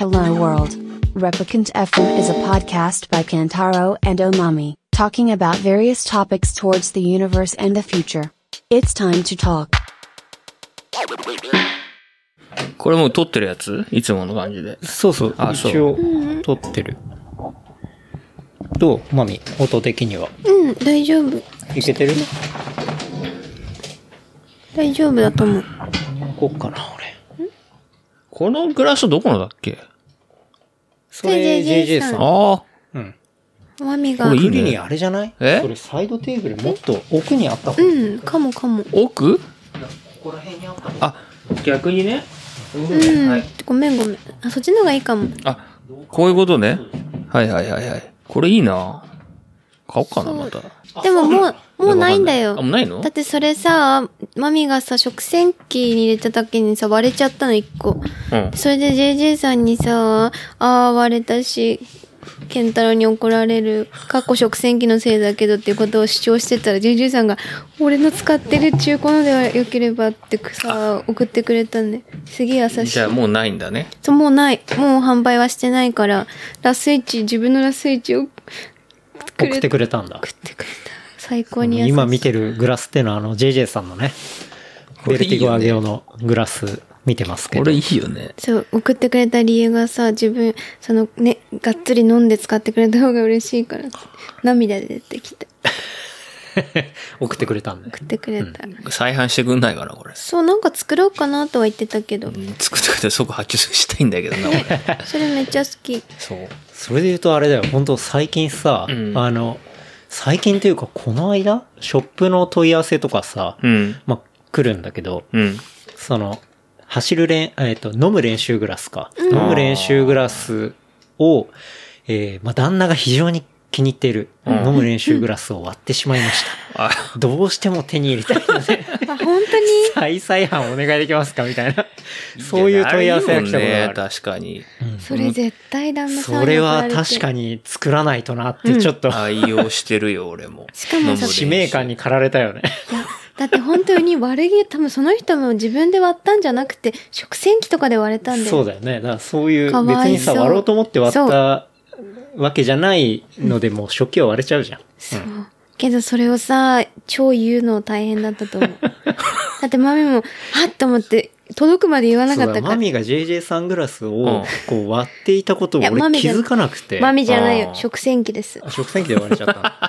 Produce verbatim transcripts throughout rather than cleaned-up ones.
Hello World. Replicant エフエム is a podcast by Kantaro and Omami, talking about various topics towards the universe and the future. It's time to talk. これもう撮ってるやつ？いつもの感じで。 そうそう。 あ、そう。 一応撮ってる。どうマミ、音的には。 うん、大丈夫。 いけてる？ 大丈夫だと思う。 こっかな、俺。 このグラスどこのだっけ？ それ ジェイジェイ さん。 ああ。 うん。 マミが。 これいいね。 グリにあれじゃない？ え？ それサイドテーブルもっと奥にあった方が。 うん、かもかも。 奥？ ここら辺にあった。 あ、逆にね。 うん、 はい、 ごめんごめん。あ、そっちの方がいいかも。 あ、こういうことね。はいはいはいはい。これいいな。買おうかな、また。 でももう、もうないんだよ。 あ、もうないの？ だってそれさ、マミがさ、食洗機に入れた時にさ、割れちゃったの一個。 うん。 それで ジェイジェイ さんにさ、ああ、割れたし、ケンタロウに怒られる、かっこ食洗機のせいだけどっていうことを主張してたら、ジェイジェイ さんが、俺の使ってる中古のでは良ければってさ、送ってくれたんで、すげえ優しい。 じゃあもうないんだね。 そう、もうない。もう販売はしてないから、ラスイチ、自分のラスイチを送ってくれたんだ。 送ってくれた。最高に優しい。 今見てるグラスっていうのはあの ジェイジェイ さんのね、ベルティゴアゲオのグラス見てますけど。 これいいよね。 そう、送ってくれた理由がさ、自分、そのね、がっつり飲んで使ってくれた方が嬉しいから、涙で出てきて。 送ってくれたんで。 送ってくれた。 うん、再販してくんないかな、これ。 そう、なんか作ろうかなとは言ってたけど。 うん、作ってくれて即発注したいんだけどな、俺。 それめっちゃ好き。 そう。 それで言うとあれだよ、本当最近さ、うん、あの、最近というかこの間、ショップの問い合わせとかさ、 うん、 まあ、来るんだけど、 うん、 その、走る練、えっと、飲む練習グラスか。うん、飲む練習グラスを、えー、まあ、旦那が非常に気に入っている、うん、飲む練習グラスを割ってしまいました。うん、どうしても手に入れたいので、 あ、本当に再々販お願いできますかみたいな。そういう問い合わせが来たことがある。 ね、確かに。 うん、それ絶対旦那さんにそれは確かに作らないとなってちょっと、うん、 愛用してるよ、俺も。 しかもさ、 使命感に駆られたよね。 いやだって本当に悪気、多分その人も自分で割ったんじゃなくて、食洗機とかで割れたんだよ。 そうだよね。だからそういう、別にさ、割ろうと思って割ったわけじゃないので、もう食器は割れちゃうじゃん。 そう。うん、けどそれをさ、超言うの大変だったと思う。だってマミも、はっと思って、届くまで言わなかったから。 マミが ジェイジェイ サングラスをこう割っていたことを俺気づかなくて。 マミじゃないよ。食洗機です。 食洗機で割れちゃった。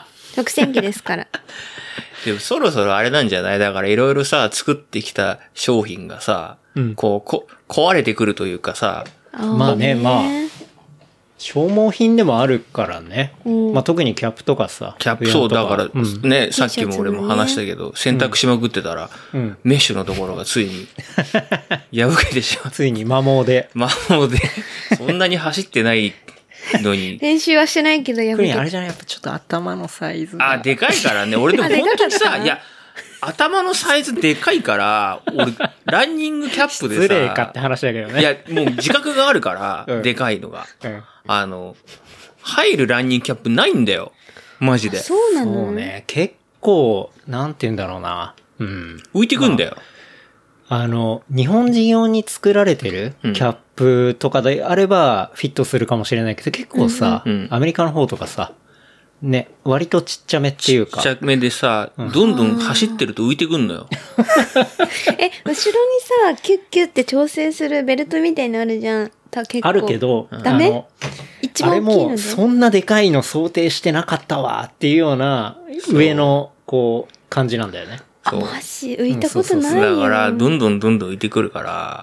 食洗機ですから。 でもそろそろあれなんじゃない？だからいろいろさ、作ってきた商品がさ、うん、こう、こ、壊れてくるというかさ。 まあね、まあ。消耗品でもあるからね。まあ特にキャップとかさ。 キャップ、そう、だから、うん、ね、さっきも俺も話したけど、洗濯しまくってたら、うん、メッシュのところがついに、破けてしまう。 ついに摩耗で。 摩耗で、そんなに走ってないのに。 練習はしてないけど、 破けて。あれじゃない、やっぱちょっと頭のサイズが。 あ、でかいからね。俺でも本当にさ、いや、頭のサイズでかいから、俺、ランニングキャップでさ。 失礼かって話だけどね。 いや、もう自覚があるから、うん、でかいのが。うんあの、入るランニングキャップないんだよ。マジで。 そうなの？ そうね。結構、なんて言うんだろうな。うん。 浮いてくんだよ。 まあ、あの、日本人用に作られてるキャップとかであればフィットするかもしれないけど、結構さ、うんうん、アメリカの方とかさ、ね、割とちっちゃめっていうか。 ちっちゃめでさ、うん、どんどん走ってると浮いてくんのよ。 え、後ろにさ、キュッキュッって調整するベルトみたいのあるじゃん。結構あるけど、 ダメ？一番大きいので。 あれも、そんなでかいの想定してなかったわっていうような、上の、こう、感じなんだよね。 そう。マジ浮いたことないよ、うん、そうそうそうだから、どんどんどんどん浮いてくるから。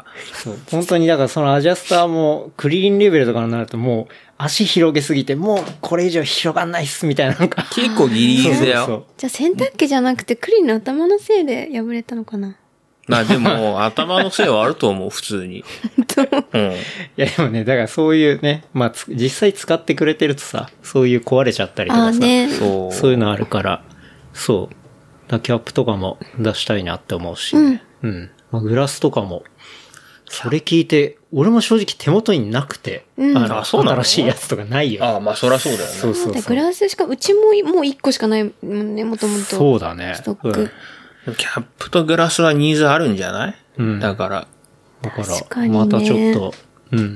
そう。本当に、だからそのアジャスターも、クリーンレベルとかになるともう、足広げすぎて、もうこれ以上広がんないっす、みたいなのが。 結構ギリギリだよ。そうそうそう。 じゃあ洗濯機じゃなくて、クリーンの頭のせいで破れたのかな？ まあでも、頭のせいはあると思う、普通に。 うん。いやでもね、だからそういうね、まあ実際使ってくれてるとさ、そういう壊れちゃったりとかさ、 ね、 そうそういうのあるから、そう。だキャップとかも出したいなって思うし、ね、うん。うん。まあ、グラスとかも、それ聞いて、俺も正直手元になくて、うん、あの、あそうなの？新しいやつとかないよ。 ああ、まあそりゃそうだよね。 そうそうそう。 グラスしか、うちももう一個しかないもんね、もともと。 そうだね。 ストック。 うん、キャップとグラスはニーズあるんじゃない？うん。だから。 だから、またちょっと、うん。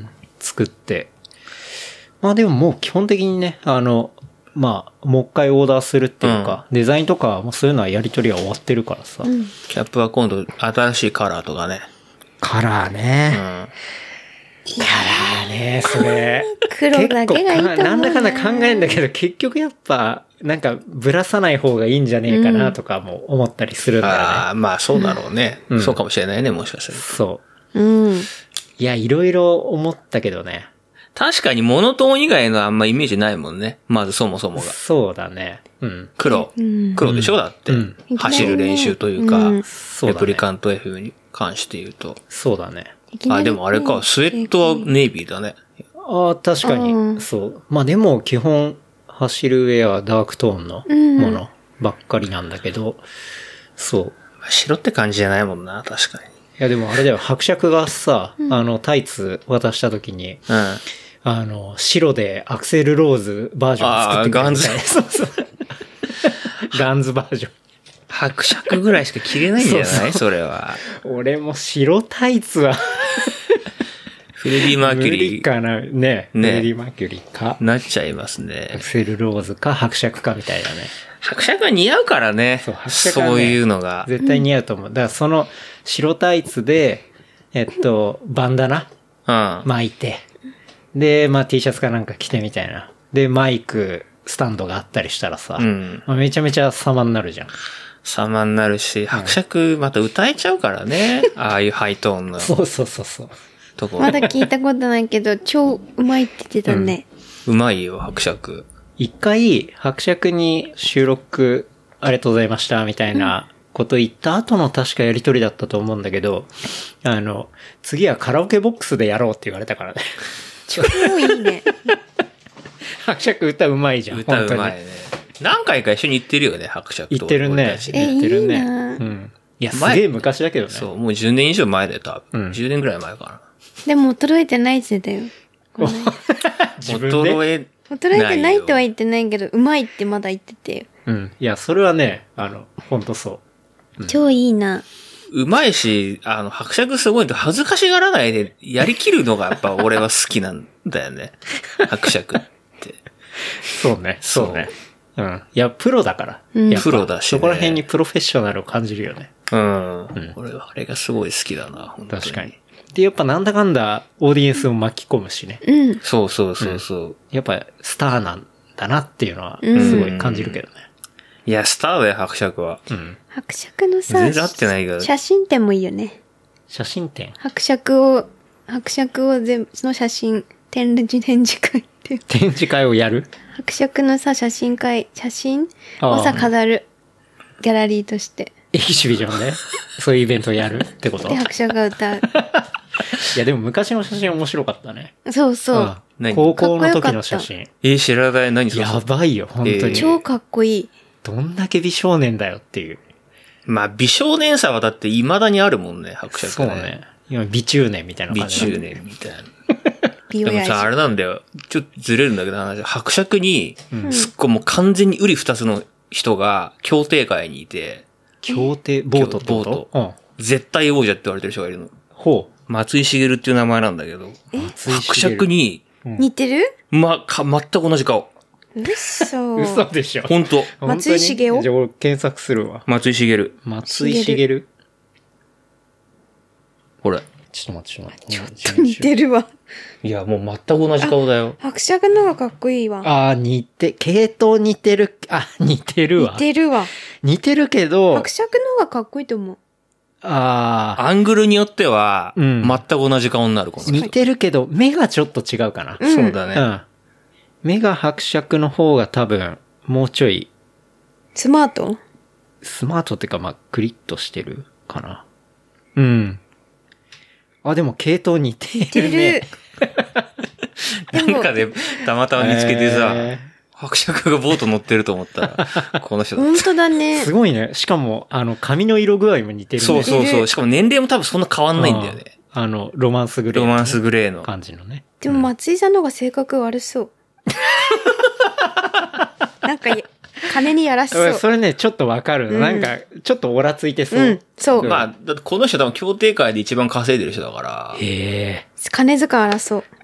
作って。まあでももう基本的にね、あの、まあ、もう一回オーダーするっていうか、うん、デザインとかもそういうのはやり取りは終わってるからさ。うん、 キャップは今度新しいカラーとかね。 カラーね。うん、カラーね、それ。 黒だけがいいと思う、ね。 なんだかんだ考えんだけど、結局やっぱ、なんか、ぶらさない方がいいんじゃねえかなとかも思ったりするんだよね。うん、 ああ、まあそうだろうね、うん。そうかもしれないね、もしかしたら。 そう。うん。 いや、いろいろ思ったけどね。 確かにモノトーン以外のあんまイメージないもんね。まずそもそもが。 そうだね。うん。 黒。うん、黒でしょだって、うん。走る練習というか、うん、レプリカント F に関して言うと。 そうだね。 あ、でもあれか、スウェットはネイビーだね。 ああ、確かに。そう。まあでも基本、走るウェア、ダークトーンのものばっかりなんだけど、うん、そう。 白って感じじゃないもんな、確かに。 いやでもあれだよ、伯爵がさ、うん、あの、タイツ渡した時に、うん、あの、白でアクセルローズバージョン作ってくれた。あ、ガンズ。そうそう。ガンズバージョン。 伯爵ぐらいしか着れないんじゃない？そうそう、それは。 俺も白タイツはフレディ・マーキュリー。無理かな、ね。ね。フレディ・マーキュリーか。 なっちゃいますね。 アクセルローズか伯爵かみたいなね。 伯爵は似合うからね。そう、伯爵は、ね、そういうのが。 絶対似合うと思う。だからその白タイツで、えっと、バンダナ、うん、巻いて、で、まあ T シャツかなんか着てみたいな。で、マイク、スタンドがあったりしたらさ、うん、まあ、めちゃめちゃ様になるじゃん。 様になるし、伯爵また歌えちゃうからね。ああいうハイトーンの。 そうそうそうそう。 とこまだ聞いたことないけど、超うまいって言ってたね。 うん、うまいよ、伯爵。 一回、伯爵に収録ありがとうございました、みたいなこと言った後の確かやりとりだったと思うんだけど、あの、次はカラオケボックスでやろうって言われたからね。 超いいね。 伯爵歌うまいじゃん。 歌うまいね。何回か一緒に行ってるよね、伯爵と。 行ってるね。行ってるね。うん。いや、すげえ昔だけどね。 そう、もうじゅうねん以上前だよ、多分。うん、じゅうねんぐらい前かな。 でも衰えてないって言ってたよ。 自分で衰え、 衰えてないとは言ってないけど、うまいってまだ言ってて。 うん。いや、それはね、あの、ほんとそう。 うん、超いいな。 うまいし、あの、伯爵すごいと恥ずかしがらないでやりきるのがやっぱ俺は好きなんだよね。伯爵って。 そうね。そうね。うん。いや、プロだから。 うん、プロだし、ね。 そこら辺にプロフェッショナルを感じるよね。 うん。うん、俺はあれがすごい好きだな、本当に。 確かに。で、やっぱなんだかんだオーディエンスを巻き込むしね。 うん。 そうそうそうそう、うん。 やっぱスターなんだなっていうのはすごい感じるけどね。 うん、いや、スターだよ、伯爵は。 うん。 伯爵のさ、 全然合ってないが写真展もいいよね。 写真展伯爵を、伯爵を全部、その写真、展示、展示会って。 展示会をやる？ 伯爵のさ、写真会、写真をさ、飾る。ギャラリーとして。 エキシビジョンね。そういうイベントをやるってこと？ で、伯爵が歌う。 いや、でも昔の写真面白かったね。 そうそう。 うん、高校の時の写真。 えー、知らない。何それ？ やばいよ、本当に、えー。 超かっこいい。 どんだけ美少年だよっていう。 まあ、美少年さはだって未だにあるもんね、伯爵ね。 そうね。今、美中年みたいな感じ。美中年みたいな。でもさ、あれなんだよ。ちょっとずれるんだけど話、伯爵に、すっごいもう完全に瓜二つの人が協定会にいて。 協定、ボートってこと？ ボート。うん。絶対王者って言われてる人がいるの。 ほう。 松井茂っていう名前なんだけど。伯爵に、 似てる？ ま、か、全く同じ顔。 嘘。 嘘でしょ。 本当。 松井茂雄？ じゃあ俺検索するわ。 松井茂。 松井茂。 これ。 ちょっと待って、 ちょっと待って。ちょっと似てるわ。 いや、もう全く同じ顔だよ。 伯爵の方がかっこいいわ。 ああ、似て、系統似てる。あ、似てるわ。 似てるわ。 似てるけど。 伯爵の方がかっこいいと思う。 ああ。 アングルによっては、うん、全く同じ顔になる。この似てるけど、目がちょっと違うかな。 うん、そうだね。うん。 目が伯爵の方が多分、もうちょい。 スマート？ スマートっていうか、まあ、クリッとしてるかな。うん。あ、でも系統似てるね。似てる。なんかで、たまたま見つけてさ、えー、伯爵がボート乗ってると思ったら、この人だった。 本当だね。 すごいね。しかも、あの、髪の色具合も似てるね。 そうそうそう。しかも年齢も多分そんな変わんないんだよね。 あ, あの、ロマンスグレー、ね。 ロマンスグレーの。 感じのね。 でも松井さんの方が性格悪そう。なんか、金にやらしそう。 それね、ちょっとわかる、うん。なんか、ちょっとオラついてそう。うん、 そう。 まあ、だってこの人多分協定会で一番稼いでる人だから。 へえ。 金遣い荒そう。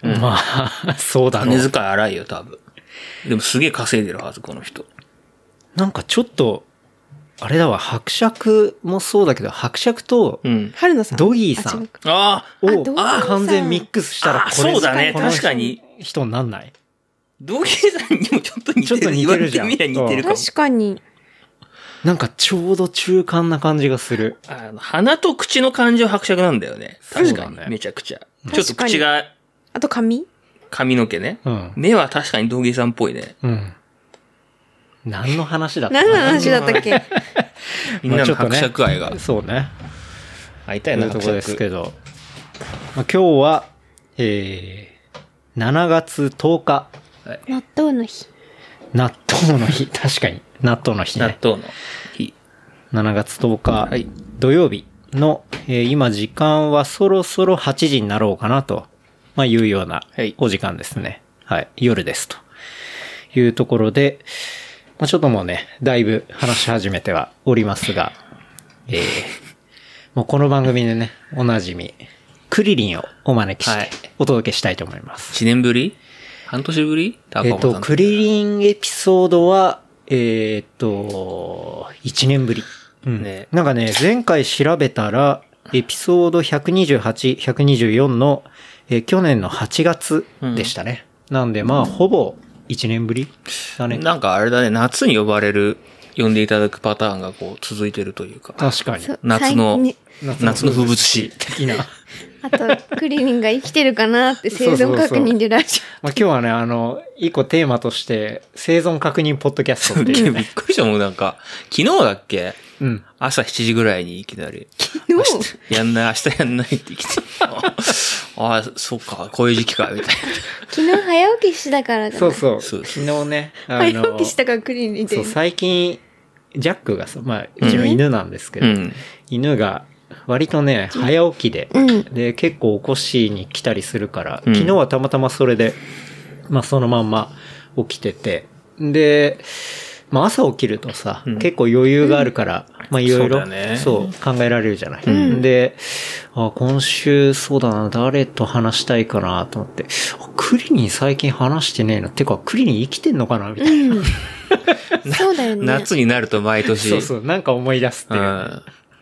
うん、 まあ、そうだろう。 金遣い荒いよ、多分。でもすげえ稼いでるはず、この人。 なんかちょっと、あれだわ、伯爵もそうだけど、伯爵と、 春野さん。 ドギーさんあを完全ミックスしたら、これそうだね、確かに。 人になんない？ ドギーさんにもちょっと似てる。ちょっと似てるじゃん。似てるかも。 確かに。 なんかちょうど中間な感じがする。 あの、鼻と口の感じは伯爵なんだよね。確かに。ね、めちゃくちゃ。ちょっと口が。 あと髪髪の毛ね。 うん。 目は確かにドギーさんっぽいね。 うん。何の話だった何の話だったっけみんなの伯爵愛が、 ね。そうね。 会いたいな、 というところですけど。まあ、今日は、えー、しちがつとおか。 はい、納豆の日。 納豆の日。確かに。納豆の日ね。 納豆の日。 しちがつとおか、はい、土曜日の、えー、今時間はそろそろはちじになろうかなと、まあ、いうようなお時間ですね。はい。はい、夜です。というところで、まあ、ちょっともうね、だいぶ話し始めてはおりますが、えー、もうこの番組でね、おなじみ、クリリンをお招きしてお届けしたいと思います。 いちねんぶり半年ぶりえっと、クリリンエピソードは、えー、っと、いちねんぶり。うん。ね、なんかね、前回調べたら、エピソードひゃくにじゅうはち、ひゃくにじゅうよんの、えー、去年のはちがつでしたね。うん、なんで、まあ、ほぼいちねんぶりだね。 なんかあれだね、夏に呼ばれる、呼んでいただくパターンがこう続いてるというか。 確かに。 夏の、夏の風物詩的な。 あと、クリリンが生きてるかなって生存確認でラジオ。まあ今日はね、あの、一個テーマとして、生存確認ポッドキャストっていう、 ね。びっくりしたもん、なんか、昨日だっけうん。 朝しちじぐらいにいきなり。 昨日やんない、明日やんないって来て。ああ、そっか、こういう時期か、みたいな。 昨日早起きしたからじゃない。 そうそう。昨日ね、 あの早起きしたからクリリンで。 そう、最近、ジャックがさ、まあ、うちの犬なんですけど、うん、犬が、割とね、早起きで、うん、で、結構起こしに来たりするから、うん、昨日はたまたまそれで、まあそのまんま起きてて、で、まあ朝起きるとさ、うん、結構余裕があるから、うん、まあいろいろ、そう考えられるじゃない。うん、で、あ、今週そうだな、誰と話したいかなと思って、クリリン最近話してねえな。てか、クリリン生きてんのかなみたいな。うん、 そうだよね。 夏になると毎年。 そうそう、なんか思い出すっていう。うん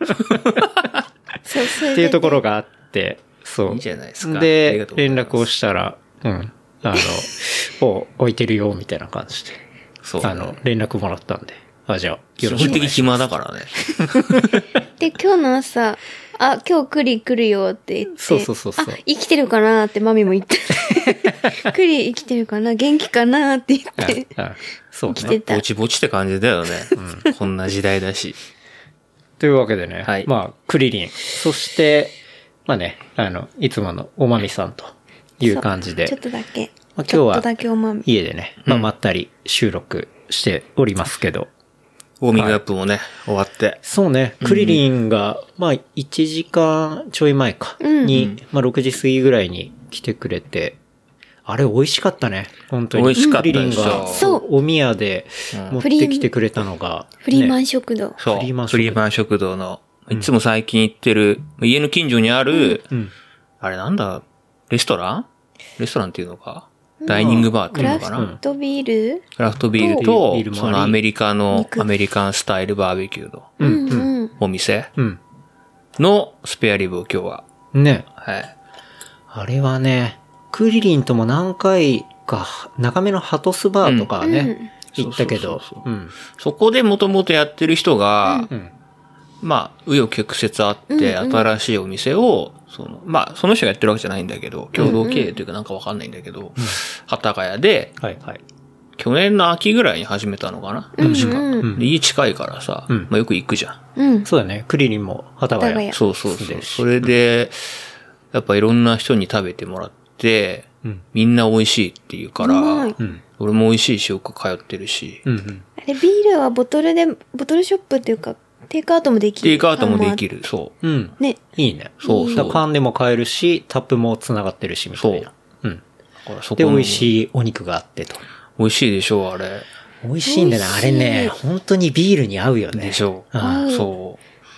そうそうっていうところがあって、そう。 いいじゃないですか。 で、連絡をしたら、うん。あの、を置いてるよ、みたいな感じで。そう、ね。あの、連絡もらったんで。あ、じゃあ、 よろしくお願いします。基本的に暇だからね。 で、今日の朝、あ、今日クリ来るよって言って。 そうそうそうそう。 あ、生きてるかなってマミも言って。クリ生きてるかな元気かなって言って。 ああそうね。 生きてた。 ぼちぼちって感じだよね。うん、こんな時代だし。 というわけでね、 はい、 まあ、クリリン、そして、まあね、あの、いつものおまみさんという感じで、 ちょっとだけ、 まあ、今日はちょっとだけおまみ家でね、まあ、まったり収録しておりますけど、 ウォーミングアップもね、はい、終わって。 そうね、クリリンが、まあ、いちじかんちょい前かに、うん、まあ、ろくじ過ぎぐらいに来てくれて、あれ美味しかったね。本当に。 美味しかったでしょ。 クリリンが、そう、お宮で持ってきてくれたのが、 ね、フリーマン食堂。 そう。フリーマン食堂。フリーマン食堂の、いつも最近行ってる、うん、家の近所にある、うん、あれなんだ、レストランレストランっていうのか、うん、ダイニングバーっていうのかな。 クラフトビールクラフトビールと、そのアメリカの、アメリカンスタイルバーベキューの、 うんうん、 お店のスペアリブを今日は。 ね。 はい。 あれはね、クリリンとも何回か、中目のハトスバーとかね、うん、行ったけど、 そこでもともとやってる人が、うん、まあ、紆余曲折あって、新しいお店を、その、まあ、その人がやってるわけじゃないんだけど、共同経営というかなんかわかんないんだけど、幡ヶ谷で、 はいはい、 去年の秋ぐらいに始めたのかな確か、うん、で。家近いからさ、うん、まあよく行くじゃん。 うん、 そうだね。クリリンも幡ヶ谷。 そうそうそう。それで、やっぱいろんな人に食べてもらって、で、うん、みんな美味しいって言うから、うん、俺も美味しいしよく通ってるし、 うんうん、 あれビールはボトルで、ボトルショップっていうか、テイクアウトもできる。 テイクアウトもできる、そう。 うん。 ね。 いいね。 そうそう。 缶でも買えるし、タップも繋がってるし、みたいな。そう。うん。だからそこで、美味しいお肉があってと。 美味しいでしょ、あれ。 美味しいんだね。あれね、本当にビールに合うよね。 でしょ。 うん。 そう。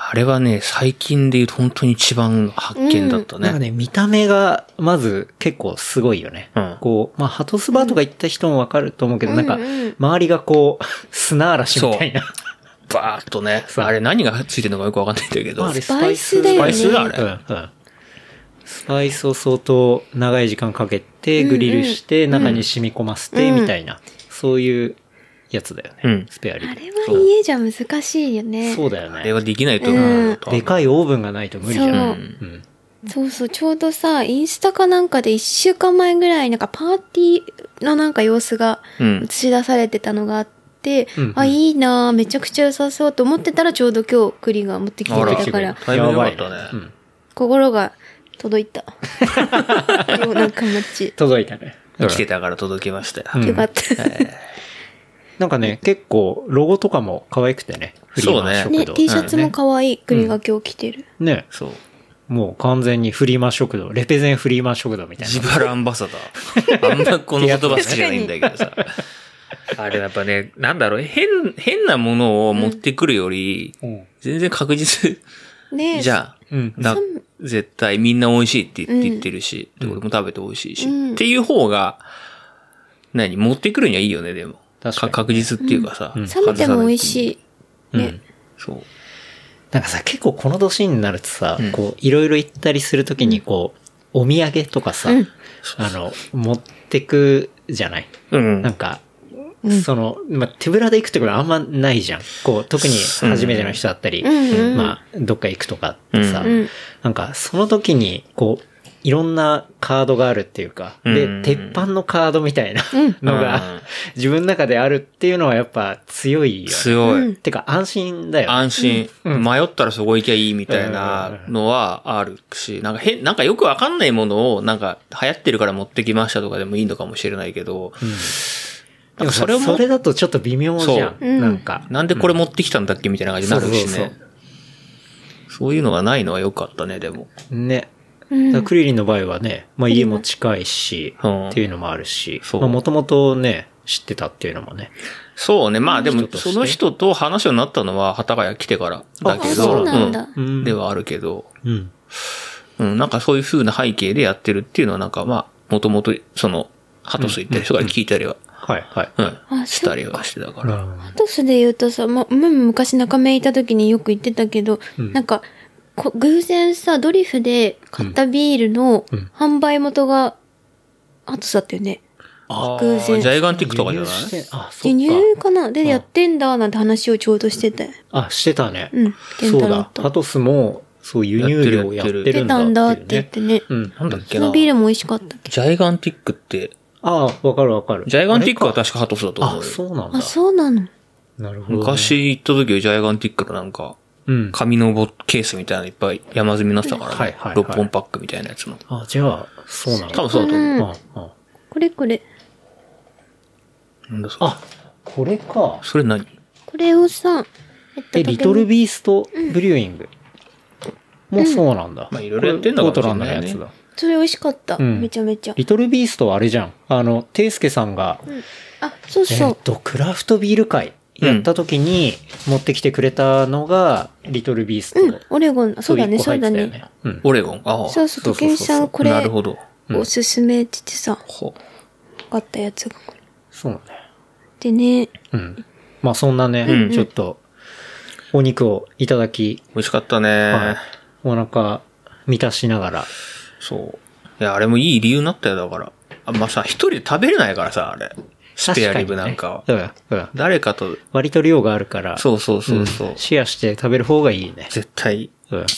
あれはね、最近で言うと本当に一番の発見だったね。 なんかね、見た目がまず結構すごいよね。 うんこう、まあ、ハトスバーとか行った人もわかると思うけど、 うんなんか、周りがこう、砂嵐みたいな。 バーっとね。 そうあれ何がついてるのかよくわかんないんだけど。 まああれスパイスだよねスパイスだあれ。 うんうん。スパイスを相当長い時間かけてグリルして中に染み込ませてみたいな、そういうやつだよね。 うんスペアリブ。 あれは家じゃ難しいよね。 そうだよあれね。 はできないと思うよ。 でかいオーブンがないと無理じゃん。 そううんそうそう、ちょうどさ、インスタかなんかで一週間前ぐらい、なんかパーティーのなんか様子がうん映し出されてたのがあって、 うんあ、いいなぁ、めちゃくちゃ良さそうと思ってたらちょうど今日栗が持ってきてくれたから、 タイミング良かったね。 うん心が届いた。ようなんかマッチ。 届いたね。 来てたから届きましたよ。 うんよかった。 なんかね、結構ロゴとかも可愛くてね。フリーマン食堂。 ね、T シャツも可愛い栗が今日着てる。 ね。 そう。 もう完全にフリーマン食堂、レペゼンフリーマン食堂みたいな。 自腹アンバサダー。あんまこの言葉好きじゃないんだけどさ。あれやっぱね、なんだろう、変、変なものを持ってくるより、 うん全然確実ねじゃん。 うん。 だ絶対みんな美味しいって言って言ってるし、で俺も食べて美味しいし、 うんっていう方が、何持ってくるにはいいよね、でも。 確かに確実っていうかさ。 うん冷めても美味しい。ね。 そう。 なんかさ、結構この年になるとさ、 うんこう、いろいろ行ったりするときにこう、お土産とかさ、 うんあの、持ってくじゃないうん。 なんか、その、まあ、手ぶらで行くってことはあんまないじゃん。こう、特に初めての人だったり、 うんうんまあ、どっか行くとかってさ、 うんなんか、その時に、こう、いろんなカードがあるっていうか、で、 うん鉄板のカードみたいなのが、 うん自分の中であるっていうのはやっぱ強いよね。 強い。 てか安心だよね。 安心、迷ったらそこ行きゃいいみたいなのはあるし、なんか変、なんかよくわかんないものを、なんか流行ってるから持ってきましたとかでもいいのかもしれないけど、 でもそれそれもそれだとちょっと微妙じゃん。 そううんなんか。 なんでこれ持ってきたんだっけみたいな感じになるしね。 そうそうそういうのがないのは良かったね、でも。 ね。 うんだからクリリンの場合はね、まあ家も近いし、 うんっていうのもあるし、 そうまあもともとね、知ってたっていうのもね。 そうね。まあでも人、としてその人と話になったのは、幡ヶ谷来てからだけあ、 ど、 そうなんだ。 うんではあるけど、 うん。 うん、なんかそういう風な背景でやってるっていうのはなんかまあ、もともと、その、ハトス行った人から聞いたりは、 はい、はい。 うん、 あしたりはしてたから。 ハトスで言うとさ、ま、前も昔中目いた時によく言ってたけど、なんか、こ偶然さ、ドリフで買ったビールのうん販売元が、ハトスだったよね。 あ偶然ージャイガンティックとかじゃない輸入してあ、そ輸っか。 入かなで、やってんだ、なんて話をちょうどしてて。 あ、してたね。 うん、ケンそうだ。 タロウと。 ハトスも、そう輸入量やってるんだ出たんだって言ってね。 うん。 なんだっけなその。ビールも美味しかった。 ジャイガンティックって、 ああ、わかるわかる。 ジャイガンティックはあれか確かハトスだと思うあ、 よ。 そうなんだあ、。そうなの。 なるほどね。 昔行った時はジャイガンティックのなんか、 うん。 紙のボケースみたいなのいっぱい山積みになってたからね。 はいはいはいろっぽんパックみたいなやつの。 あ、じゃあ、そうなんだ。 多分そうだと思う。 うんああこれこれ。 なんだそれ。 あ、これか。 それ何これをさ、えっとえ、リトルビーストブリューイング。もうそうなんだ。 まあいろいろやってんだかポートもしれないねランドのやつだ。 それ美味しかった。 うんめちゃめちゃ。 リトルビーストはあれじゃん。あの、テイスケさんが、 あ、そうえそう。 っと、クラフトビール会やった時に持ってきてくれたのが、リトルビースト。 うん、オレゴン、そうだね、そうだね。。 うん。 オレゴン。ああ。 そうそう、 そうそうそうトケンさん、これ、 なるほど。 おすすめって言ってさ、 ほ買ったやつがこれ。 そうね。 でね、 うん。まあそんなね、 うんちょっと、お肉をいただき、 美味しかったね、 はい。お腹満たしながら。 そう。いや、あれもいい理由になったよ、だから。あまあさ、一人で食べれないからさ、あれ。スペアリブなんかは。 確かにねうん。うん。 誰かと、 割と量があるから。 そうそうそうそう。 んシェアして食べる方がいいね。 絶対。 うん。 う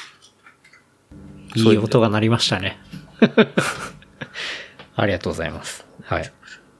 いい音が鳴りましたね。ありがとうございます。はい。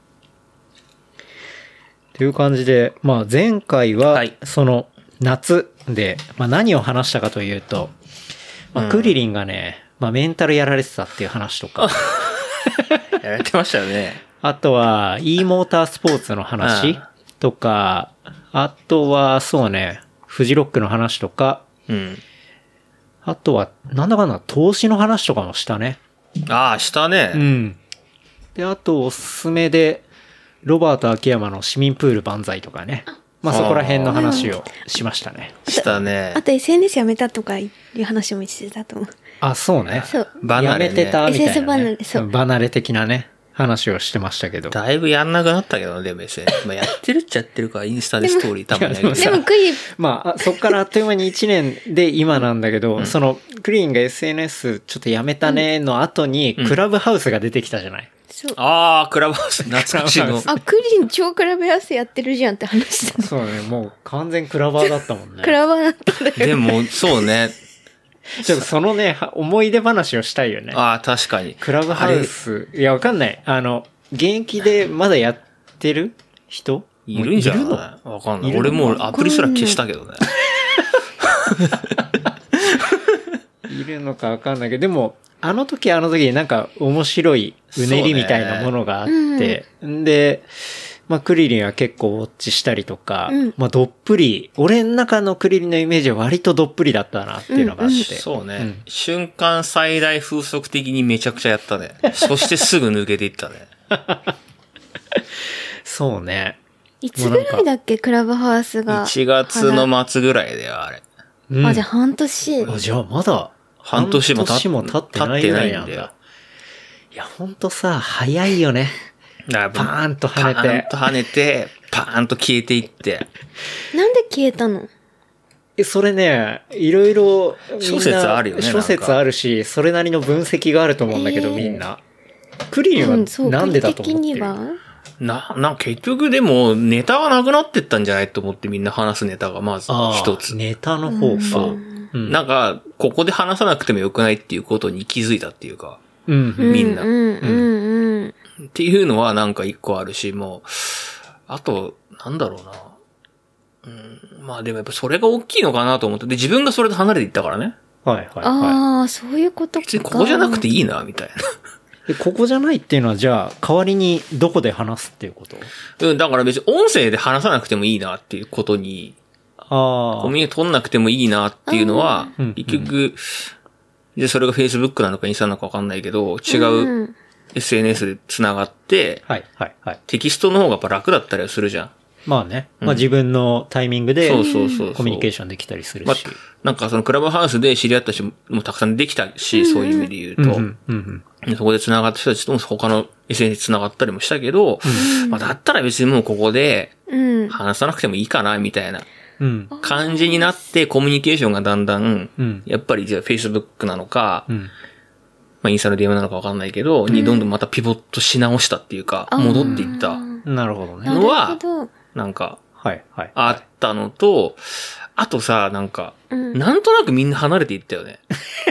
という感じで、まあ前回ははい、 その夏で、まあ何を話したかというと、まあクリリンがね、まあメンタルやられてたっていう話とか、 やられてましたよね。 あとは e モータースポーツの話あとか、あとはそうね、フジロックの話とか、 うん。 あとは、なんだかんだ投資の話とかもしたね。 ああ、したね。 うん。で、あとおすすめで、ロバート秋山の市民プール万歳とかね。 まあそこら辺の話をしましたね。 したねあ。と エスエヌエス やめたとかいう話もしてたと思う。 あ、そうね。 そう。 離れねやめてたみたいな、ね。 エスエヌエス 離れそう離れ的なね、話をしてましたけど。 だいぶやんなくなったけどね、でも エスエヌエス。まあやってるっちゃやってるから、インスタでストーリー多分ないけど。 でもクリまあ、あそっからあっという間にいちねんで今なんだけど、 うん、 その、クリーンが エスエヌエス ちょっとやめたねの後に、クラブハウスが出てきたじゃない、 そう。 あー、クラブハウス、懐かしいの。 あ、クリン超クラブハウスやってるじゃんって話だね。 そうね、もう完全クラバーだったもんね。 クラバーだったんだよ。 でも、そうね。 ちょっとそのね、思い出話をしたいよね。 ああ、確かに。 クラブハウス。いや、わかんない。あの、現役でまだやってる人いるんじゃないいるのわかんないい。 るの俺もうアプリすら消したけどね。 いるのかわかんないけど、でも、あの時あの時なんか面白いうねりみたいなものがあって、んで、まあクリリンは結構ウォッチしたりとか、 うんまあどっぷり、俺の中のクリリンのイメージは割とどっぷりだったなっていうのがあって。 そうね、 うん瞬間最大風速的にめちゃくちゃやったね。そしてすぐ抜けていったね。 そうね。 いつぐらいだっけ、クラブハウスが。 いちがつの末ぐらいだよ、あれ。 うんあ、じゃあ半年。 あじゃあまだ、 半年も経っ半年も経ってないぐらいなんだ。 経ってないんだよいや、ほんとさ、早いよね。 だからパーンと跳ねてパーンと跳ねて、パーンと消えていって。 なんで消えたの？ え、それね、いろいろみんな、 諸説あるよねなんか諸説あるし、それなりの分析があると思うんだけど、 えーみんな。クリリンはうん、そう、 なんでだと的思ってる、 には。 な、な、結局でもネタがなくなってったんじゃないと思ってみんな話すネタがまずああ一つ。 ネタの方か。 そううん。 なんか、ここで話さなくてもよくないっていうことに気づいたっていうか、 うん。 みんなうん、うん、うん。 っていうのはなんか一個あるし、もう、あと、なんだろうな。うん、まあでもやっぱそれが大きいのかなと思って、で、自分がそれで離れていったからね。 はいはいはああ、そういうことか。 別にここじゃなくていいな、みたいい。でここじゃないっていうのは、じゃあ、代わりにどこで話すっていうことな。うん、だから別に音声で話さなくてもいいなっていうことに、 ああ。 コミュニケーション取んなくてもいいなっていうのはうん、 結局、で、それが Facebook なのかインスタなのかわかんないけど、違う。 うん エスエヌエス で繋がって、 はいはいはい。 テキストの方がやっぱ楽だったりはするじゃん。 まあね。 うんまあ自分のタイミングで、 そうそうそうそうコミュニケーションできたりするまあし。、 なんかそのクラブハウスで知り合った人もたくさんできたし、そういう意味で言うと、 うんうんうんうん。 そこで繋がった人たちとも他の エスエヌエス で繋がったりもしたけど、まあだったら別にもうここでうん。 話さなくてもいいかな、みたいなうん。 感じになってコミュニケーションがだんだん、 うん。 やっぱりじゃあ Facebook なのか、 うん。 まあインスタの ディーエム なのかわかんないけど、にどんどんまたピボットし直したっていうか、戻っていったなるほどね。 なるのはほど。 なんかはいはい。 あったのと、あとさ、なんか、 うんなんとなくみんな離れていったよね。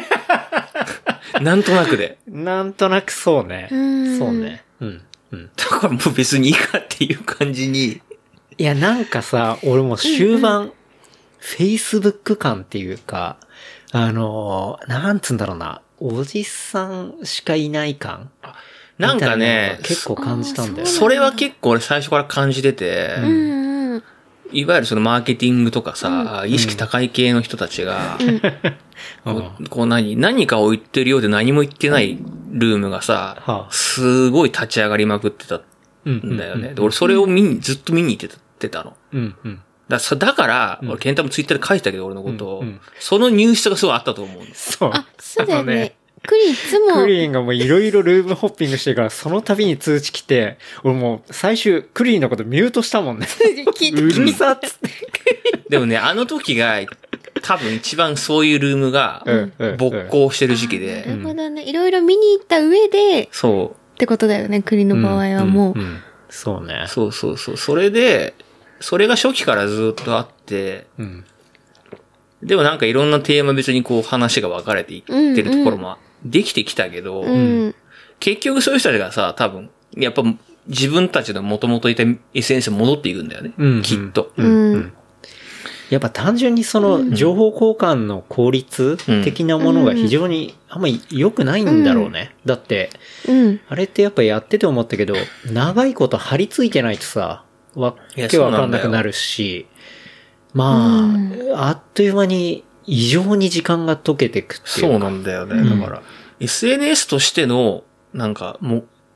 なんとなくで。 なんとなくそうね。 うんそうね。うん。うん。 だからもう別にいいかっていう感じに。 いや、なんかさ、俺も終盤、Facebook 感っていうか、あのー、なんつうんだろうな、おじさんしかいない感なんかねみたいなのが結構感じたんだよね。 それは結構俺最初から感じてて、 うんうん。 いわゆるそのマーケティングとかさ、意識高い系の人たちが、こうこう何、何かを言ってるようで何も言ってないルームがさ、 はあすごい立ち上がりまくってたんだよね。で俺それを見に、ずっと見に行ってたの。 うんうん。 だそだから、俺、ケンタもツイッターで書いてたけど、俺のことを、 うんうんその入室がすごいあったと思うんです。 そう。 あ、そうだよあのね。クリいつも。 クリーンがもういろいろルームホッピングしてるから、その度に通知来て、俺もう最終、クリーンのことミュートしたもんね。 聞いうてるさっつって。 でもね、あの時が、多分一番そういうルームがうんうんうん、 勃興してる時期なで、 るほどね。いろいろ見に行った上で、っそてことだよね、クリの場合はもう。 んんそうねう、。そうそうそう。それで、それが初期からずっとあって、 うん。 でもなんかいろんなテーマ別にこう話が分かれていってるところもできてきたけど、 うん。 結局そういう人たちがさ、多分、やっぱ自分たちの元々いた エスエヌエス に戻っていくんだよね。 うんきっと。 うんうんやっぱ単純にその情報交換の効率的なものが非常にあんまり良くないんだろうね。だって、 うん。 あれってやっぱやってて思ったけど、長いこと張り付いてないとさ、わいやけわかんなくなるし、まあ、あっという間に異常に時間が解けてくっていうか。 そうなんだよね。だから、エスエヌエス としての、なんか、もう、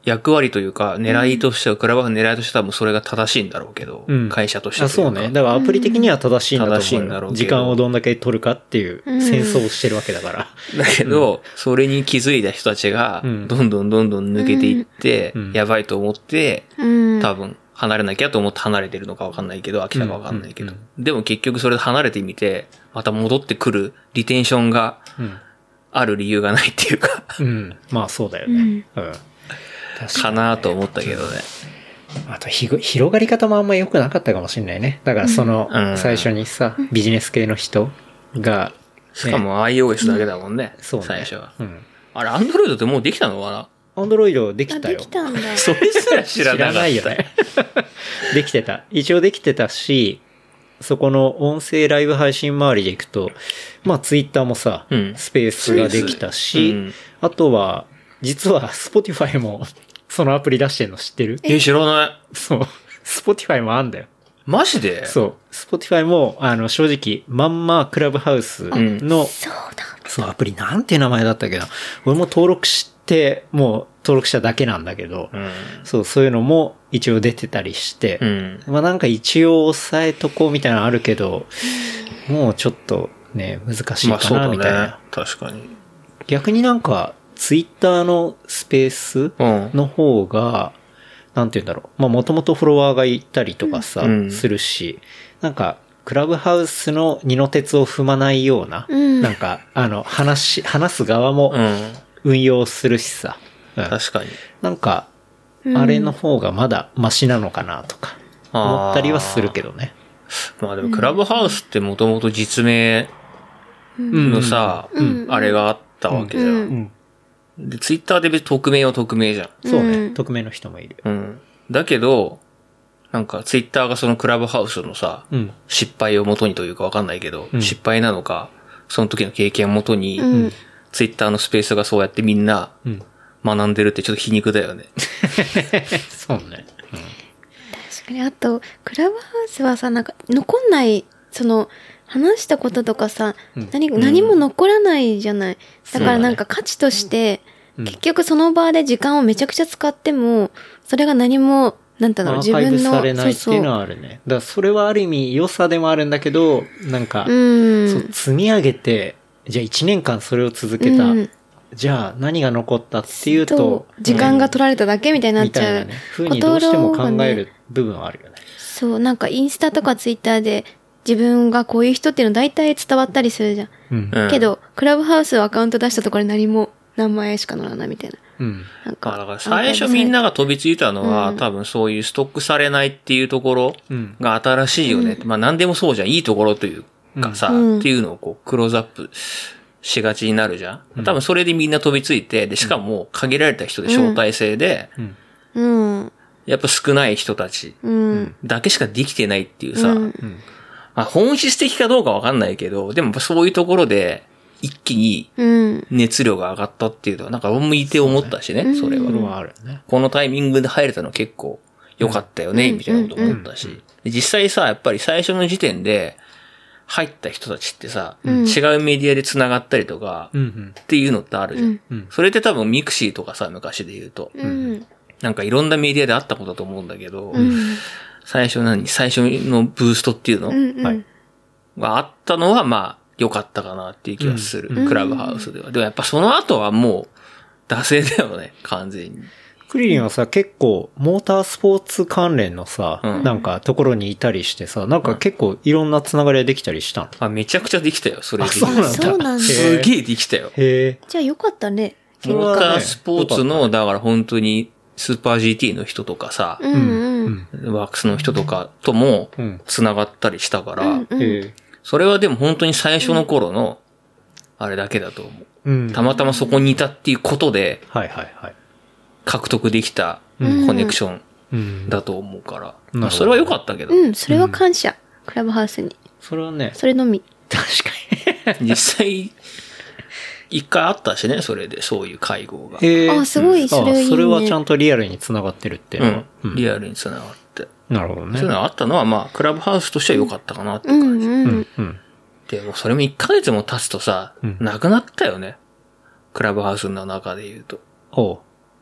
役割というか、狙いとしては、クラブハウスの狙いとしては多分それが正しいんだろうけど、 うん会社としては。 あ、そうね。だからアプリ的には正しいんだと思うよ。 正しいんだろうけど時間をどんだけ取るかっていう戦争をしてるわけだから。 だけど、それに気づいた人たちが、どうんんどんどんどん抜けていって、 うんやばいと思って、 うん。 多分、離れなきゃと思って離れてるのかわかんないけど、飽きたかわかんないけど、 うんでも結局それで離れてみて、また戻ってくるリテンションがうん。 ある理由がないっていうか、 うん。まあそうだよね。うん。確かなと思ったけどね。 あとひご、広がり方もあんま良くなかったかもしれないね。だからそのう、ん最初にさ、ビジネス系の人が、 しかも iOS だけだもんね、 そうね。 最初は。 うん。 あれ、Android ってもうできたのかなアンドロイドできあ、 たよ。 できたんだ。 それすら知らなかった。 ないよね。できてた。一応できてたし、そこの音声ライブ配信周りでいくと、まあツイッターもさ、 うんスペースができたし、 うんあとは、実は Spotify もそのアプリ出してんの知ってる？ え、知らない。 そう。Spotify もあんだよ。 マジでそう。Spotify も、あの、正直、まんまクラブハウスの、 そうだ。 そう、アプリなんていう名前だったっけな。俺も登録して、もう登録しただけなんだけど、 うん。 そう、そういうのも一応出てたりして、 うん。 まあなんか一応押さえとこうみたいなのあるけど、もうちょっとね、難しいまあそうだかなみたいな。 ね。確かに。 逆になんか、ツイッターのスペースうん。 の方が、なんて言うんだろう。まあもともとフォロワーがいたりとかさ、 うんするし、なんか、クラブハウスの二の鉄を踏まないような、 うんなんか、あの、話し、話す側もうん。 運用するしさ、うん確かに。 なんか、 うんあれの方がまだマシなのかなとか、思ったりはするけどね。 まあでも、クラブハウスってもともと実名のさ、 うんあれがあったわけじゃ。 うんうん。 で、ツイッターで別に匿名は匿名じゃん。 そうね。 うん匿名の人もいる。 うん。だけど、なんかツイッターがそのクラブハウスのさ、 うん。 失敗を元にというかわかんないけど、 うん失敗なのか、その時の経験を元に、 うんツイッターのスペースがそうやってみんなうん。 学んでるってちょっと皮肉だよね。 そうね。 確かに、あと、クラブハウスはさ、なんか、残んない、その、話したこととかさ、 うん何、何も残らないじゃない。だからなんか価値として、 うん結局その場で時間をめちゃくちゃ使っても、それが何も、なんだろう、 アーカイブ自分の、 されないっていうのは、 はあるね。だからそれはある意味良さでもあるんだけど、なんか、 うん。 そう積み上げて、じゃあいちねんかんそれを続けた。 うんじゃあ何が残ったっていうと、 時間が取られただけみたいになっちゃうみたいなね。風にどうしても考える部分はあるよね。 そう、なんかインスタとかツイッターで自分がこういう人っていうの大体伝わったりするじゃん。 うん。 うんけど、クラブハウスをアカウント出したところで何も何万円しか乗らないみたいな。 うん。 なんまあだから最初みんなが飛びついたのは、 うん多分そういうストックされないっていうところうん。 が新しいよね。まあ何でもそうじゃん。いいところというかさ、 うんっていうのをこうクローズアップしがちになるじゃん。多分それでみんな飛びついて、で、しかも限られた人で招待制で、 うん。 うん。 やっぱ少ない人たちうん。 だけしかできてないっていうさ、 うんうん。 まあ本質的かどうかわかんないけど、でもやっぱそういうところで一気にうん。 熱量が上がったっていうのは、なんか俺もいて思ったしね、それはそ。れはあるね。 このタイミングで入れたの結構良かったよね、みたいなこと思ったし。で実際さ、やっぱり最初の時点で入った人たちってさ、 ん違うメディアで繋がったりとか、 うんっていうのってあるじゃん。 うんうんそれって多分ミクシーとかさ、昔で言うと、 うん。 なんかいろんなメディアであったことだと思うんだけど、 うん。 最初何最初のブーストっていうの、 うん。 はいがあったのは、まあ、良かったかなっていう気がする。 うんクラブハウスでは。でもやっぱその後はもう、惰性だよね、完全に。 クリリンはさ、結構、モータースポーツ関連のさ、 うんなんか、ところにいたりしてさ、なんか結構いろんなつながりができたりしたの。 あ、めちゃくちゃできたよ、それで。 あそうなんだそうなんだ。 すげえできたよ。 へえ。 じゃあよかったね。 れはねモータースポーツの、だから本当に、スーパー ジーティー の人とかさ、 うんうん。 ワークスの人とかともうん、 繋がったりしたから、 うんうん。 へえ。 それはでも本当に最初の頃の、あれだけだと思う。 うん。 たまたまそこにいたっていうことで、 はいはいはい。 獲得できたうんコネクションうん。 だと思うから。 なるほどまあそれは良かったけど、 うん、それは感謝。クラブハウスに。 それはね、 それのみ。 確かに。 実際、一回あったしね、それで、そういう会合が。 へえ。 あすごいうんそれいいねあそれはちゃんとリアルに繋がってるっていううのは。 ん。リアルに繋がって。 なるほどね。 そういうのがあったのは、まあ、クラブハウスとしては良かったかなっていう感じ。 うんう。 うんん。うん。 でも、それもいっかげつも経つとさ、 うんなくなったよね。クラブハウスの中で言うと。 おう。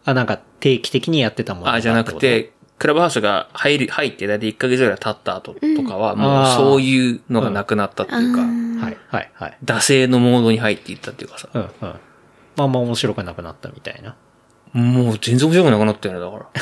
あ、なんか定期的にやってたもの。 あ、じゃなくて、クラブハウスが入る、入ってだいたいいっかげつぐらい経った後とかは、もうそういうのがなくなったっていうか、 はいはいはい。 惰性のモードに入っていったっていうかさ。 うんうん。まあまあ面白くなくなったみたいな。 もう全然面白くなくなったよね、だから。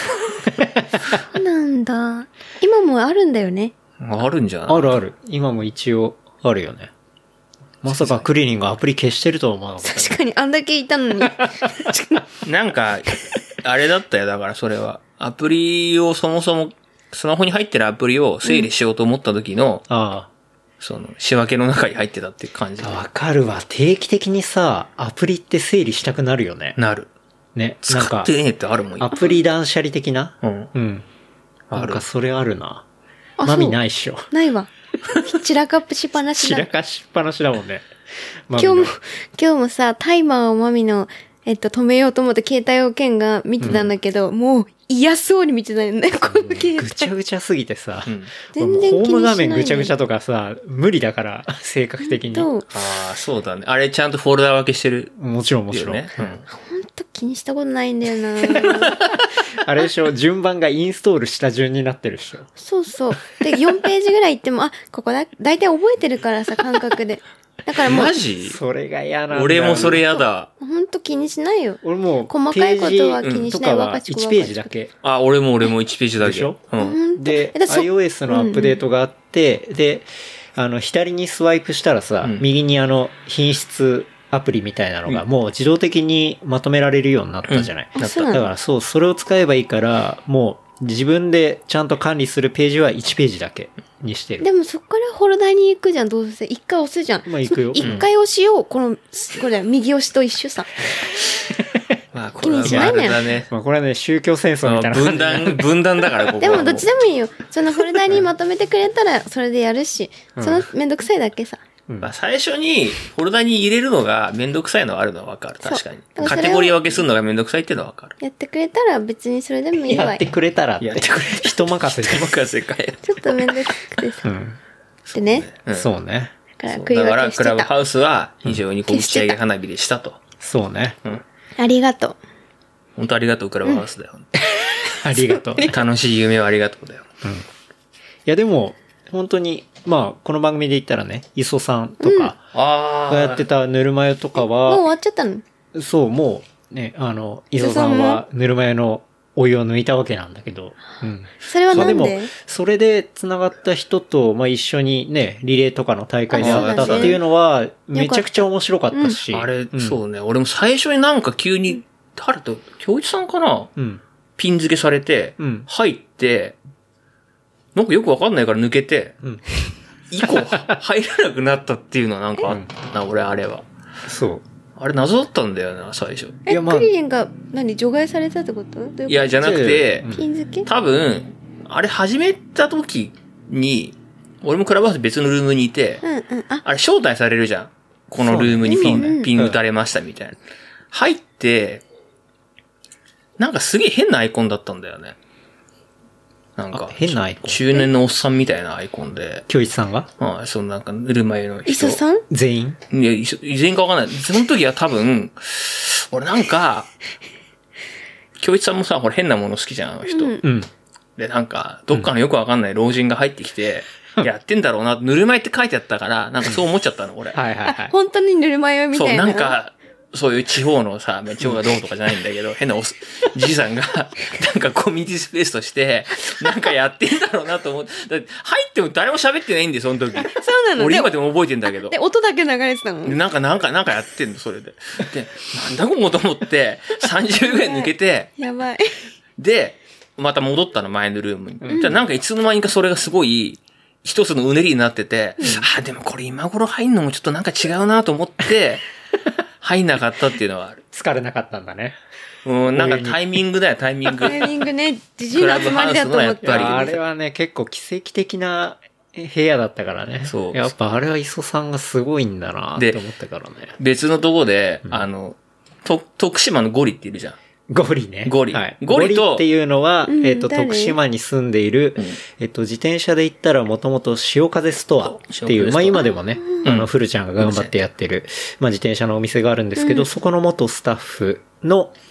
そうなんだ。今もあるんだよね。 あるんじゃない？ あるある。今も一応あるよね。まさかクリリンがアプリ消してるとは思わなかった。 確かに、あんだけいたのに。 なんか、あれだったよ、だからそれは。アプリをそもそも、スマホに入ってるアプリを整理しようと思った時の、 うん、ああ。 その、仕分けの中に入ってたっていう感じ。 わかるわ。定期的にさ、アプリって整理したくなるよね。 なる。 ね。 使ってねえってあるもん。 アプリ断捨離的なうん。 うん。なんかそれあるな。 あマミないっしょ。 ないわ。散らかっしっぱなしだ。 散らかしっぱなしだもんね。 今日も、今日もさ、タイマーをマミの、えっと、止めようと思って携帯をケンが見てたんだけど、うん、もう嫌そうに見てたよね、この携帯。 ぐちゃぐちゃすぎてさ、うん、 全然気にしない、ね、 ホーム画面ぐちゃぐちゃとかさ、無理だから、性格的に。 ああ、そうだね。あれちゃんとフォルダ分けしてる、 ね。もちろんもちろん。 ね。うん。ほんと気にしたことないんだよなあれでしょ、順番がインストールした順になってるでしょ。 そうそう。で、よんページぐらい行っても、あ、ここだ、だいたい覚えてるからさ、感覚で。だからもう。 マジ？ それが嫌なんだ。 俺もそれ嫌だ。 ほんと気にしないよ。 俺もう、 細かいことは気にしない。 わかちこいちページだけ。 あ、俺も俺もいちページだけ。 でしょ？ うん。 で、iOS のアップデートがあって、うん、で、あの、左にスワイプしたらさ、うん、右にあの、品質アプリみたいなのがもう自動的にまとめられるようになったじゃない。うん、だからそう、それを使えばいいから、もう自分でちゃんと管理するページはいちページだけにしてる。 でもそこからフォルダに行くじゃん、どうせ。一回押すじゃん。 まあ行くよ。 一回押しを、この、これ右押しと一緒さ。 まあ、これはあれだね。 まあ、これはね、宗教戦争みたいな。 分断、分断だから、ここは。 でも、どっちでもいいよ。そのフォルダにまとめてくれたら、それでやるし、うん、そのめんどくさいだけさ。 まあ、最初に、フォルダに入れるのがめんどくさいのはあるのはわかる。確かに。カテゴリー分けするのがめんどくさいっていうのはわかる。 やってくれたら別にそれでもいいわ。 やってくれたらって。 やってくれ人任せ。 人任せかよ。 ちょっとめんどくさくてさ。うん。でね。 そうね。 だから、クリ分けしてた。 だから、クラブハウスは非常にこう打ち上げ花火でしたと。 そうね。 うん。 ありがとう。 本当ありがとう、クラブハウスだよ。 ありがとう。 楽しい夢をありがとうだよ。 うん。いや、でも、本当に、まあ、この番組で言ったらね、磯さんとか、がやってたぬるま湯とかは、 もう終わっちゃったの？ そう、もう、ね、あの、磯さんはぬるま湯のお湯を抜いたわけなんだけど、うん。 それはなんで？ まあでも、それで繋がった人と、まあ一緒にね、リレーとかの大会で会ったっていうのは、めちゃくちゃ面白かったし。 あれ、そうね、俺も最初になんか急に、誰と、京一さんかな？うん。ピン付けされて、うん、入って、なんかよくわかんないから抜けて、うん、以降入らなくなったっていうのはなんかあったな、俺あれは。 そう。 あれ謎だったんだよな、最初。 え、いやまあ、クリリンが何除外されたってこと？どういうこと？ いや、じゃなくて、 ピン付け？ 多分、あれ始めた時に、俺もクラブハウス別のルームにいて、 うんうん、あ, あれ招待されるじゃん。このルームにピン、ね、ピン打たれましたみたいな。入って、なんかすげえ変なアイコンだったんだよね。なんか、 変なアイコン。 中年のおっさんみたいなアイコンで。 京一さんが？ はい、そのなんか、ぬるま湯の人。 磯さん？ 全員？ いや、全員かわかんない。その時は多分、俺なんか、京一さんもさ、これ変なもの好きじゃん、あの人。うん。で、なんか、どっかのよくわかんない老人が入ってきて、うん、やってんだろうな、ぬるま湯って書いてあったから、なんかそう思っちゃったの、俺。 はいはいはい。 本当にぬるま湯みたいな。 そう、なんか、そういう地方のさ、地方がどうとかじゃないんだけど、変なおじいさんが、なんかコミュニティスペースとして、なんかやってんだろうなと思って、だって入っても誰も喋ってないんで、その時。そうなの？ 俺今でも覚えてんだけど。 で、音だけ流れてたの？ なんか、なんか、なんかやってんの、それで。で、なんだここと思って、さんじゅうぐらい抜けて、 やばい。 で、また戻ったの、前のルームに。うん、じゃなんかいつの間にかそれがすごい、一つのうねりになってて、うん、あ、でもこれ今頃入んのもちょっとなんか違うなと思って、入んなかったっていうのはある。 疲れなかったんだね。 うん、なんかタイミングだよ、タイミング。 タイミングね、じじいの集まりだと思って。 あれはね、結構奇跡的な部屋だったからね。そう。やっぱあれは磯さんがすごいんだなって思ったからね。 別のとこで、うん、あの、と、徳島のゴリっているじゃん。 ゴリね。 ゴリ。 はい。ゴリと。ゴリっていうのは、えっと、徳島に住んでいる、えっと、自転車で行ったらもともと潮風ストアっていう、まあ今でもね、あの、フルちゃんが頑張ってやってる、まあ自転車のお店があるんですけど、そこの元スタッフの、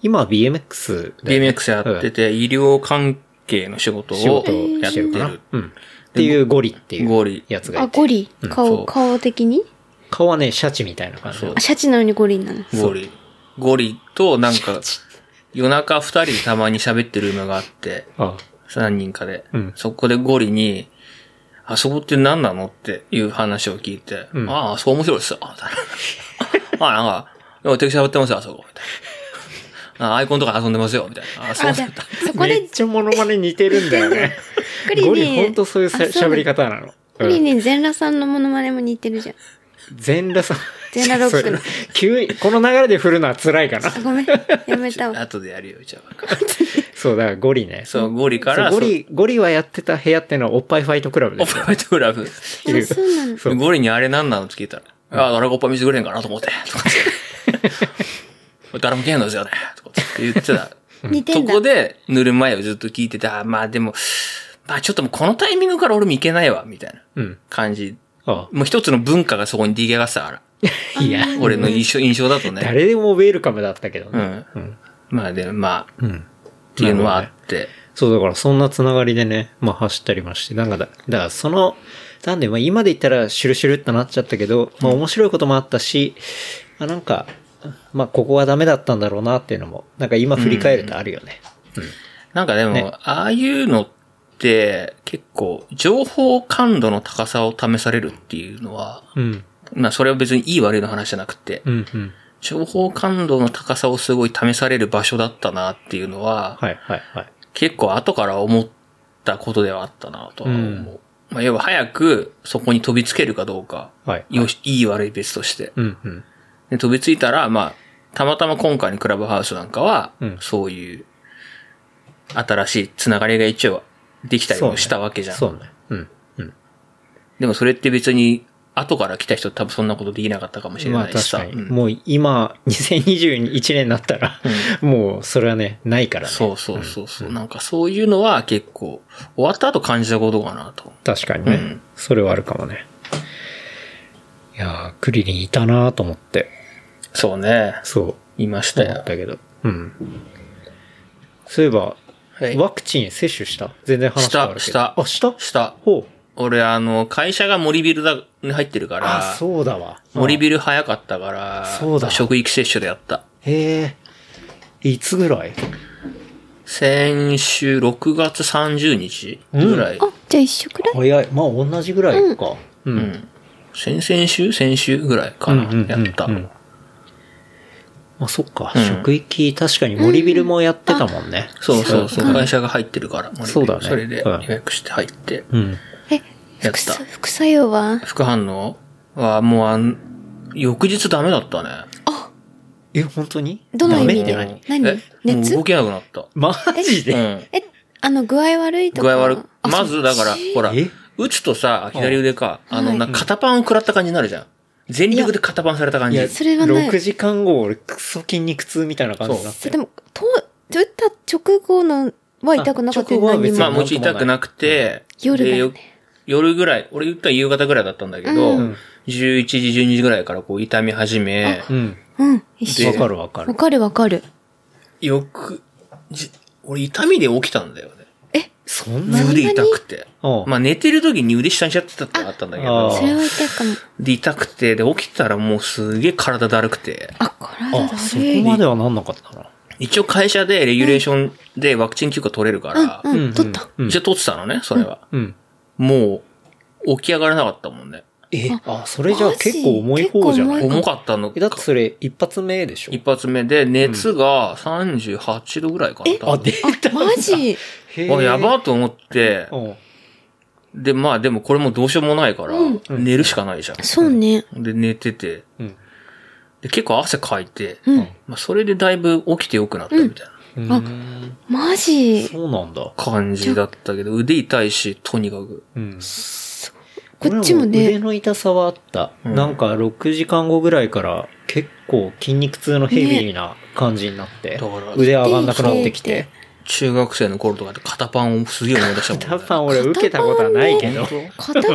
今は ビーエムエックス だよね。 ビーエムエックス やってて、医療関係の仕事を仕事をやってる。 うん。っていうゴリっていうゴリやつがいあ、 て。 ゴリそう顔、顔的に顔はね、シャチみたいな感じそうあ、シャチなのにゴリなの。 ゴリ。ゴリとなんか、夜中二人でたまに喋ってる馬があって、 あ何人かで、 うんそこでゴリに、あそこって何なのっていう話を聞いて、 うんああ、そう面白いっすよ、みたいな。ああ、なんか、でも敵喋ってますよ、あそこ、みたいな。あアイコンとか遊んでますよ、みたいな。あそうあ、じゃあそこでめっ、ちゃモノマネ似てるんだよね。 クリゴリほんに、 とそういうさあそう喋り方なの。 クリに全裸さんのモノマネも似てるじゃん。 全裸さん。 全裸ロックのそれ急に、この流れで振るのは辛いかな。 あごめん。やめたわ。 後でやるよ、じゃあ。 そう、だからゴリね。 そう、ゴリから、 そうゴリ、ゴリはやってた部屋ってのはおっぱいファイトクラブですよ。 オファイトクラブ。 あ、そうなの。 そうゴリにあれ何なのって聞いたら、ああ、誰がおっぱい見せてくれんかなと思って、とかって。誰も来へんのですよね、とかって言ってた。 似てんだ。 そこで塗る前をずっと聞いてて、あまあでも、まあちょっともうこのタイミングから俺もいけないわ、みたいなうん。 感じ。 あもう一つの文化がそこに出来上がってたから。 あ。いや、 俺の印象、印象だとね。 誰でもウェルカムだったけどね。 うん。 うん。 まあでもまあ、 うん。 っていうのはあって。 そう、だからそんなつながりでね、まあ走ったりまして、なんかだ、だからその、なんで、まあ今で言ったらシュルシュルってなっちゃったけど、まあ面白いこともあったし、まあなんか、まあここはダメだったんだろうなっていうのも、なんか今振り返るとあるよね。 なんかでも、 ねああいうのって結構情報感度の高さを試されるっていうのは、 うん。 まあそれは別にいい悪いの話じゃなくて、 うんうん。 情報感度の高さをすごい試される場所だったなっていうのは、 はいはいはい。 結構後から思ったことではあったなとは思う。 うんまあ要は早くそこに飛びつけるかどうか、 はい。 よし、いい悪い別として。 うんうん。 で飛びついたら、まあ、たまたま今回のクラブハウスなんかは、 うんそういう新しいつながりが一応できたりもしたわけじゃん。 そうね。うん。うん。 でもそれって別に後から来た人多分そんなことできなかったかもしれまあないしさ。 確かに。 うんもう今、にせんにじゅういちねんになったら、もうそれはね、ないからね。 そうそうそうそう、なんかそういうのは結構終わった後感じたことかなと。 確かにね。 うんそれはあるかもね。いやー、クリリンいたなーと思って。 そうね。 そう。 いましたよ思っ。たけど。うん。そういえば、 はいワクチン接種した全然話変わるけど。 したあ、したした。 ほう。 俺あの、会社が森ビルだに入ってるから、 あ、そうだわ。 森ル。 ビル早かったから、 そうだ職域接種でやった。 へえ。いつぐらい先週ろくがつさんじゅうにちぐらい。 あ、じゃあ一緒くらい早い。まあ同じぐらいか。う。 うんん。先々週先週ぐらいかな、 うんうんうんうんやった。 まあそっか。 うん職域、確かに森ビルもやってたもんね。 そうそうそう、 うん会社が入ってるから、森ビルそうだねそれでうん予約して入って。 うん。 え、 やった副作副作用は副反応はもうあん、翌日ダメだったね。 え、本当にどの意味でダメって何え熱もう動けなくなった。 マジでうん。 え、あの、具合悪いとか。 具合悪あまずだからそっち、 ほらえ、 打つとさ、左腕か、あの、 はいなんか肩パンを食らった感じになるじゃん。全力で肩パンされた感じ。 いや、 それはないろくじかんご、俺、クソ筋肉痛みたいな感じになってそうでも、と、打った直後のは痛くなかったよあ直後は別にまあ、 何ももち痛くなくて、 夜だよねで夜ぐらい、俺言ったら夕方ぐらいだったんだけど、 うんじゅういちじ、じゅうにじぐらいからこう痛み始め、 うん。 うん、一緒。 わかるわかる。 わかるわかる。 よく、じ俺痛みで起きたんだよね。 そんなに腕痛くて。 うんまあ寝てる時に腕下にしちゃってたってのがあったんだけあどあ、 それは痛いかも。 で痛くて、で起きたらもうすげえ体だるくて、 あ、体だあ、そるい。 こまではなんなかったな。 一応会社でレギュレーションでワクチン休暇取れるから、 うん、うん、取った。 うん一応取ってたのね、それは。 うん。 もう、起き上がれなかったもんね。 え、あ、それじゃあ結構重い方じゃないマジ結構重い重かったのえ、だってそれ一発目でしょ一発目で、熱がさんじゅうはちどぐらいかな。多あ、 分出たんだ。 マジへーあ、やばーと思って、 うん。 で、まあでもこれもどうしようもないから、 うん寝るしかないじゃん。 そうね。 で、寝てて、 うん。 で結構汗かいて、 うん。 まあそれでだいぶ起きてよくなったみたいなあ、 マジ。 そうなんだ。 感じだったけど、腕痛いし、とにかく。 うん。 こっちも俺腕ね。 の痛さはあった。 うんなんかろくじかんごぐらいから結構筋肉痛のヘビーな感じになって、 だから腕上がんなくなってきて。 中学生の頃とかで肩パンをすげえ思い出したもんね。 肩パン俺受けたことはないけど。 肩パン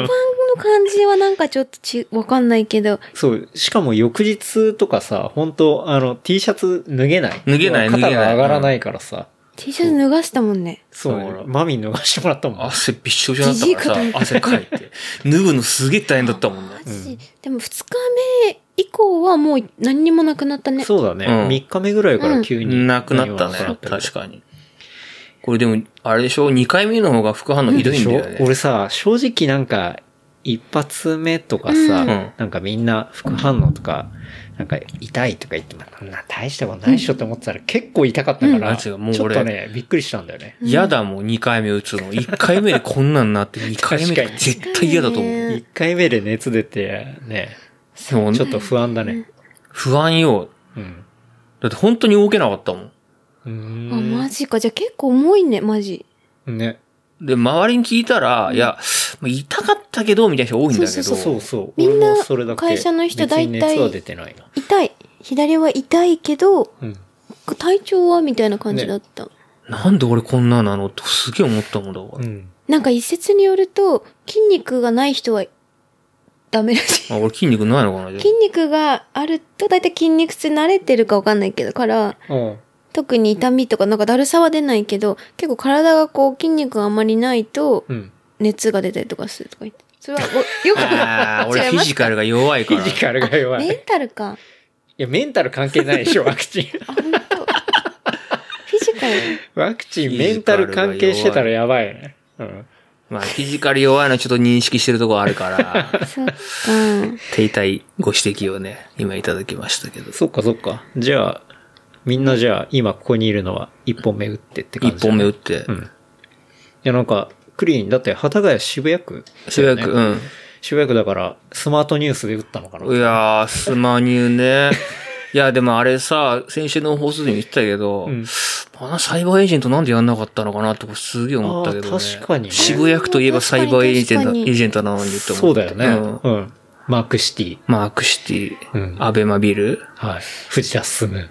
の感じはなんかちょっとち、わかんないけど。 そう。しかも翌日とかさ、本当あの、T シャツ脱げない。 脱げない脱げない肩が上がらないからさ。 T シャツ脱がしたもんね。 そう、 そうマミに脱がしてもらったもん。 汗びっしょびしょになったからさ、汗かいて。脱ぐのすげえ大変だったもんね。 マジ、うん、でもふつかめ以降はもう何にもなくなったね。 そうだね。うん、みっかめぐらいから急に、 うん。なくなったね。確かに。これでも、あれでしょ ?に 回目の方が副反応ひどいんだよね。 俺さ、正直なんか、一発目とかさ、うん、なんかみんな副反応とか、なんか痛いとか言っても、こんな大したことないっしょって思ってたら結構痛かったから、うん、ちょっとね、びっくりしたんだよね。 嫌だもん、にかいめ打つの。いっかいめでこんなんなって、にかいめで絶対嫌だと思う。 いっかいめで熱出て、ね、ちょっと不安だね。 不安よ。うん。だって本当に動けなかったもん。 うーんあ、マジか。じゃあ結構重いね、マジ。 ね。 で、周りに聞いたら、うん、いや、痛かったけど、みたいな人多いんだけど。 そうそうそうそう。 みんな、会社の人大体、痛い。左は痛いけど、うん、体調はみたいな感じだった。ね、 なんで俺こんななのってすげえ思ったもんだから。うん、 なんか一説によると、筋肉がない人はダメらしい。 あ、俺筋肉ないのかな筋肉があると、だいたい筋肉痛慣れてるかわかんないけど、から、うん特に痛みとかなんかだるさは出ないけど、結構体がこう筋肉があんまりないと、熱が出たりとかするとか言って。それは、よくああ、俺フィジカルが弱いから。 フィジカルが弱い。 メンタルか。 いや、メンタル関係ないでしょ、ワクチン。あ、本当。フィジカルワクチン、メンタル関係してたらやばいね。うん。 まあ、フィジカル弱いのはちょっと認識してるところあるから。そっか。停滞ご指摘をね、今いただきましたけど。 そっかそっか。じゃあ、みんなじゃあ、今ここにいるのは一本目打ってって感じ、ね。 一本目打って。うん。いや、なんか、クリーン、だって、幡ヶ谷渋谷区、ね。 渋谷区、うん。 渋谷区だから、スマートニュースで打ったのかな。 いやー、スマニューね。いや、でもあれさ、先週の放送でも言ってたけど、うん、あのサイバーエージェントなんでやんなかったのかなってすげえ思ったけどね。 確かにね。 渋谷区といえばサイバーエージェント、エージェントなのにって思って。 そうだよね。うん。うんマークシティ。 マークシティ。うん。アベマビル。 はい。藤田進。 うん。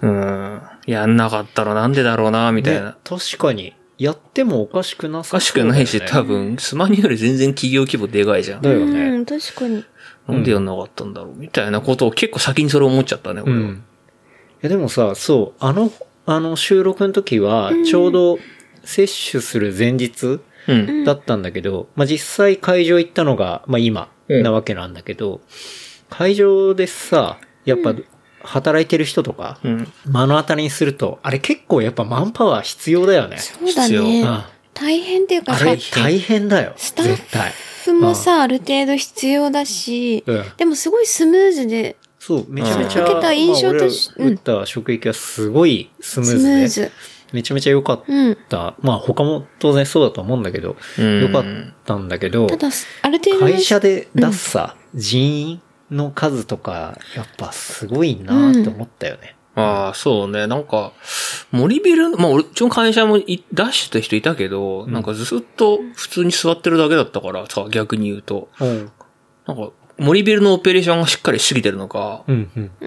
やんなかったらなんでだろうな、みたいな、 ね。確かに。やってもおかしくなさそう、ね。 おかしくないし、多分、スマニューより全然企業規模でかいじゃん。 だよね。 うん、確かに。 なんでやんなかったんだろう、みたいなことを結構先にそれ思っちゃったね、俺は。うん。いや、でもさ、そう、あの、あの収録の時は、ちょうど接種する前日だったんだけど、うん、まあ、実際会場行ったのが、まあ、今なわけなんだけど、うん会場でさ、やっぱ、働いてる人とか、うん、目の当たりにすると、あれ結構やっぱマンパワー必要だよね。 そうだね。うん、大変っていうかあれ大変だよ。 スタッフもさ、うん、ある程度必要だし、うん、でもすごいスムーズで。 そう、めちゃめちゃ、受けた印象として、まあ、打った職域はすごいスムーズで。スムーズ。めちゃめちゃ良かった。うん、まあ他も当然そうだと思うんだけど、良かったんだけど、 ただ、ある程度会社で出すさ、人員、の数とか、やっぱすごいなって思ったよね。 うん、ああ、そうね。なんか、森ビル、まあ俺、うちの会社も出した人いたけど、うん、なんかずっと普通に座ってるだけだったからさ、逆に言うと。うん、なんか、森ビルのオペレーションがしっかりしすぎてるのか、うんうん、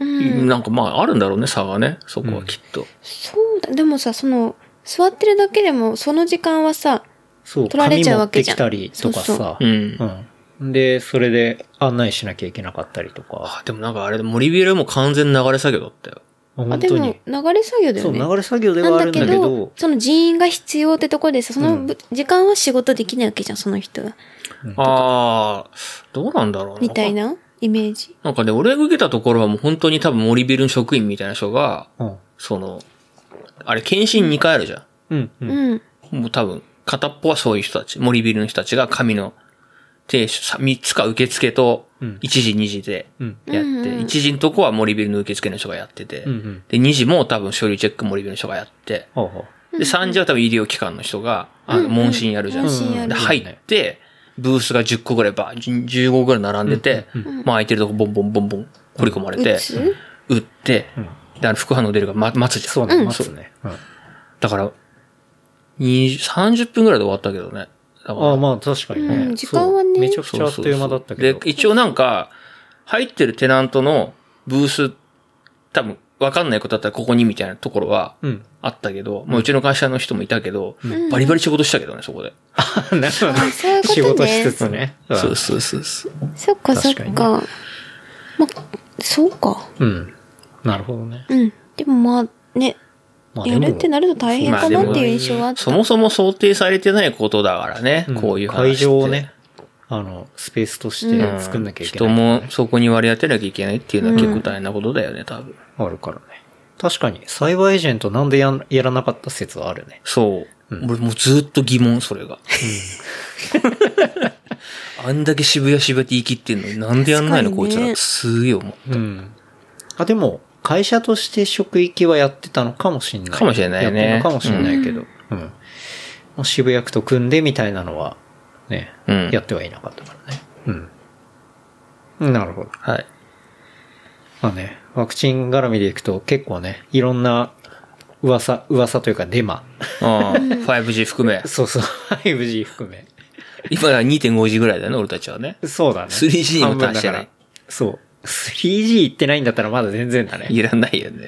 なんかまああるんだろうね、差がね。そこはきっと。うん、 そうだ。でもさ、その、座ってるだけでも、その時間はさ、 そう、取られちゃうわけじゃん。紙持ってきたりとかさ、そうそううんうんで、それで案内しなきゃいけなかったりとか。 あ、でもなんかあれ、森ビルも完全流れ作業だったよ。 本当に。 でも、流れ作業だよね。 そう、流れ作業ではあるんだけど。なんだけど、 その人員が必要ってとこでさ、その時間は仕事できないわけじゃん、その人が。 うん、ああ、どうなんだろうな。 みたいなイメージ。 なんかね、俺が受けたところはもう本当に多分森ビルの職員みたいな人が、うん、その、あれ、検診にかいあるじゃん。うん。うん。もう多分、片っぽはそういう人たち、森ビルの人たちが紙の、提出、みっつか受付と、いちじにじでやって、うん、いちじのとこは森ビルの受付の人がやってて、うんうん、で、にじも多分書類チェック森ビルの人がやって、うん、で、さんじは多分医療機関の人が、あの、問診やるじゃん。うんうん、で、入って、ブースがじゅっこぐらいば、じゅうごぐらい並んでて、うんうん、まあ空いてるとこボンボンボンボン掘り込まれて、打って、うん、で、あの、副反応出るから、ま、待つじゃん。 そうね、待つね。うん、 だから、さんじゅっぷんぐらいで終わったけどね。 ああ、まあ確かにね。 うん、時間はね。 めちゃくちゃあっという間だったけど。 で、一応なんか、入ってるテナントのブース、多分、 わかんないことだったらここにみたいなところはうん。 あったけど、まあうちの会社の人もいたけど、バリバリ仕事したけどね、そこで。 あ、なるほど。 あそういうことね仕事しつつね。 そうそうそうそう。 そっかそっか。 確かにま、そうか。 うん。なるほどね。 うん。でもまあ、ね、 まあでもやるってなると大変かなっていう印象はあった。 そもそも想定されてないことだからね、 うんこういう話って。 会場をね、あの、スペースとして作んなきゃいけない、 人もそこに割り当てなきゃいけないっていうのは結構大変なことだよね、多分。 あるからね。確かに、サイバーエージェントなんでやんやらなかった説はあるね。 そう。 うん俺もうずっと疑問、それが。あんだけ渋谷渋谷って言い切ってんのになんでやんないの、 確かにねこいつら。すげえ思う。 うん。あ、でも、会社として職域はやってたのかもしれない。 かもしれないねやってるのかもしれないけど。うん。もう渋谷区と組んでみたいなのは、ね、 うんやってはいなかったからね。うん。なるほど。 はい。 まあね、ワクチン絡みでいくと結構ね、いろんな噂、噂というかデマ。 ああ、ファイブジー 含め。 そうそう、ファイブジー 含め。 今は にてんごジー ぐらいだよね、俺たちはね。 そうだね。 スリージー にも達してない半分だからそう。スリージー 行ってないんだったらまだ全然だね。 いらないよね。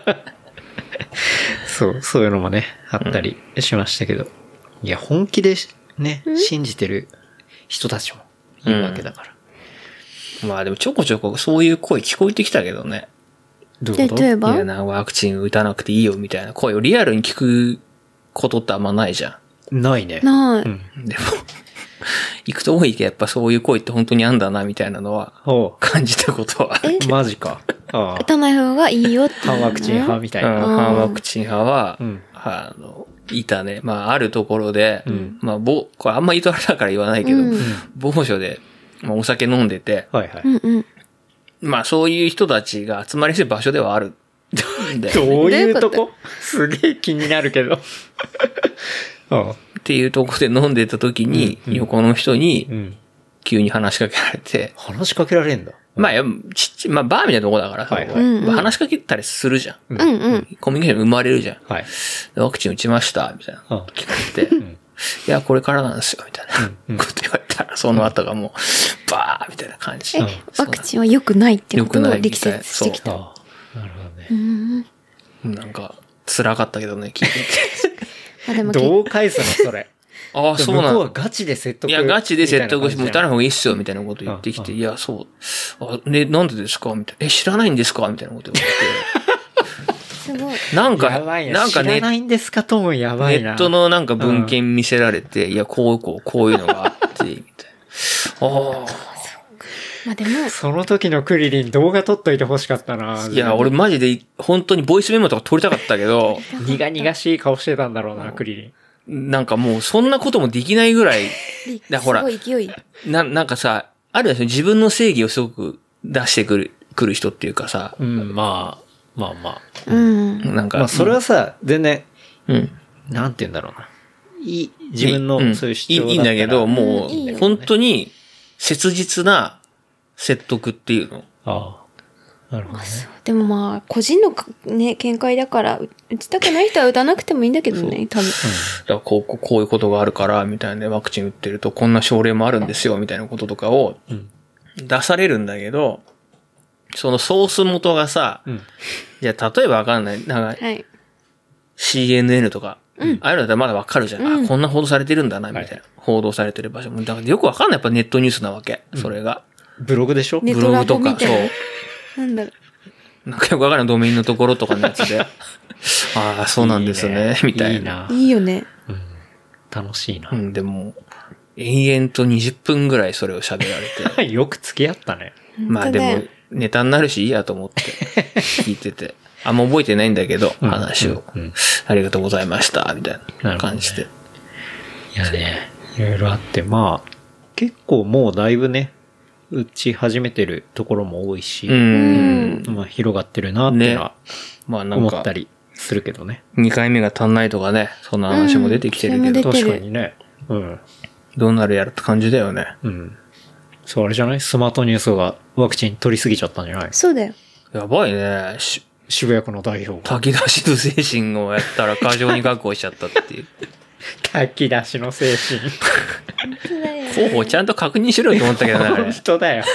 そう、そういうのもね、あったりしましたけど。いや、本気でね、信じてる人たちもいるわけだから。 まあでもちょこちょこそういう声聞こえてきたけどね。 どういうこと例えばいやな、ワクチン打たなくていいよみたいな声をリアルに聞くことってあんまないじゃないね。 ない。 うん。 ん。でも、行くと多いけどやっぱそういう声って本当にあんだなみたいなのはお感じたことは。 えうマジか。あ打たない方がいいよっていうあ。 のね。 反ワクチン派みたいうん、 な。 反ワクチン派は、 うんあの、いたね。まあ、あるところで、 んまあ、ぼ、これあんま言うとあれだから言わないけど、 うん某所で、まあ、お酒飲んでて、 はいはい。 うんうん。 まあ、そういう人たちが集まりする場所ではあるんだよね。 どういうとどういうここすげえ気になるけど。ああっていうところで飲んでた時に、 うん横の人にうん。 急に話しかけられて、 話しかけられんだ。 まあ、やちっちゃい、まあ、バーみたいなとこだから、 はいはいそこうんうんまあ話しかけたりするじゃん。 うんうん。 コミュニケーション生まれるじゃん。 はい。 でワクチン打ちました、みたいな。 あ聞かれて、 んいや、これからなんですよ、みたいなうんこと言われたら、その後がもう、バーみたいな感じ。 え、ワクチンは良くないってことを良くないみ力たい説してきた。 ああ。なるほどね。 うん。 なんか、辛かったけどね、聞いてて。 まあでもどう返すのそれ。 ああ、そうな向こうはの。 ガチで説得いや、ガチで説得して、もう打たない方ががいいっすよ、みたいなこと言ってきて、 うんいや、そう。あ、ね、なんでですかみたいな。え、知らないんですかみたいなこと言わすごい。 れて。なんか、 やばいな。 なんかね知ら、ないんですかともやばネいな。 ットのなんか文献見せられて、いや、こう、こう、こういうのがあって、みたいな。あまあでも、 その時のクリリン動画撮っといて欲しかったな。 あ。いや、俺マジで、本当にボイスメモとか撮りたかったけど、 苦々しい顔してたんだろうな、クリリン。 なんかもうそんなこともできないぐらい、だすほらごい勢い。 な、なんかさ、あるでしょ自分の正義をすごく出してくる、くる人っていうかさ、 うん、まあ、まあまあ。 うん。 なんか、 まあ、それはさ、全然、 うん。 なんて言うんだろうな。いい、自分うんのそういう主張だったらいいいいんだけど、もうんいいよう、本当に、切実な説得っていうの。 ああ。なるほどね。 でもまあ、個人のかね、見解だから、打ちたくない人は打たなくてもいいんだけどね、多分。 だからこう、こうこういうことがあるから、みたいなね、ワクチン打ってるとこんな症例もあるんですよ、みたいなこととかをうん。 出されるんだけど、そのソース元がさ、 うん。 じゃあ例えばわかんない、なんかはい。 シーエヌエヌ とか、ああいうのだったらまだわかるじゃん。 うんあ、こんな報道されてるんだな、みたいな。 はい報道されてる場所も。だからよくわかんない。やっぱネットニュースなわけ。それが。 ブログでしょネッブトラボみログとか、そ。 たいうな。なんだろう。 なんかよくわかんないドメインのところとかのやつで。ああ、そうなんですね、みたいな。 いいな。 いいよね。 うん。楽しいなう。ん、でも、延々とにじゅっぷんぐらいそれを喋られて。 よく付き合ったね。 まあでも、ネタになるしいいやと思って聞いてて。あんま覚えてないんだけど、 うん話を、 うんうんありがとうございました、みたいな感じで。 いやね、いろいろあって、まあ、結構もうだいぶね、打ち始めてるところも多いし、 うん。 まあ広がってるなっていうのはまあなんか思った、りするけどね。 にかいめが足んないとかね、そんな話も出てきてるけど、 うんそれも出てる確かにね。うん。 どうなるやらって感じだよね。 うん。そう、あれじゃないスマートニュースがワクチン取りすぎちゃったんじゃないそうだよ。 やばいね。し渋谷区の代表が。 炊き出しの精神をやったら過剰に確保しちゃったっていう。 炊き出しの精神。 本当だよ。 候補ちゃんと確認しろよと思ったけどね、あれ本当だよ。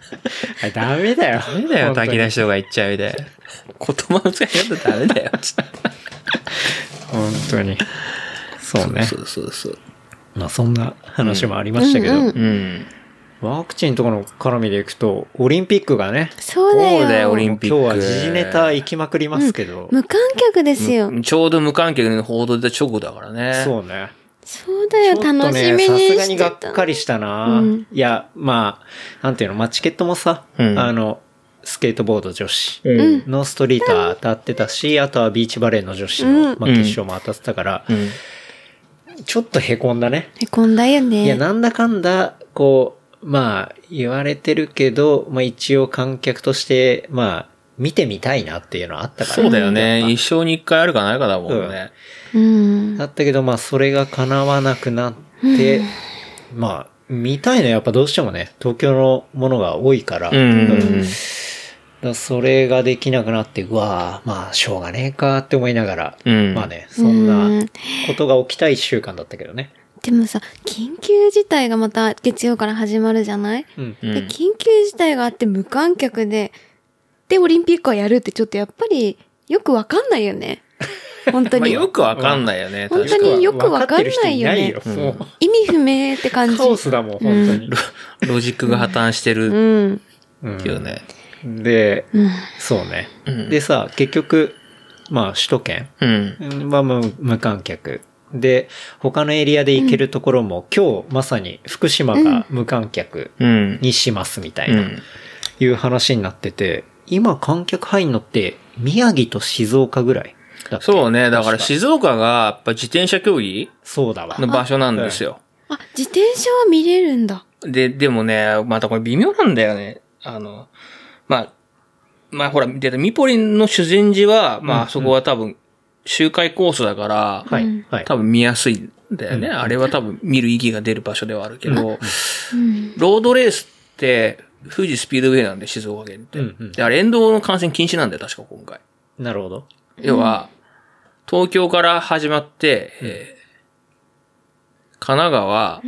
ダメだよ。 ダメだよ、炊き出しとか言っちゃうみたいな。言葉の使い方ダメだよ、つって。 本当に。そうね。 そうそうそう。 まあそんな話もありましたけど、うんうんうんワクチンとかの絡みでいくと、オリンピックがね。 そうだよ。 そうだよ、オリンピック。 今日は時事ネタ行きまくりますけど。 うん、無観客ですよ。 ちょうど無観客の報道で直後だからね。 そうね。 そうだよ、楽しみにしてた。 さすがにがっかりしたな、うん、いや、まあ、なんていうの、まあチケットもさ、うん、あの、スケートボード女子のストリートは当たってたし、あとはビーチバレーの女子の、まあ、決勝も当たってたから、うん、ちょっと凹んだね。 凹んだよね。 いや、なんだかんだ、こう、まあ、言われてるけど、まあ一応観客として、まあ、見てみたいなっていうのはあったから、 ね。そうだよね。一生に一回あるかないかだもんね。 うん。 だったけど、まあそれが叶わなくなって、うん、まあ、見たいのはやっぱどうしてもね、東京のものが多いから、うんうんだそれができなくなって、うわぁ、まあ、しょうがねえかって思いながら、うん、まあね、そんなことが起きた一週間だったけどね。 でもさ、緊急事態がまた月曜から始まるじゃない、うん、で緊急事態があって無観客で、で、オリンピックをやるってちょっとやっぱりよくわかんないよね。本当に。 まあよくわかんないよね。 本当によくわかんないよね。ようん、意味不明って感じ。 カオスだもん、本当に。うん、 ロ, ロジックが破綻してるっていうね。 うん、で、うん、そうね、うん。でさ、結局、まあ首都圏は無観客。で、他のエリアで行けるところも、うん、今日まさに福島が無観客にしますみたいな、うん、いう話になってて、今観客入んのって宮城と静岡ぐらいだっけ？ そうね。だから静岡がやっぱ自転車競技そうだわ。 の場所なんですよ。 あ、あ自転車は見れるんだ。 で、でもね、またこれ微妙なんだよね。あの、まあ、まあほら、ミポリンの修善寺は、まあそこは多分、周回コースだから、はい、多分見やすいんだよね、うん。あれは多分見る意義が出る場所ではあるけど、うん、ロードレースって、富士スピードウェイなんで、静岡県って。うんうん、であれ、沿道の観戦禁止なんだよ、確か今回。 なるほど。 要は、東京から始まって、うんえー、神奈川、うん、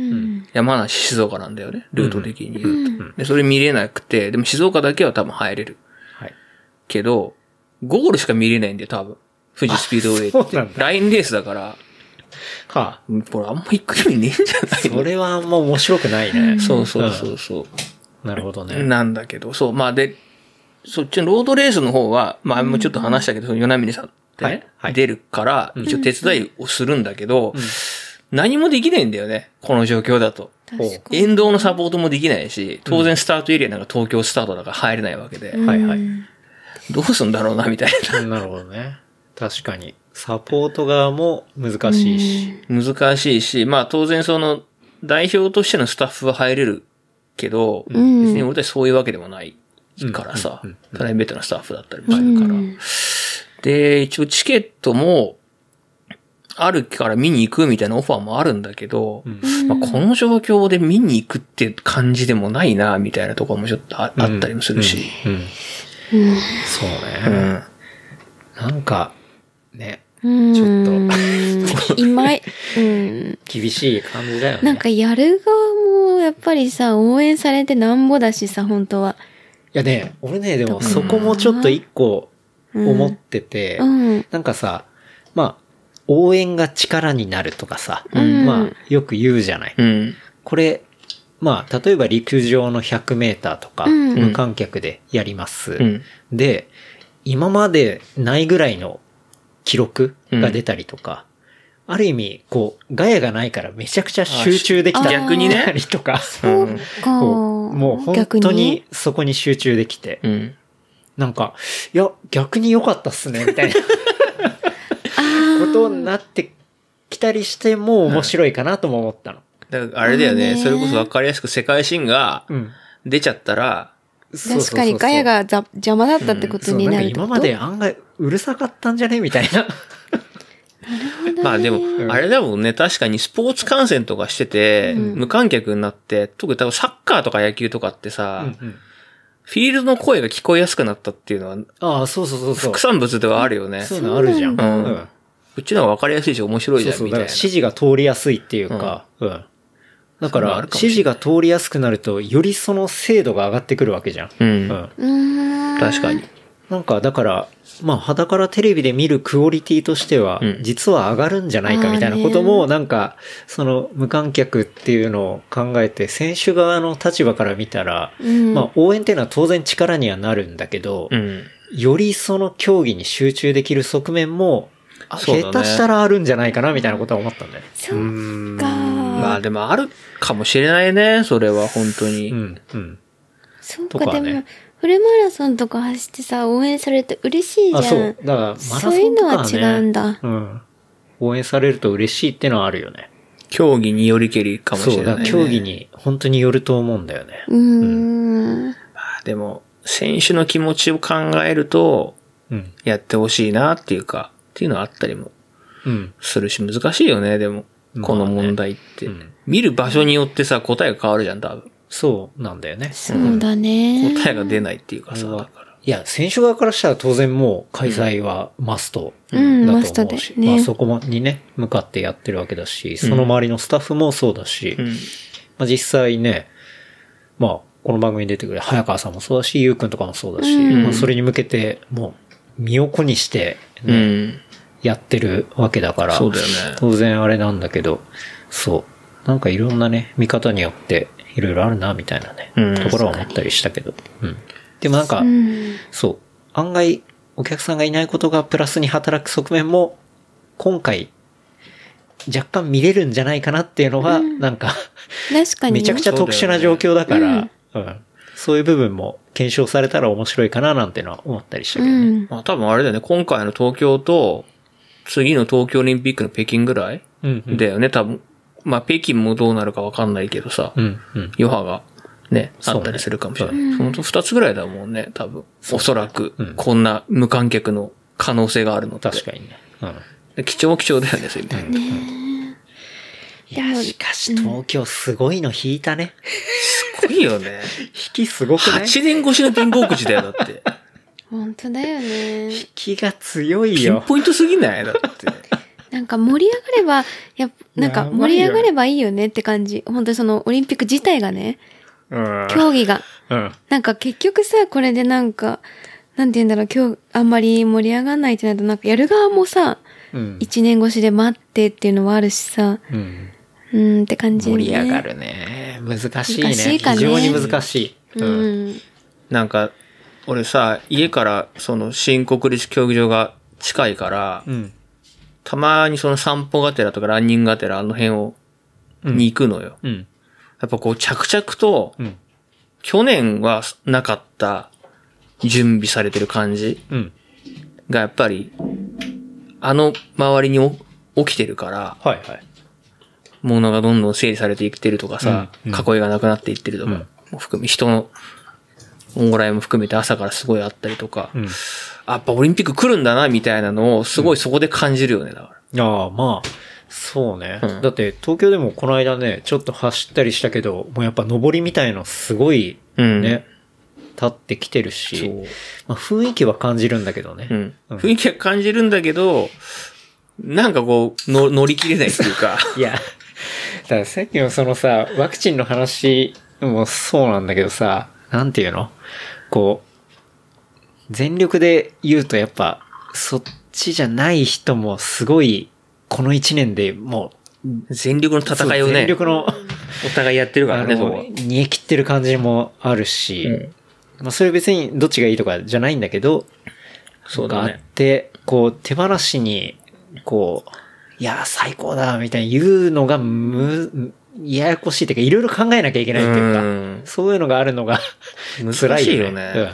山梨、静岡なんだよね、ルート的に言うと、うん。で、それ見れなくて、でも静岡だけは多分入れる。はい、けど、ゴールしか見れないんだよ、多分。富士スピードウェイって。ラインレースだから。はあ。これあんま行く意味ねえんじゃないの？ それはあんま面白くないね。 そうそうそうそう。 なるほどね。 なんだけど、そう、まあで、そっちのロードレースの方は、まあもうちょっと話したけど、その与那嶺さんってね、はいはい、出るから、一応手伝いをするんだけど、うん、何もできないんだよね、この状況だと。沿道のサポートもできないし、当然スタートエリアなんか東京スタートだから入れないわけで。うん、はいはい。どうすんだろうな、みたいな。 なるほどね。確かに。サポート側も難しいし。 難しいし、まあ当然その代表としてのスタッフは入れるけど、うん、別に俺たちそういうわけでもないからさ、うんうんうん、プライベートなスタッフだったりもするから、うん。で、一応チケットもあるから見に行くみたいなオファーもあるんだけど、うんまあ、この状況で見に行くって感じでもないな、みたいなところもちょっと あ,、うん、あったりもするし。うんうんうん、 そうね。うん、なんか、ね。ちょっと今、うん、 厳しい感じだよね。 なんかやる側もやっぱりさ、応援されてなんぼだしさ、本当は。 いやね、俺ね、でもそこもちょっと一個思ってて、うんうん、なんかさ、まあ、応援が力になるとかさ、うん、まあ、よく言うじゃない。うん、これ、まあ、例えば陸上のひゃくメーターとか、無観客でやります。うん、で、今までないぐらいの記録が出たりとか、うん、ある意味、こう、ガヤがないからめちゃくちゃ集中できたり逆にねとか、 そうかもう本当にそこに集中できて、うん、なんか、いや、逆に良かったっすね、みたいなことになってきたりしても面白いかなとも思ったの。 だからあれだよね、それこそ分かりやすく世界新が出ちゃったら、 うん、確かにガヤが邪魔だったってことになるってこと、 うん、今まで案外うるさかったんじゃねみたいな。なるほどね。 まあでも、あれだもんね、確かにスポーツ観戦とかしてて、うん、無観客になって、特に多分サッカーとか野球とかってさ、うんうん、フィールドの声が聞こえやすくなったっていうのは、 ああ、そうそうそうそう。 副産物ではあるよね。 そういうのあるじゃん。うん。うん、 うちの方が分かりやすいし面白いじゃん、 そうそうみたいな。 指示が通りやすいっていうか、うん。うん、 だから指示が通りやすくなるとよりその精度が上がってくるわけじゃん。 うん。 うーん。 確かに。 なんかだからまあ肌からテレビで見るクオリティとしてはうん実は上がるんじゃないかみたいなこともなんかその無観客っていうのを考えて選手側の立場から見たら、 うんまあ応援っていうのは当然力にはなるんだけど、 うん。 よりその競技に集中できる側面もそうだね下手したらあるんじゃないかなみたいなことは思ったんだよ。 そっうん。 か。 まあでもあるかもしれないね、それは本当に。 うん、うん。 そうか、 とかねでも、フルマラソンとか走ってさ、応援されて嬉しいじゃん。 あ、そう。だからマラソンとかはね。 そういうのは違うんだうん。応援されると嬉しいってのはあるよね。 競技によりけりかもしそう、だれない、ね。 から競技に本当によると思うんだよね。 うーん。 まあでも、選手の気持ちを考えると、 うん。 やってほしいなっていうか、っていうのはあったりもうん。 するし、難しいよね、でも。この問題って。 まあねうん見る場所によってさ、答えが変わるじゃん、多分。 そうなんだよね。 そうだね。 答えが出ないっていうかさ、だから。 いや、選手側からしたら当然もう開催はマストだとうん思うし、 マストでねまあそこにね、向かってやってるわけだし、その周りのスタッフもそうだし、 うん。 まあ実際ね、まあこの番組に出てくる早川さんもそうだし、ゆうくんとかもそうだし、 うんまあそれに向けてもう身を粉にしてうね、 ん。 やってるわけだから、 そうだよね当然あれなんだけど、そう。なんかいろんなね、見方によっていろいろあるな、みたいなね、 うんところは思ったりしたけど。うん。でもなんか、 うん。 そう。案外、お客さんがいないことがプラスに働く側面も、今回、若干見れるんじゃないかなっていうのは、なんか、 確かにね。 めちゃくちゃ特殊な状況だから、うん。そういう部分も検証されたら面白いかな、なんてのは思ったりしたけうどね。 ん。 まあ多分あれだよね、今回の東京と、次の東京オリンピックの北京ぐらいうんうんだよね、多分。まあ北京もどうなるかわかんないけどさ、 うん、うん。 余波がね、 そうねあったりするかもしれない。その二つぐらいだもんね、多分。おそらくうん、 こんな無観客の可能性があるのって。 確かにね。うん。 で貴重貴重だよね、そういう意味で。 いや、しかし東京すごいの引いたね。 すごいよね。 引きすごくないはちねん越しの貧乏口だよ、だって。 本当だよね。 引きが強いピンよ。 ポイントすぎないだって。 なんか盛り上がれば、やっなんか盛り上がればいいよねって感じ。本当にそのオリンピック自体がね、 うん。 競技が。 うん。 なんか結局さ、これでなんか、なんて言うんだろう、今日あんまり盛り上がんないってなると、なんかやる側もさ、 うん。 一年越しで待ってっていうのもあるしさ、 うん。 うーんって感じ、ね。 盛り上がるね。難しいね。 難しいかね非常に難しい。 う。ん。 なんか、俺さ、家からその新国立競技場が近いから、 うん。 たまにその散歩がてらとかランニングがてらあの辺を、に行くのよ。 うん。 やっぱこう着々と、 うん。 去年はなかった準備されてる感じうん。 がやっぱり、あの周りにお起きてるから、 はいはい。 物がどんどん整理されていってるとかさ、 うん囲いがなくなっていってるとか、 うんも含め、人の、おごらいも含めて朝からすごいあったりとか、 うん。 やっぱオリンピック来るんだな、みたいなのをすごいそこで感じるよね、だから。 ああ、まあ、そうね、 うんだって東京でもこの間ね、ちょっと走ったりしたけど、もうやっぱ上りみたいのすごいうん。 ね、立ってきてるそし、 う。 まあ、雰囲気は感じるんだけどね。 うん。 うん雰囲気は感じるんだけど、なんかこう、の乗り切れないっていうか。 いや、だからさっきのそのさ、ワクチンの話もそうなんだけどさ、なんていうのこう、全力で言うとやっぱ、そっちじゃない人もすごい、この一年でも全力のう、 戦いをねそう全、力の、 お互いやってるからね、 あのそこ煮え切ってる感じもあるし、 うんまあそれ別にどっちがいいとかじゃないんだけど、があっそうだね。 て、こう手放しに、こう、いや、最高だ、みたいに言うのがむ、ややこしいっていうか、いろいろ考えなきゃいけないっていうか、 うんそういうのがあるのが難辛いしいよよね。 ね。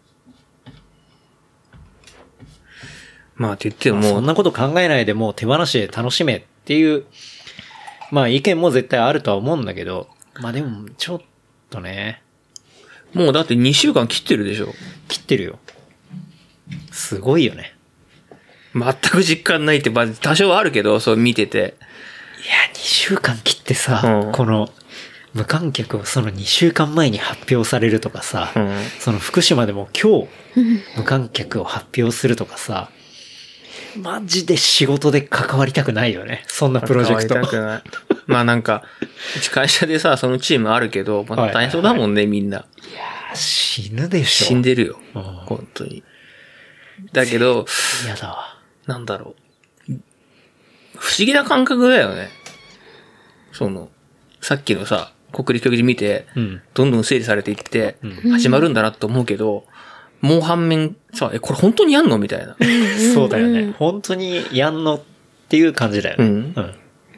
まあって言ってうんももう、 そんなこと考えないでもう手放しで楽しめっていう、まあ意見も絶対あるとは思うんだけど、まあでも、ちょっとね、 もうだってにしゅうかん切ってるでしょ。 切ってるよ。すごいよね。 全く実感ないって、まあ多少はあるけど、そう見てて。 いや、にしゅうかん切ってさ、 うんこの、無観客をそのにしゅうかんまえに発表されるとかさ、 うんその福島でも今日、無観客を発表するとかさ、マジで仕事で関わりたくないよね。そんなプロジェクト。 関わりたくない。 まあなんか、うち会社でさ、そのチームあるけど、まあ大変そうだもんね、みんな。 死ぬでしょ。 死んでるよ。 うん本当に。だけど、 嫌だわ。 なんだろう。不思議な感覚だよね。その、さっきのさ、国立競技場見て、 うん。 どんどん整理されていって、始まるんだなと思うけど、もう反面さ、え、これ本当にやんのみたいな。 そうだよね。本当にやんのっていう感じだよね。 うんうん。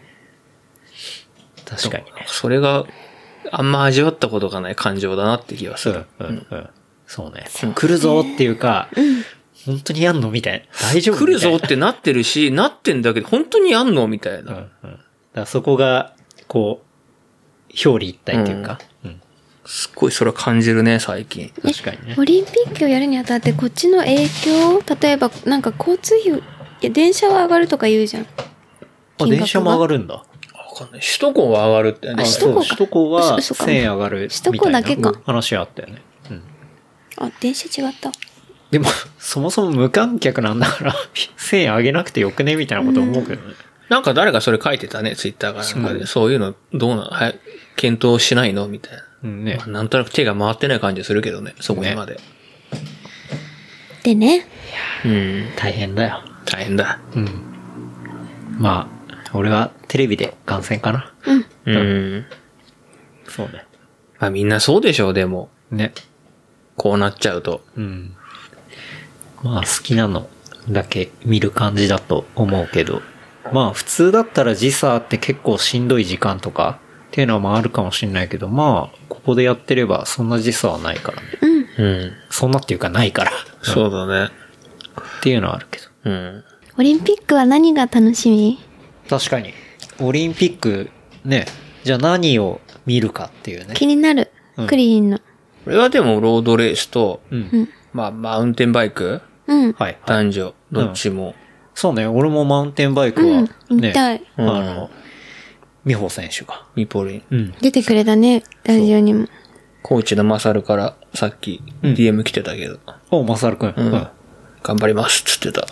確かにね。 それがあんま味わったことがない感情だなって気がすうる。 ん、うん、うん。そうね。来るぞっていうか、本当にやんのみたいな。大丈夫来るぞっみたいてなってるし、なってんだけど、本当にやんのみたいな。 な。 うん、うん。だからそこが、こう、表裏一体っていうか。うん。 すっごいそれは感じるね、最近。 確かにね。 オリンピックをやるにあたってこっちの影響、例えばなんか交通費、いや電車は上がるとか言うじゃん。 あ、電車も上がるんだ。 わかんない。首都高は上がるってね。 あ首都高かそう首都高は嘘かせんえん上がるみたいな。 首都高だけか話あったよね。うん。 あ、電車違った。 でも、そもそも無観客なんだから、せんえん上げなくてよくねみたいなこと思うけどね。 なんか誰かそれ書いてたね、ツイッターかなんかで。そういうのどうなのはい、検討しないのみたいな。 うんねまあ。なんとなく手が回ってない感じするけどね、そこにまで。 でね。 うん。 大変だよ。 大変だ。 うん。まあ、俺はテレビで観戦かな。 うん。 そうね。 まあみんなそうでしょう、でも。 ね。 こうなっちゃうと。 うん。まあ好きなのだけ見る感じだと思うけど。まあ普通だったら時差って結構しんどい時間とかっていうのもあるかもしれないけど、まあここでやってればそんな時差はないからね。 うん。 そんなっていうかないから。 そうだね。 っていうのはあるけど。 うん。 オリンピックは何が楽しみ？ 確かに。オリンピックね、じゃあ何を見るかっていうね。 気になる。 うんクリリンの。 これはでもロードレースと、 うん。 まあマウンテンバイク、 うん。 はい。 男女、どっちも。 そうね、俺もマウンテンバイクはうんね、 見たいあの、美穂選手が。 ミポリン。 うん。 出てくれたね、ラジオにも。 コーチのマサルからさっき ディーエム 来てたけど、 お、まさるくん。ううん頑張りますっつってた。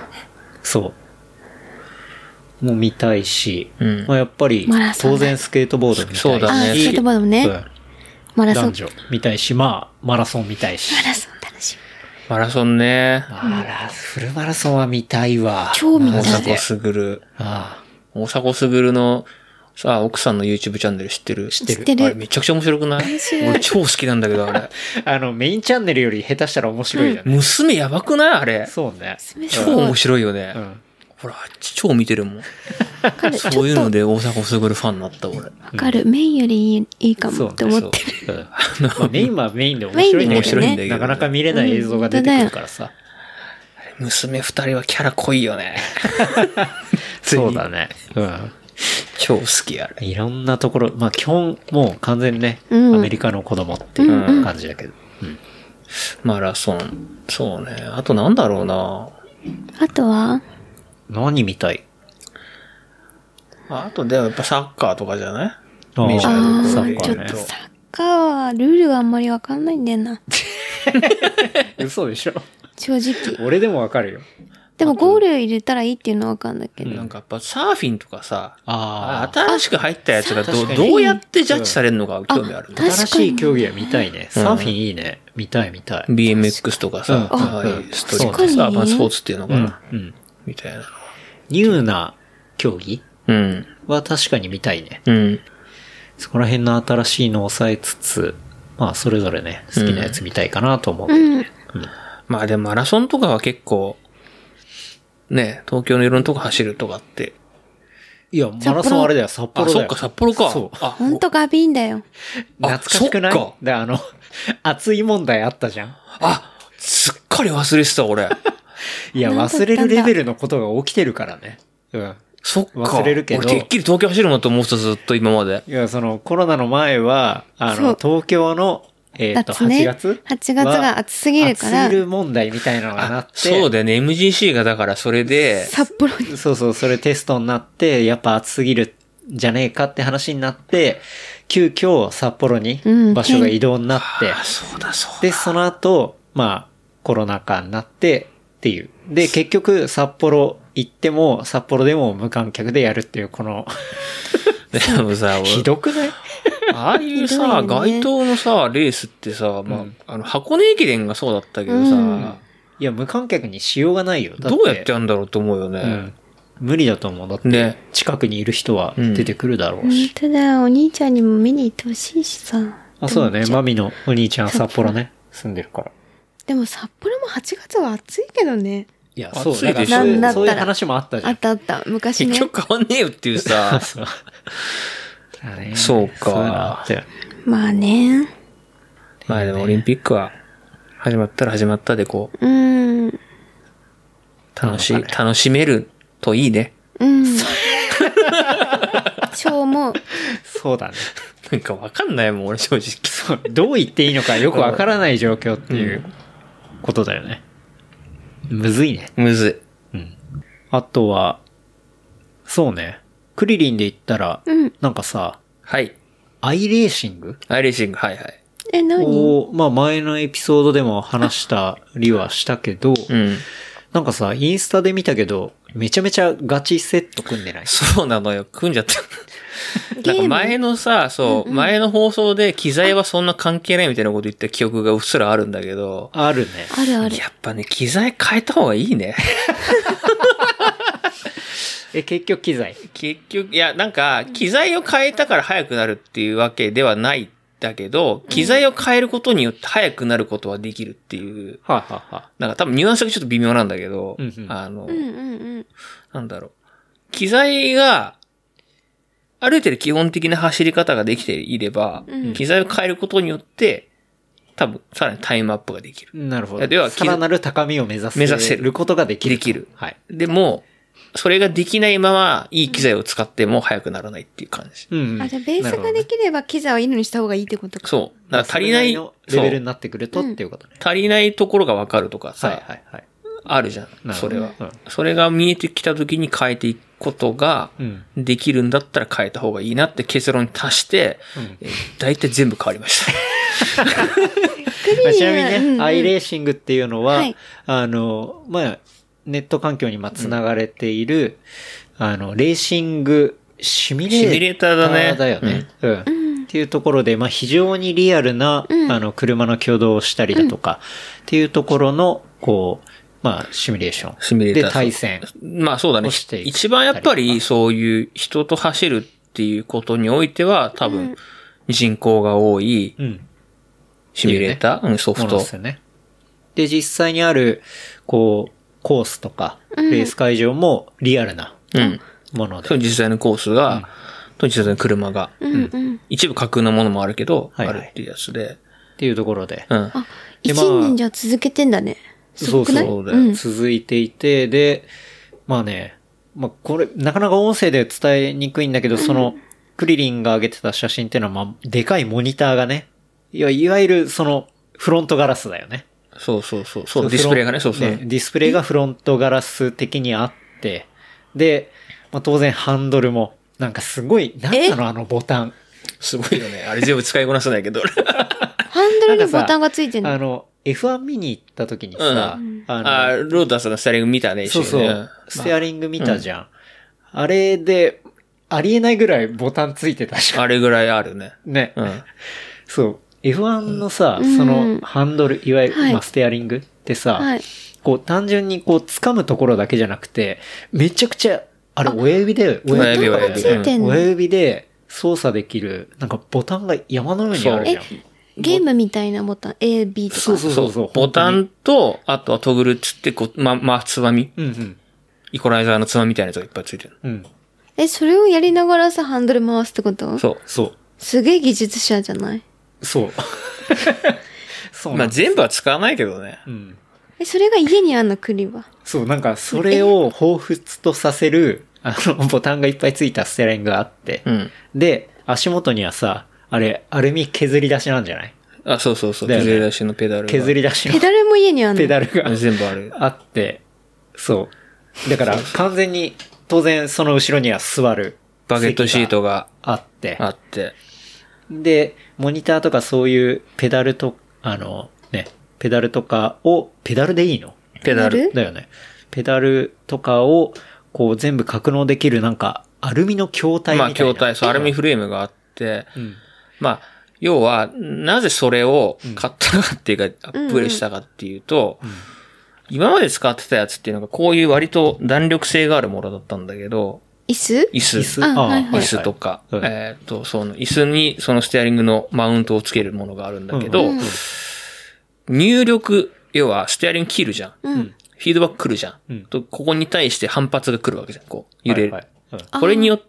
そう。もう見たいし、 うんまあ、やっぱりマラ、ソン当然スケートボード見たいし。 そうだねあ、スケートボードもね。 うんマラソン。 男女見たいし、まあ、マラソン見たいし。 マラソン楽しみ。 マラソンね。 マラ、フルマラソンは見たいわ。 超見たい大マジで迫すぐる。 あ大迫すぐるの、さあ、奥さんの YouTube チャンネル知ってる知ってる知ってるあれめちゃくちゃ面白くない俺超好きなんだけど、あれ。 ああの、メインチャンネルより下手したら面白いじゃん。 娘やばくないあれ。 そうね。 超面白いよね。 うん。 ほら、超見てるもん。そういうので大迫すぐるファンになった俺。 わかる。メインよりいいいいかもって思ってる。 うんまあ、メインはメインで面白いんだけど面白いんだけどなかなか見れない映像が出てくるからさ。 娘二人はキャラ濃いよね。 そうだね。うん。 超好きあれ。 いろんなところ、まあ基本もう完全にね、 うんアメリカの子供っていう感じだけど。うんマラソン。そうね。あとなんだろうな。 あとは何見たいあとでもやっぱサッカーとかじゃないあーメジャあーでこうあ、 サッカーねちょっとサッカーはルールがあんまりわかんないんだよな。 嘘でしょ正直。 俺でもわかるよ。 でもゴール入れたらいいっていうのはわかんないけど。 なんかやっぱサーフィンとかさ、 あ新しく入ったやつがど確かにどうやってジャッジされるのか興味あるね。 あ。新しい競技は見たいね。サーフィンいいね。見たい見たい。 ビーエムエックス とかさ、 うんああいうストリート確かにさ、まあスポーツっていうのかうんな。。 うん。 みたいな。 ニューな競技うん。 は確かに見たいね。 うん。 そこら辺の新しいのを抑えつつ、まあそれぞれね、好きなやつ見たいかなと思う。 うん。 まあでもマラソンとかは結構、ね、東京のいろんなとこ走るとかって。 いや、マラソンあれだよ、札幌あ、 だよ。 そっか、札幌か。 そう。 あ、 ほんとガビーンだよ。 懐かしくないそっかで、あの、熱い問題あったじゃん。 あ、すっかり忘れてた、俺。 いや、 なんだったんだ忘れるレベルのことが起きてるからね。うん。 そっか。 忘れるけど俺てっきり東京走るのと思ってた、ずっと今まで。 いや、その、コロナの前は、あの、 そう東京の、えっと、 夏ねはちがつはちがつが暑すぎるから暑すぎる問題みたいなのがなって。 そうだよね。エムジーシー がだからそれで、 札幌に。 そうそう、それテストになって、やっぱ暑すぎるんじゃねえかって話になって、急遽札幌にうん場所が移動になって、 あ、そうだそうだ。 で、その後、まあ、コロナ禍になってっていう。で、結局、札幌行っても、札幌でも無観客でやるっていう、このでもさ、 ひどくない？ ああいうひどさ、 いよね街頭のさ、レースってさ、まあ、 うんあの、箱根駅伝がそうだったけどさ、 うんいや、無観客にしようがないよ。だどうやってやるんだろうと思うよね。 うん。無理だと思う。だって、 ね近くにいる人は出てくるだろう本し。 当だ、お兄ちゃんにも見に行ってほしいしさ。 あ、そうだね。 でもマミのお兄ちゃん札幌ね、住んでるから。 でも札幌もはちがつは暑いけどね。 いや、 暑そう、だからいでしょそういうなんだったらそういう話もあったじゃん。 あったあった。昔ね。 結局変わんねえよっていうさ、 そう。だねそうかそういうのあったよねまあね。 まあでもオリンピックは始まったら始まったでこう、 うん。 楽しい、 なんか楽しめるといいね。 うん。そう思う。 そうだね。 なんかわかんないもん、俺正直。 そうどう言っていいのかよくわからない状況っていうことだよね。むずいね。 むずうん。あとは、そうね。クリリンで言ったら、 うん。 なんかさ、 い。はい。 アイレーシングアイレーシング、はいはい。 え、何を、まあ前のエピソードでも話したりはしたけど、 うん。 なんかさ、インスタで見たけど、めちゃめちゃガチセット組んでない？ そうなのよ。組んじゃった。 ゲームなんか前のさ、そう、前の放送で機材はそんな関係ないみたいなこと言った記憶がうっすらあるんだけど、 あるね。 あるある。 やっぱね、機材変えた方がいいね。 え、結局機材。 結局、いや、なんか、機材を変えたから速くなるっていうわけではないんだけど、機材を変えることによって速くなることはできるっていう、 はあ、はあはあ、 なんか多分ニュアンスがちょっと微妙なんだけど、 うんうんあの、 うんうんうん。 なんだろう。機材が、ある程度基本的な走り方ができていれば、 うん機材を変えることによって、多分、さらにタイムアップができる。 なるほど。 ではさらなる高みを目指せ目指せることができる。 できる。 はい。 でも、それができないまま、いい機材を使っても速くならないっていう感じ。 うん、うん。 あ、じゃあベースができれば機材はいいのにした方がいいってことか。 そう。だから足りない、 それなりのレベルにそうなってくるとっていうことね。 足りないところがわかるとかさ、 はいはいはい。 あるじゃん。 なるほどそれは、 うんそれが見えてきた時に変えていくことがうん。 できるんだったら変えた方がいいなって結論に達して、 うんえー大体全部変わりました。 まあちなみにね、 うんうんアイレーシングっていうのは、 はいあの、まあ、ネット環境にまあつながれている、あの、レーシングシミュレーター。 シミュレーターだねだよね。うん。っていうところで、まあ、非常にリアルな、 うんあの、車の挙動をしたりだとか、っていうところの、こう、まあ、シミュレーション。 シミュレーター。 で、対戦。 まあそうだねをしていく一番やっぱりそういう人と走るっていうことにおいては、多分人口が多いうん。 シミュレーター、うんソフトものです。よね。で、実際にある、こう、コースとか、レース会場もリアルなうん。 もので。 その実際のコースが、と実際の車が、 うんうん。 一部架空のものもあるけど、 はいはいあるっていうやつで。 っていうところで。 うん。 あ、 で一年じゃ続けてんだね。すごくない？ そうそうだよん。 続いていて、で、まあね、まあこれ、なかなか音声で伝えにくいんだけど、その、クリリンが上げてた写真っていうのは、まあ、でかいモニターがね、いや、いわゆるその、フロントガラスだよね。 そうそうそう。そう、ディスプレイがね、そうそう。 ねディスプレイがフロントガラス的にあって、で、まあ、当然ハンドルも、なんかすごい、なんなのあのボタン。 すごいよね。あれ全部使いこなせないけど。 ハンドルにボタンがついてんの。 あの、エフワン 見に行った時にさ、 うんあの、 あロータスのスタイリング見たね、一そうそ緒にねう、ステアリング見たじゃん。あれで、ありえないぐらいボタンついてたじゃん。 あれぐらいあるね。 ね。 うん。 そう。エフワン のさ、 うんそのハンドル、いわゆる、 はいまあ、ステアリングってさ、 はい。 こう単純にこう掴むところだけじゃなくて、めちゃくちゃ、あれ親指で、 親指親親指ついてんの親指で操作できる、なんかボタンが山のようにあるじゃん。 ゲームみたいなボタン、A、B とか。 そうそうそうそう。 ボタンと、あとはトグルっつって、こう、ま、まあ、つまみ。 うんうん。 イコライザーのつまみみたいなやつがいっぱいついてる。 うん。 え、それをやりながらさ、ハンドル回すってことそう。 そう。 すげえ技術者じゃない？ そう。そうまあなんです。 全部は使わないけどね。 うん。 え、それが家にあんの、クリは。 そう、なんか、それを彷彿とさせる、あの、ボタンがいっぱいついたステアリングがあって、 うん。 で、足元にはさ、あれ、アルミ削り出しなんじゃないあ、そうそうそう。 だよね削り出しのペダルが。 削り出しのペダルも家にあんの？ ペダルが全部ある。 あって、そう。だから、完全に、当然その後ろには座る。 バケットシートがあって、 あって。 で、モニターとかそういうペダルと、あの、ね、ペダルとかを、ペダルでいいのペダル。 だよね。ペダルとかを、こう全部格納できるなんか、 アルミの筐体みたいな。 まあ筐体、そう、アルミフレームがあって、 うん、 まあ、要は、なぜそれを買ったかっていうか、うん、アップグレードしたかっていうと、うんうん、今まで使ってたやつっていうのがこういう割と弾力性があるものだったんだけど、 椅子椅子。 椅子、 あ、はいはい、椅子とか、はいはい、えっ、ー、と、その椅子にそのステアリングのマウントをつけるものがあるんだけど、うんうん、入力、要はステアリング切るじゃん。うん、フィードバック来るじゃん、うん。とここに対して反発が来るわけじゃん。こう、揺れる。はいはいはい、これによって、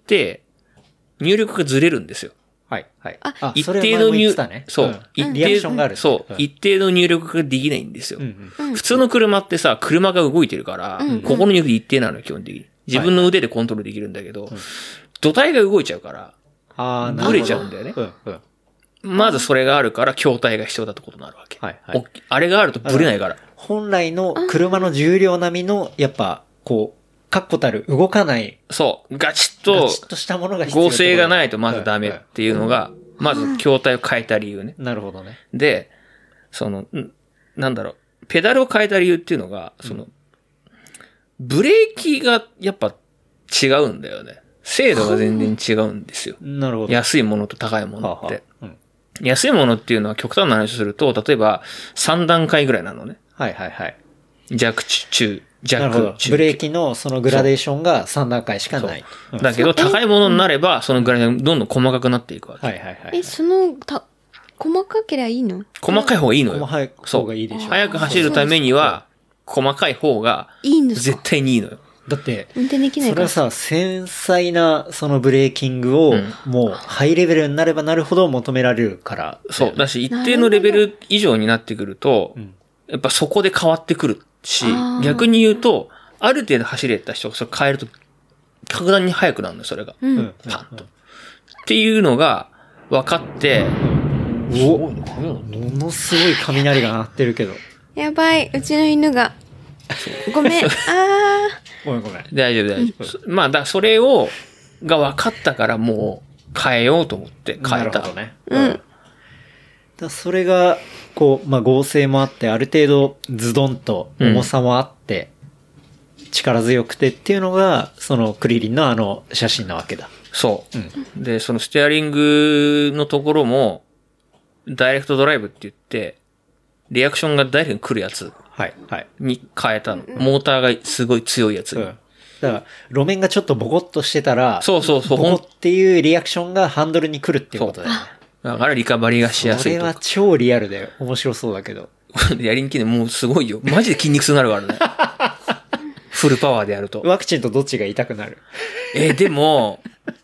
入力がずれるんですよ。 はい。はい。 あ、一定の入、 ね、 そう、うん、一定、リアクションがある。そう、うん、一定の入力ができないんですよ。うんうん、普通の車ってさ、車が動いてるから、うんうん、ここの入力一定なのよ、基本的に。自分の腕でコントロールできるんだけど、はいはい、土体が動いちゃうから、あブレちゃうんだよね、うんうん。まずそれがあるから、筐体が必要だってことになるわけ。はいはい、あれがあるとブレないから。 本来の車の重量並みの、やっぱ、こう、確固たる動かない。 そう。ガチッと、 ガチッとしたものが必要。 合成がないとまずダメっていうのが、まず筐体を変えた理由ね。 なるほどね。 で、その、なんだろう、ペダルを変えた理由っていうのが、その、ブレーキがやっぱ違うんだよね。精度が全然違うんですよ。 なるほど。 安いものと高いものって。はあはあうん、安いものっていうのは極端な話をすると、例えばさん段階ぐらいなのね。 はいはいはい。 弱中、弱中。 ブレーキのそのグラデーションがさん段階しかない。 うん、だけど高いものになれば、そのグラデーションどんどん細かくなっていくわけ。 はいはいはい。 え、その、た、細かけりゃいいの？ 細かい方がいいのよ。 細かい方がいいでしょ。 速く走るためには、細かい方が、絶対にいいのよ。 だって、 運転できないから。 それはさ、繊細なそのブレーキングを、もうハイレベルになればなるほど求められるから。 そう。だし、一定のレベル以上になってくると、やっぱそこで変わってくるし、逆に言うと、ある程度走れた人がそれ変えると、格段に速くなるのよ、それが。うん。パンと。っていうのが分かって、 お、ものすごい雷が鳴ってるけど。 やばい、うちの犬が。ごめん。ああ。 ごめんごめん。 大丈夫大丈夫。うん、まあ、だそれを、が分かったからもう変えようと思って変えた。なるほどね。 うん。だそれが、こう、まあ、合成もあって、ある程度ズドンと重さもあって、うん、力強くてっていうのが、そのクリリンのあの写真なわけだ。 そう。うん、で、そのステアリングのところも、ダイレクトドライブって言って、リアクションがダイレクトに来るやつ。はい。はい。に変えたの。モーターがすごい強いやつに。うん。 だから、路面がちょっとボコッとしてたら、 そうそうそう。 ボコっていうリアクションがハンドルに来るっていうことだよね。 だからリカバリーがしやすいと。 それは超リアルで面白そうだけど。 やりにきね、もうすごいよ。マジで筋肉痛になるからね。フルパワーでやると。 ワクチンとどっちが痛くなる？ えー、でも、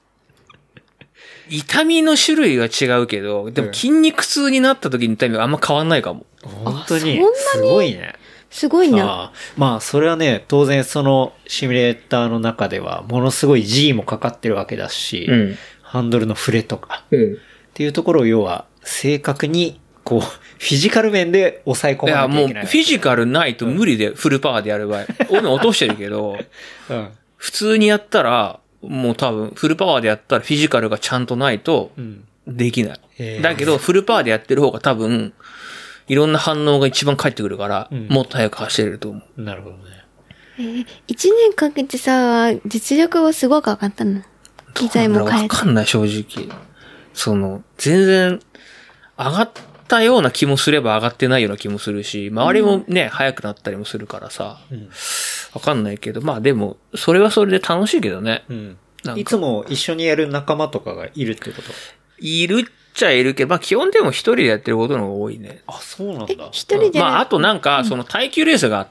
痛みの種類は違うけど、でも筋肉痛になった時に痛みはあんま変わんないかも。 本当に。すごいね。 すごいな。 あまあ、それはね、当然そのシミュレーターの中では、ものすごい G もかかってるわけだし、うん、ハンドルの触れとか、うん、っていうところを要は、正確に、こう、フィジカル面で抑え込まなきゃいけない。いや、もう、 フィジカルないと無理で、フルパワーでやる場合。俺も落としてるけど、うん、普通にやったら、もう多分、フルパワーでやったらフィジカルがちゃんとないと、できない。うん、だけど、フルパワーでやってる方が多分、いろんな反応が一番返ってくるから、うん、もっと早く走れると思う。なるほどね。 えー、一年かけてさ、実力はすごく上がったの？機材も変えて。 わかんない、正直。その、全然、上がったような気もすれば上がってないような気もするし、周りもね、うん、速くなったりもするからさ、うん、わかんないけど、まあでも、それはそれで楽しいけどね。うん、 いつも一緒にやる仲間とかがいるってこと？ いるっちゃいるけど、まあ基本でも一人でやってることの方が多いね。 あ、そうなんだ。 一人で。 まああとなんか、その耐久レースがあって、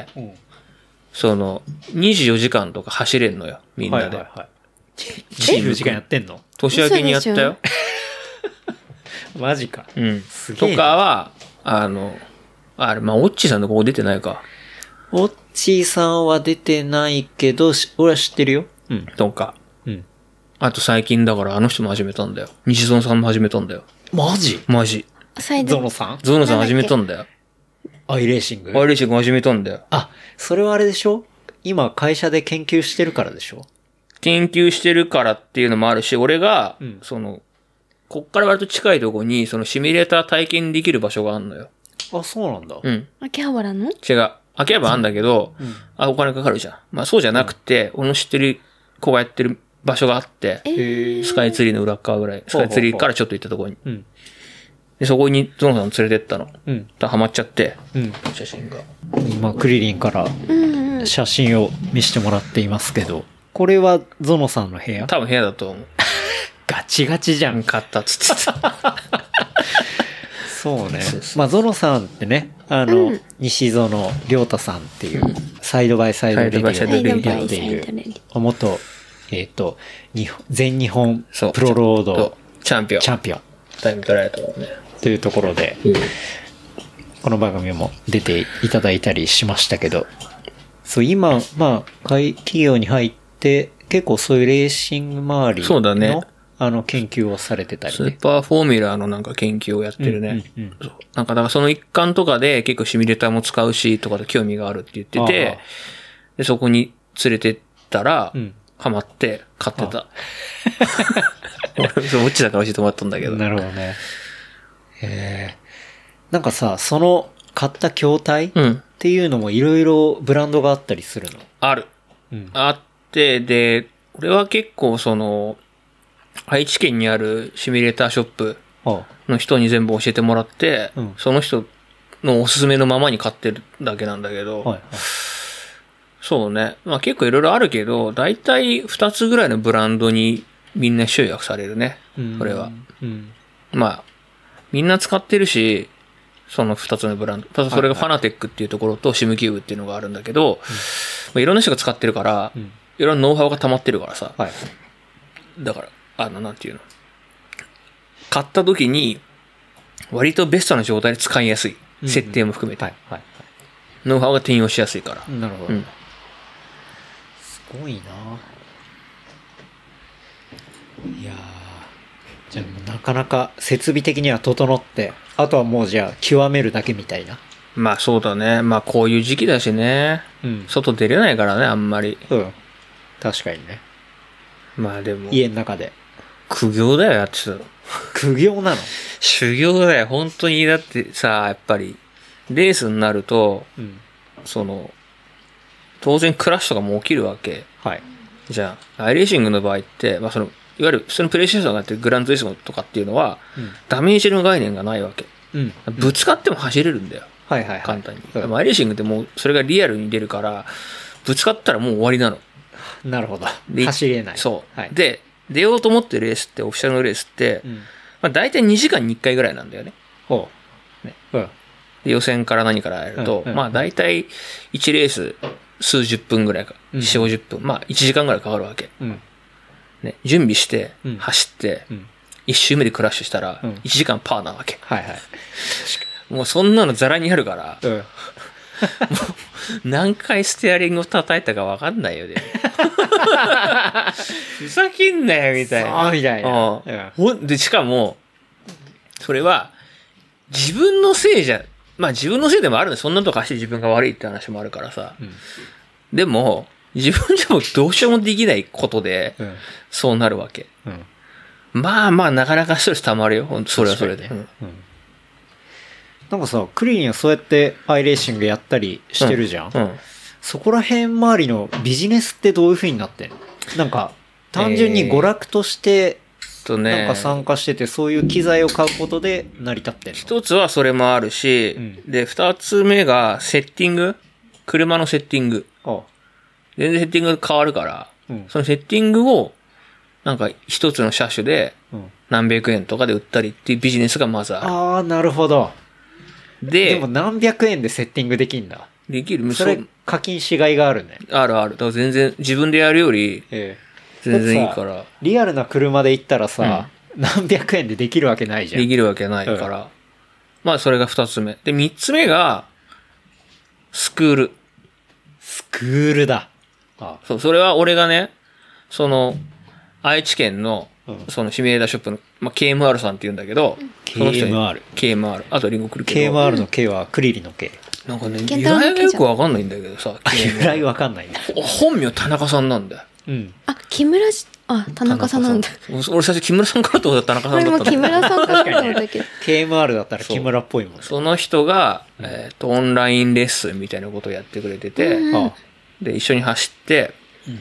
うん、その、にじゅうよじかんとか走れんのよ、みんなで。はいはいはい。 にじゅうよじかんやってんの？ 年明けにやったよ。 マジか。 うん。すげえ。とかは、あの、あれ、まあ、オッチーさんのここ出てないか。 オッチーさんは出てないけど、俺は知ってるよ。 うん。とか。うん。あと最近だからあの人も始めたんだよ。西園さんも始めたんだよ。 マジ？ マジ。 ゾノさん？ ゾノさん始めたんだよ。 アイレーシング？ アイレーシング始めたんだよ。 あ、それはあれでしょ？今会社で研究してるからでしょ？ 研究してるからっていうのもあるし、俺が、うん、その、こっから割と近いところに、そのシミュレーター体験できる場所があるのよ。 あ、そうなんだ。 うん。 秋葉原の？ 違う。秋葉原あんだけど、うん、あ、お金かかるじゃん。まあそうじゃなくて、うん、俺の知ってる子がやってる場所があって、 えー、 スカイツリーの裏側ぐらい、スカイツリーからちょっと行ったところに。 うん。 で、そこにゾノさん連れてったの。 うん。 ハマっちゃって、 うん。 写真が。 今、クリリンから写真を見せてもらっていますけど、これはゾノさんの部屋？ 多分部屋だと思う。 ガチガチじゃん。 買ったっつってた。 そうね。まあ、ゾノさんってね、あの、うん、西園亮太さんっていう、サイドバイサイドレディオでやっている、元、えっと、全日本プロロードチャンピオン。 チャンピオン。 タイムトライアルとかね。 というところで、うん、この番組も出ていただいたりしましたけど、そう、今、まあ、企業に入って、結構そういうレーシング周りの、そうだね。あの、研究をされてたり、ね。 スーパーフォーミュラーのなんか研究をやってるね。うんうんうん、そうなんか、だからその一環とかで結構シミュレーターも使うし、とかで興味があるって言ってて、で、そこに連れてったら、うん、ハマって買ってた。俺、そう、もっちだから教えてもらったんだけど。 なるほどね。へえ。なんかさ、その買った筐体っていうのもいろいろブランドがあったりするの？ ある。うん、あって、で、俺は結構その、愛知県にあるシミュレーターショップの人に全部教えてもらって、うん、その人のおすすめのままに買ってるだけなんだけど、はいはい、そうね。まあ結構いろいろあるけど、だいたいふたつぐらいのブランドにみんな集約されるね。これは。うん、まあ、みんな使ってるし、そのふたつのブランド。ただそれがファナテックっていうところとシムキューブっていうのがあるんだけど、うんまあ、いろんな人が使ってるから、うん、いろんなノウハウが溜まってるからさ。はい、だから、あの、なんていうの。買った時に、割とベストな状態で使いやすい。うん、設定も含めて、はいはいはい。ノウハウが転用しやすいから。 なるほど。うん、すごいな。いやー。じゃあなかなか設備的には整って、あとはもうじゃあ極めるだけみたいな。 まあそうだね。まあこういう時期だしね。うん。外出れないからね、あんまり。 うん。確かにね。 まあでも。 家の中で。 苦行だよ、やってたの。 苦行なの？ 修行だよ、本当に。だってさ、やっぱり、レースになると、うん、その、当然クラッシュとかも起きるわけ。はい。じゃあ、アイレーシングの場合って、まあその、いわゆる普通のプレイステーションがあってグランツーリスモとかっていうのは、うん、ダメージの概念がないわけ。うん、ぶつかっても走れるんだよ。はいはいはい。簡単に。うん、でもアイレーシングってもうそれがリアルに出るから、ぶつかったらもう終わりなの。 なるほど。走れない。 そう。はい、で、出ようと思ってるレースって、オフィシャルのレースって、うん、まあ大体にじかんにいっかいぐらいなんだよね。ほう。ね。うん。で予選から何からやると、うんうん、まあ大体いちレース数十分ぐらいか、よんじゅう、ごじゅっぷん、まあいちじかんぐらいかかるわけ。うんね、準備して、走って、うん、いち周目でクラッシュしたら、いちじかんパーなわけ。はいはい。もうそんなのザラにあるから、うん、もう何回ステアリングを叩いたか分かんないよね。ふざけんなよ、みたいな。 そうみたいな。 うん、で、しかも、それは、自分のせいじゃ、まあ自分のせいでもあるんだ。そんなとこ走って自分が悪いって話もあるからさ。うん、でも、自分じゃもうどうしようもできないことで、うん、そうなるわけ、うん。まあまあ、なかなかストレス溜まるよ。ほんと、それはそれで。うんうん、 なんかさ、クリリンはそうやってアイレーシングやったりしてるじゃん。うんうん、そこら辺周りのビジネスってどういう風になってんの？なんか、単純に娯楽として、なんか参加してて、そういう機材を買うことで成り立ってんの？ 一つはそれもあるし、うん、で、二つ目がセッティング？車のセッティング。ああ全然セッティングが変わるから、うん、そのセッティングを、なんか一つの車種で、何百円とかで売ったりっていうビジネスがまずある。 ああ、なるほど。で、でも何百円でセッティングできんだ。 できる。 それ課金しがいがあるね。 あるある。だから全然自分でやるより、全然いいから。 リアルな車で行ったらさ、うん、何百円でできるわけないじゃん。 できるわけないから。うん、まあそれが二つ目。で、三つ目が、スクール。 スクールだ。 ああそう、それは俺がね、その、愛知県の、そのシミュレーターショップの、まあ、ケーエムアール さんって言うんだけど、 ケーエムアール。 ケーエムアール。あとリンゴ来るけど。 ケーエムアール の K はクリリの K。 なんかね、由来がよくわかんないんだけどさ。 由来わかんないね。 本名田中さんなんだよ。 うん。あ、木村し、あ、田中さんなんだ。 俺最初木村さんからと思ったら田中さんだったんだ。 これも木村さんからと思ったけど。 ケーエムアール だったら木村っぽいもん。 その人が、えっと、オンラインレッスンみたいなことをやってくれてて、で、一緒に走って、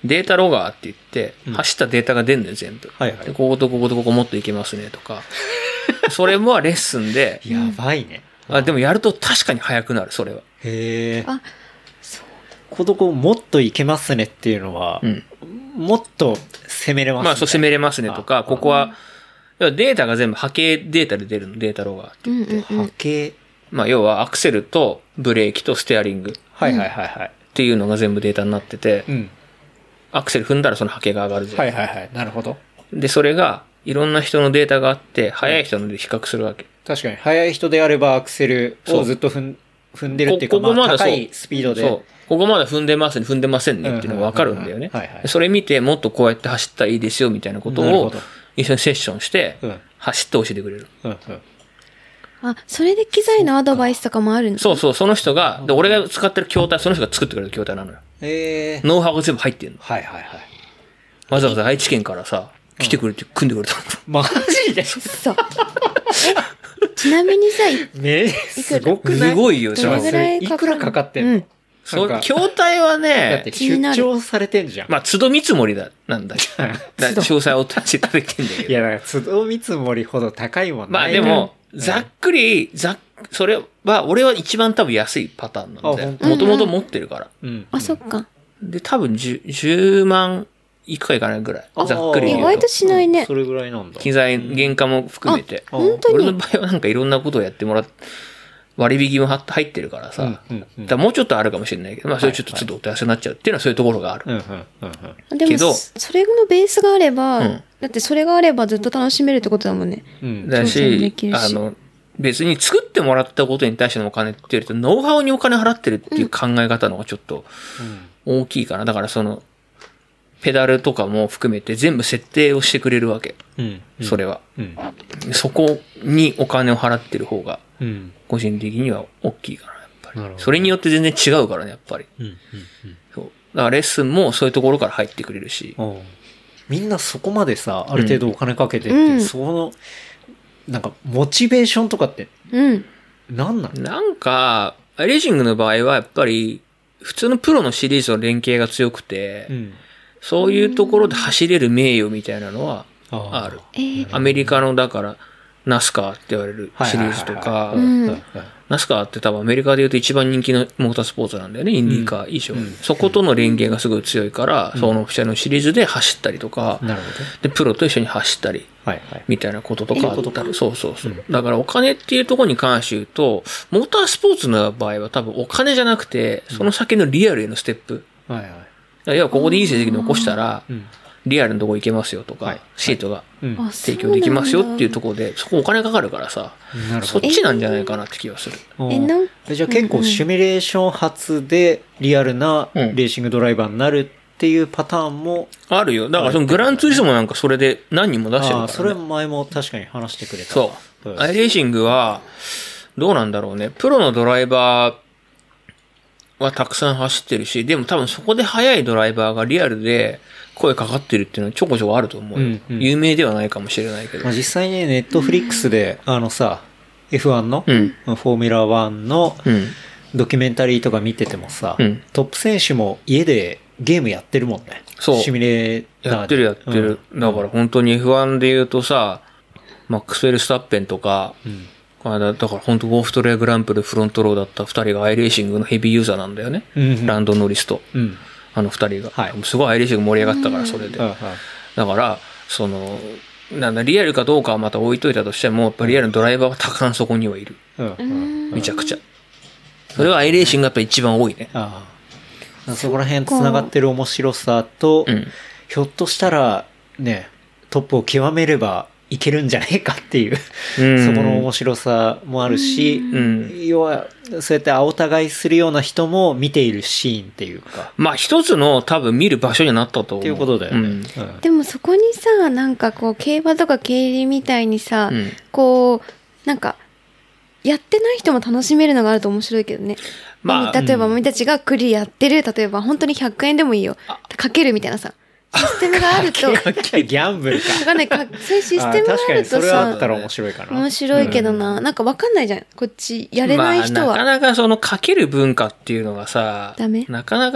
データロガーって言って、 うん走ったデータが出るんだよ、全部。 はいはいで、こことこことここもっといけますね、とか。それもレッスンで、 やばいね。 あ、でもやると確かに速くなる、それは。 へえ。 あ、 こどこもっといけますねっていうのは、 うん。 もっと攻めれますね。 まあ、そう、攻めれますねとあか、ここは、要はデータが全部波形データで出るの、データロガーって。 うんうんうん。 波形。 まあ、要はアクセルとブレーキとステアリングっはいはいはいはい。 ていうのが全部データになってて、 うん。 アクセル踏んだらその波形が上がるぜ。 はいはいはい。なるほど。 で、それが、いろんな人のデータがあって、速い人ので比較するわけ。 確かに、速い人であればアクセルをずっと踏ん踏んでるっていうか、 こここまだそうまあ高いスピードで。 そう。ここまだ踏んでますね、踏んでませんねっていうのがわかるんだよねうんうんうんうんはいはい。 それ見て、もっとこうやって走ったらいいですよみたいなことをなるほど、 一緒にセッションしてうん、 走って教えてくれる。 うんうん。 あ、それで機材のアドバイスとかもあるんだ。 そうそう、その人が、で俺が使ってる筐体、その人が作ってくれる筐体なのよ。 えー。 ノウハウが全部入ってるの。 はいはいはい。 わざわざ愛知県からさ、来てくれて組んでくれたの。 マジでそう。ちなみにさ、いねすごくないすごいよ、 どれぐらいかかるいくらかかってんの、 うんそう、 なんか筐体はだっねて、 気になる出張されてんじゃん。 まあ、都度見積もりだ、なんだけど。だから詳細を出していただいてんだけど。 いや、だから、都度見積もりほど高いもんまあないでも、 うんざっくり、ざっ、それは、俺は一番多分安いパターンなんで、 あ本当もともと持ってるから。 うん。 あ、そっか。 で、多分じゅう、じゅうまんいくかいかないぐらい。ざっくり言うと意外と。しないねそ。れぐらいなんだ。 機材、原価も含めて。 本当に。 俺の場合はなんかいろんなことをやってもらっ割引もは入ってるからさ。 うんうんうんだからもうちょっとあるかもしれないけど、まあそれちょっとちょっとお手安になっちゃうっていうのはそういうところがある。 うんうんうんうん。 でも、 けどそれのベースがあれば、 うんだってそれがあればずっと楽しめるってことだもんね。 うん。 だ挑戦でしき、るしあの、別に作ってもらったことに対してのお金って言うと、ノウハウにお金払ってるっていう考え方の方がちょっと大きいかな。だからその、ペダルとかも含めて全部設定をしてくれるわけ。 うん。 それは。 うん。 そこにお金を払ってる方が、 うん。 個人的には大きいかな、やっぱり。 なるほどそれによって全然違うからね、やっぱり。 うん。うん。 そう。だからレッスンもそういうところから入ってくれるし。 うん。みんなそこまでさ、ある程度お金かけてって、 うんその、なんか、モチベーションとかって、 うん。 なんなのなんか、アイレーシングの場合はやっぱり、普通のプロのシリーズの連携が強くて、 うん。 そういうところで走れる名誉みたいなのはある。 えー、 アメリカの、だから、ナスカーって言われるシリーズとかはいはいはいはい、 うんナスカーって多分アメリカで言うと一番人気のモータースポーツなんだよね、インディーカー以上。 うんそことの連携がすごい強いから、そのオフィシャルのシリーズで走ったりとか、 なるほで、プロと一緒に走ったり、 ど。はいはい。 みたいなこととかあったり。そうそうそう。 うんだからお金っていうところに関して言うと、モータースポーツの場合は多分お金じゃなくて、その先のリアルへのステップ。 はいはい。 だから要はここでいい成績残したら、 うん。 リアルのとこ行けますよとか、 はいシートがうん。 あ提供できますよっていうところで、そこお金かかるからさ、 なるほど。 そっちなんじゃないかなって気がする。 えなんえじゃあ結構シミュレーション発でリアルなレうんーシングドライバーになるっていうパターンも、 あるよ。だからそのグランツーリスモなんかそれで何人も出してるああ、それから、ね。 前も確かに話してくれた。 そう。 んアイレーシングは、どうなんだろうね。プロのドライバーはたくさん走ってるし、でも多分そこで速いドライバーがリアルで声かかってるっていうのはちょこちょこあると思うよ。 うんうん有名ではないかもしれないけど。 まあ、実際にネットフリックスで、あのさ、エフワン の、 うん。 フォーミュラワンのうん。 ドキュメンタリーとか見ててもさ、 うんトップ選手も家でゲームやってるもんね。 そうシミュレーターで。 やってるやってる。 うんだから本当に エフワン で言うとさ、マックスウェル・スタッペンとか、 うん。 この間だから本当オーストラリアグランプリフロントローだった二人がアイレーシングのヘビーユーザーなんだよね。 うんランド・ノリスと、 うん。 あの二人が。 はいすごいアイレーシング盛り上がったから、それで。 うん。 だから、その、なんだ、リアルかどうかはまた置いといたとしても、やっぱリアルのドライバーはたくさんそこにはいる。 うん。うん。 めちゃくちゃ。それはアイレーシングがやっぱ一番多いね。 ああ。そこら辺繋がってる面白さと、 うん。 ひょっとしたら、ね、トップを極めればいけるんじゃねえかっていう、 うんそこの面白さもあるし、 うん。 要は、そうやって青互いするような人も見ているシーンっていうか、 まあ一つの多分見る場所になったと思う。 っていうことだよね。 うん。 うんでもそこにさ、なんかこう、競馬とか競輪みたいにさ、 うんこう、なんか、やってない人も楽しめるのがあると面白いけどね。 まあ例えば、君たちがクリやってる、例えば本当にひゃくえんでもいいよ。かけるみたいなさ、システムがあると、わギャンブルか。 かんないか、そういうシステムがあ確かにるとそれはあったさ、 ら面白いかな。 面白いけどな、なんかわかんないじゃん。こっち、やれない人まあ、なかは。 なかそのかける文化っていうのがさ、 ダメなかなか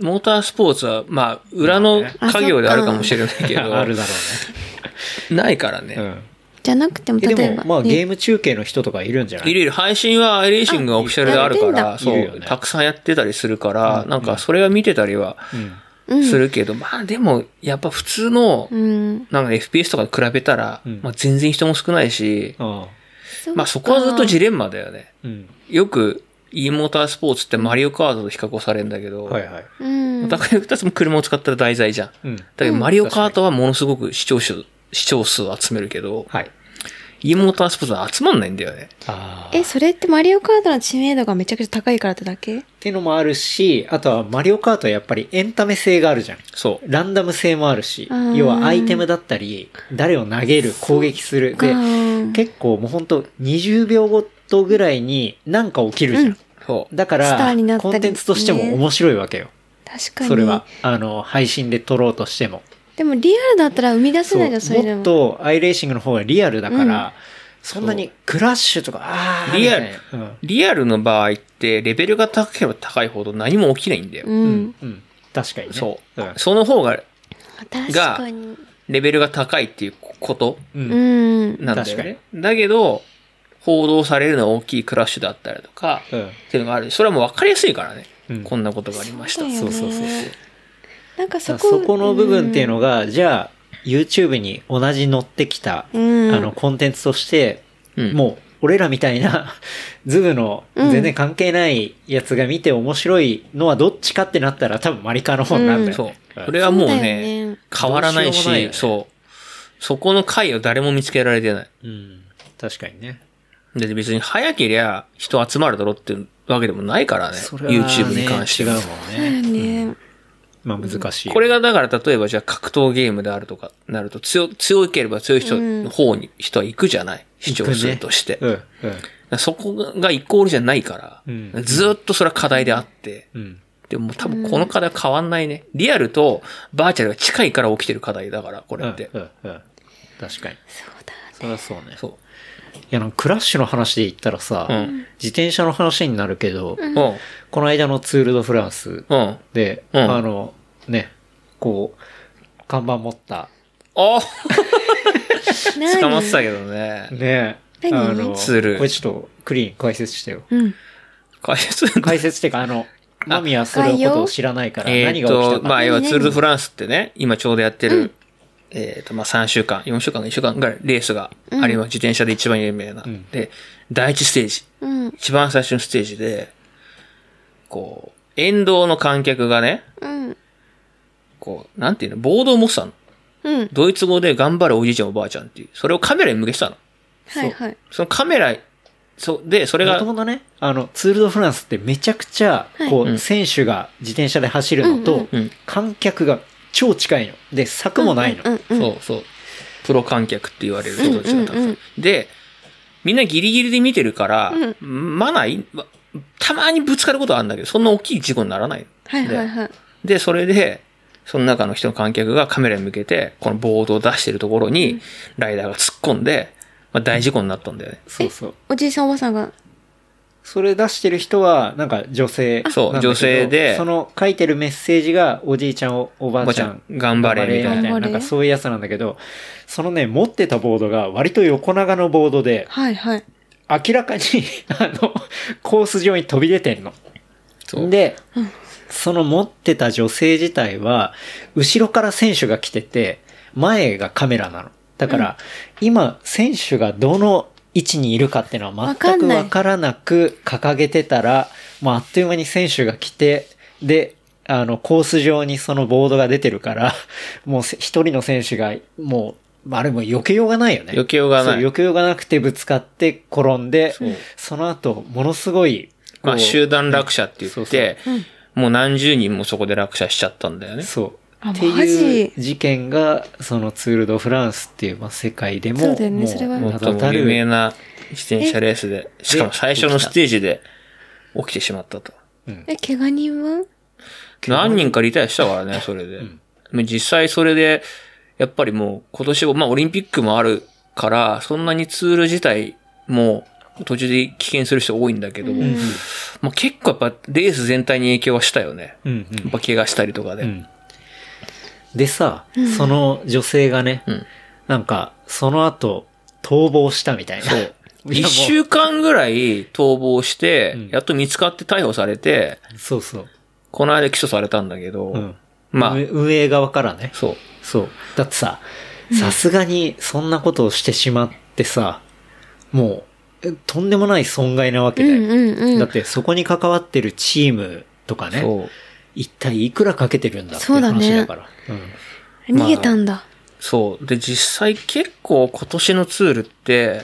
モータースポーツは、まあ、裏の家業であるかもしれないけど、 あるだろうね。ないからね。 うね。うん。 じゃなくても、 え例えば、 でも、まあ、 ねゲーム中継の人とかいるんじゃないいるいる。配信はアイレーシングがオフィシャルであるかあやら、そう、 ってんだいるよねたくさんやってたりするから、 うんなんかそれは見てたりはうん。 するけど、まあでも、やっぱ普通の、 うん。 なんか エフピーエス とかと比べたら、 うんまあ全然人も少ないし、 ああ。 まあそこはずっとジレンマだよね。 うん。 よく、e モータースポーツってマリオカートと比較をされるんだけど、 はいはい。 うん。 お互い二つも車を使ったら題材じゃん。 うん。 だけどマリオカートはものすごく視聴数、視聴数を集めるけど、 はい。 e モータースポーツは集まんないんだよね。 ああ。 え、それってマリオカートの知名度がめちゃくちゃ高いからってだけ？ っていうのもあるし、あとはマリオカートはやっぱりエンタメ性があるじゃん。 そう。 ランダム性もあるしう、ん要はアイテムだったり、誰を投げる、攻撃する。で、 うん結構もうほんとにじゅうびょうごとぐらいに何か起きるじゃん。 うんそう。 だかスターになら、 ったりコンテンツとしても面白いわけよ。 確かに。 それは。あの、配信で撮ろうとしても。 でもリアルだったら生み出せそうないじゃん、それでも。 もっとアイレーシングの方がリアルだから、 うんそんなにクラッシュとか、あーリアルみたいなうんリアルの場合って、レベルが高ければ高いほど何も起きないんだよ。 う。 うんん。うん。確かにね。 そう。 うん。 その方が、 確かに。 レベルが高いっていうことう。 うんん。 なんだよね。だけど、報道されるのは大きいクラッシュだったりとか、 うん。 っていうのがある。それはもう分かりやすいからね。 うんこんなことがありました。 そうだよねそうそうそうそう。 なんかそそこ。 この部分っていうのが、じゃあ、YouTube に同じ乗ってきた、 うん、 あの、コンテンツとして、 うんもう、俺らみたいな、ズブの全然関係ないやつが見て面白いのはどっちかってなったら多分マリカの方になるんだよそうね。。 それはもうそうだよねね、 変わらないし、 どうしようもないよねそう。そこの回を誰も見つけられてない。 うん。確かにね。 で別に早けりゃ人集まるだろってわけでもないからね。 それはね YouTube に関しては。 違うもんそうだよね。 ね。 まあ難しい。 これがだから例えばじゃあ格闘ゲームであるとかなると強、強ければ強い人の方に人は行くじゃない、視聴数として。 うん。うん。 そこがイコールじゃないから、 うんずーっとそれは課題であって、 うん。 でも多分この課題は変わんないね。リアルとバーチャルが近いから起きてる課題だから、これって。 うん。うん。確かに。 そうだ。 そりゃそうね。 そう。 いや、なんかクラッシュの話で言ったらさ、 うん自転車の話になるけど、 うん。 この間のツール・ド・フランスうん。 で、 うんあの、ね、こう、看板持った、 あ何捕まってたけどね。 ね、 何あの、 ツールこれちょっとクリーン解説してよ。 うん。 解説解説っていうか、あの、マミはそれのことを知らないから、 えっ何が起きたと、 か。 まあ、要は何ツール・ド・フランスってね、今ちょうどやってる、えっと、まあ、さんしゅうかん、よんしゅうかん、いっしゅうかんぐらいレースがあります。自転車で一番有名な。 んで、第一ステージ。 うん。 一番最初のステージで、こう、沿道の観客がね、 うん。 こう、なんていうの、ボードを持ってたの。 うん。 ドイツ語で頑張れおじいちゃんおばあちゃんっていう。それをカメラに向けてたの。 はいはい。 そのカメラ、そう、で、それもが、 ともとね、あの、ツール・ド・フランスってめちゃくちゃ、こう、 うん選手が自転車で走るのと、 うん。 観客が超近いの。で、柵もないの。 うんうん。 そうそう。プロ観客って言われる人たちがたくさん。 うんうんで、みんなギリギリで見てるから、まだい、またまにぶつかることはあるんだけど、そんな大きい事故にならない。 はいはいはい。 で、それで、その中の人の観客がカメラに向けて、このボードを出してるところに、ライダーが突っ込んで、まあ、大事故になったんだよね。 そうそう。 おじいさんおばさんが。 それ出してる人は、なんか女性なんだけど。 そう女性でその書いてるメッセージが、おじいちゃん、おおばあちゃん。 おばあちゃん頑張れみたいな頑張れなんかそういうやつなんだけど、そのね、持ってたボードが割と横長のボードで、 はいはい。 明らかに、あの、コース上に飛び出てんの。 そうで、その持ってた女性自体は、後ろから選手が来てて、前がカメラなの。だから、今、選手がどの位置にいるかっていうのは全くわからなく掲げてたら、もうあっという間に選手が来て、で、あの、コース上にそのボードが出てるから、もうせ一人の選手が、もう、まああれも避けようがないよね。 避けようがないそう避けようがなくてぶつかって転んで、 そうその後、ものすごい、 まあ、 こう集団落車って言そうそうって、もう何十人もそこで落車しちゃったんだよね。 そう。 あってマジいう事件が、そのツール・ド・フランスっていう、まあ、世界でも、 そうだよねもうそれは名だた最も有名る。 な自転車レースで、しかも最初のステージで起きてしまったと。 え、怪我人は？ 何人かリタイアしたからね、それで。実際それで、やっぱりもう今年は、まあオリンピックもあるから、そんなにツール自体も途中で棄権する人多いんだけど、うんまあ、結構やっぱレース全体に影響はしたよね。うんうん、やっぱ怪我したりとかで。うん、 でさ、うん、その女性がね、うん、なんかその後逃亡したみたいな。そう。 一週間ぐらい逃亡して、うん、やっと見つかって逮捕されて、 そうそう。 この間起訴されたんだけど、うん、 まあ。運営側からね。 そう。 そう。だってさ、さすがにそんなことをしてしまってさ、もう、とんでもない損害なわけで、うんうんうん。だってそこに関わってるチームとかね、一体いくらかけてるんだっていう話だから。 そうだね。うん、逃げたんだ、まあ。 そう。で、実際結構今年のツールって、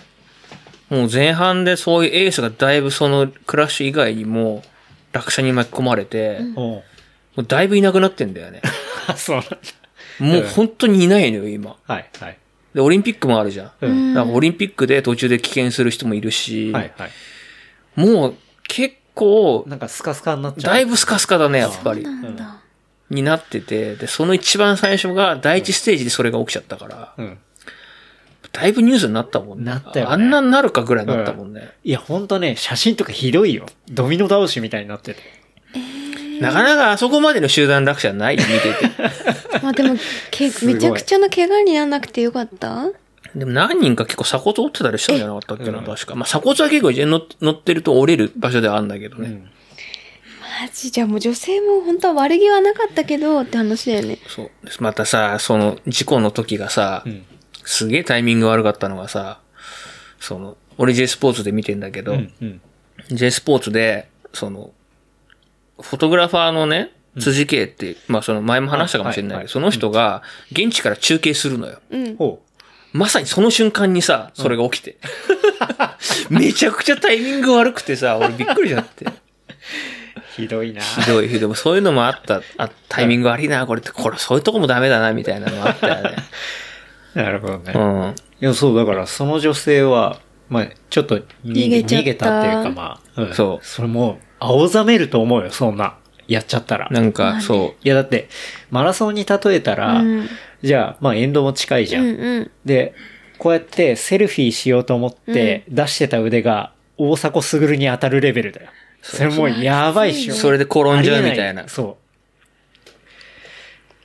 もう前半でそういうエースがだいぶそのクラッシュ以外にも落車に巻き込まれて、うん、もうだいぶいなくなってんだよね。 そうなんだ。 もう本当にいないのよ、今。 はいはい。 で、オリンピックもあるじゃん。うん、だからオリンピックで途中で棄権する人もいるし、 はいはい、 もう結構、 なんかスカスカになっちゃう。 だいぶスカスカだね、やっぱり。 そうなんだ。 になってて、で、その一番最初が第一ステージでそれが起きちゃったから、うん、だいぶニュースになったもんね。 なったよね。 あんなになるかぐらいになったもんね。うん、 いや、ほんとね、写真とかひどいよ。ドミノ倒しみたいになってて。 えー、 なかなかあそこまでの集団落車ない見てて。 まあでも、け、めちゃくちゃな怪我にならなくてよかった？ でも何人か結構鎖骨折ってたりしたんじゃなかったっけな、確か。まあ鎖骨は結構乗乗ってると折れる場所ではあるんだけどね。うん、 マジじゃあもう女性も本当は悪気はなかったけどって話だよね。 そう。またさ、その事故の時がさ、うん、すげえタイミング悪かったのがさ、その、俺 J スポーツで見てんだけど、うんうん、J スポーツで、その、フォトグラファーのね、辻圭って、うん、まあその前も話したかもしれないけど、はいはいはい、その人が現地から中継するのよ。うん、まさにその瞬間にさ、それが起きて。うん、めちゃくちゃタイミング悪くてさ、俺びっくりしちゃって。 ひどいな。 ひどい、ひどい。そういうのもあった、あタイミング悪いな、これって、これそういうとこもダメだな、みたいなのもあったよね。 なるほどね。うん。いや、そう、だからその女性は、まあちょっと逃げ、逃げたっていうかまあ、うん、そう。それも、青ざめると思うよ、そんな。やっちゃったら。 なんか、そう。 いや、だって、マラソンに例えたら、うん、じゃあ、まあ、エンドも近いじゃん。うんうん、で、こうやってセルフィーしようと思って出してた腕が大迫傑に当たるレベルだよ。それもうやばいっしょ。 それで転んじゃうみたいな。 そう。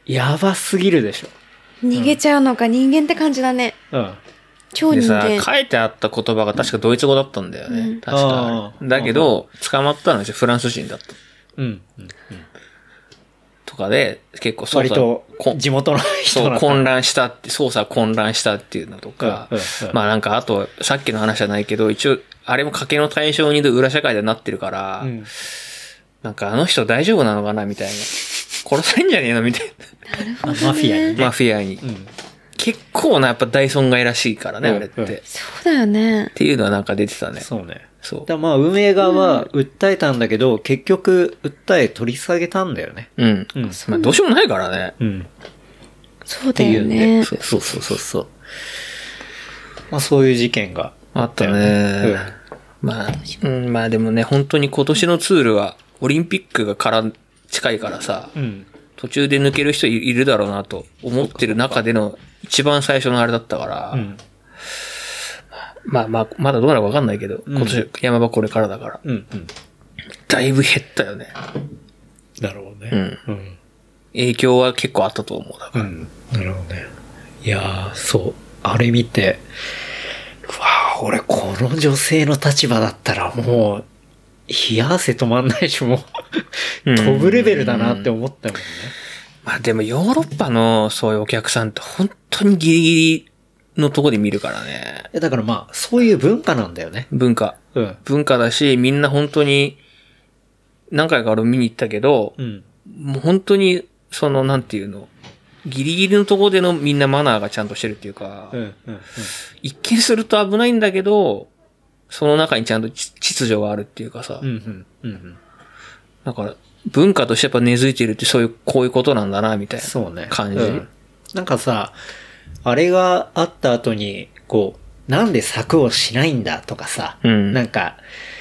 やばすぎるでしょ。 逃げちゃうのか、うん、人間って感じだね。うん。超人間。 でさ、書いてあった言葉が確かドイツ語だったんだよね。うん、確か。だけど、捕まったのはフランス人だった。うん。うん。うんとかで、結構操作、地元の人そう、混乱したって、操作混乱したっていうのとか、うんうんうん、まあなんかあと、さっきの話じゃないけど、一応、あれも賭けの対象に裏社会でなってるから、うん、なんかあの人大丈夫なのかなみたいな。殺されんじゃねえのみたいな。なるほど、ね。 マフィアにね。マフィアに。うん、結構なやっぱ大損害らしいからね、うん、あれって、うん。 そうだよね。 っていうのはなんか出てたね。 そうね。そう。だまあ運営側は訴えたんだけど、うん、結局訴え取り下げたんだよね。 うん。うん。まあどうしようもないからね。 うん。そうだよね。 そうそうそうそう。まあそういう事件があったね。うん、まあ、うん、まあでもね、本当に今年のツールはオリンピックがから近いからさ、うん、途中で抜ける人いるだろうなと思ってる中での一番最初のあれだったから、うん、まあまあ、まだどうなるかわかんないけど、うん、今年山場これからだから、うんうん、だいぶ減ったよね。 なるほどね、 うんうん。影響は結構あったと思うだから。うん、 なるほどね。いやー、そう。あれ見て、うわー、俺この女性の立場だったらもう、冷や汗止まんないし、もう、飛ぶレベルだなって思ったもんね。 まあでもヨーロッパのそういうお客さんって本当にギリギリのとこで見るからね。 だからまあ、そういう文化なんだよね。 文化。うん。文化だし、みんな本当に、何回か俺見に行ったけど、うん、もう本当に、その、なんていうの、ギリギリのところでのみんなマナーがちゃんとしてるっていうか、うんうんうん、一見すると危ないんだけど、その中にちゃんと秩序があるっていうかさ、うんうんうんうん、だから文化としてやっぱ根付いてるってそういう、こういうことなんだな、みたいな感じ。 そうね。うん、なんかさ、あれがあった後に、こう、なんで柵をしないんだとかさ、うん、なんか、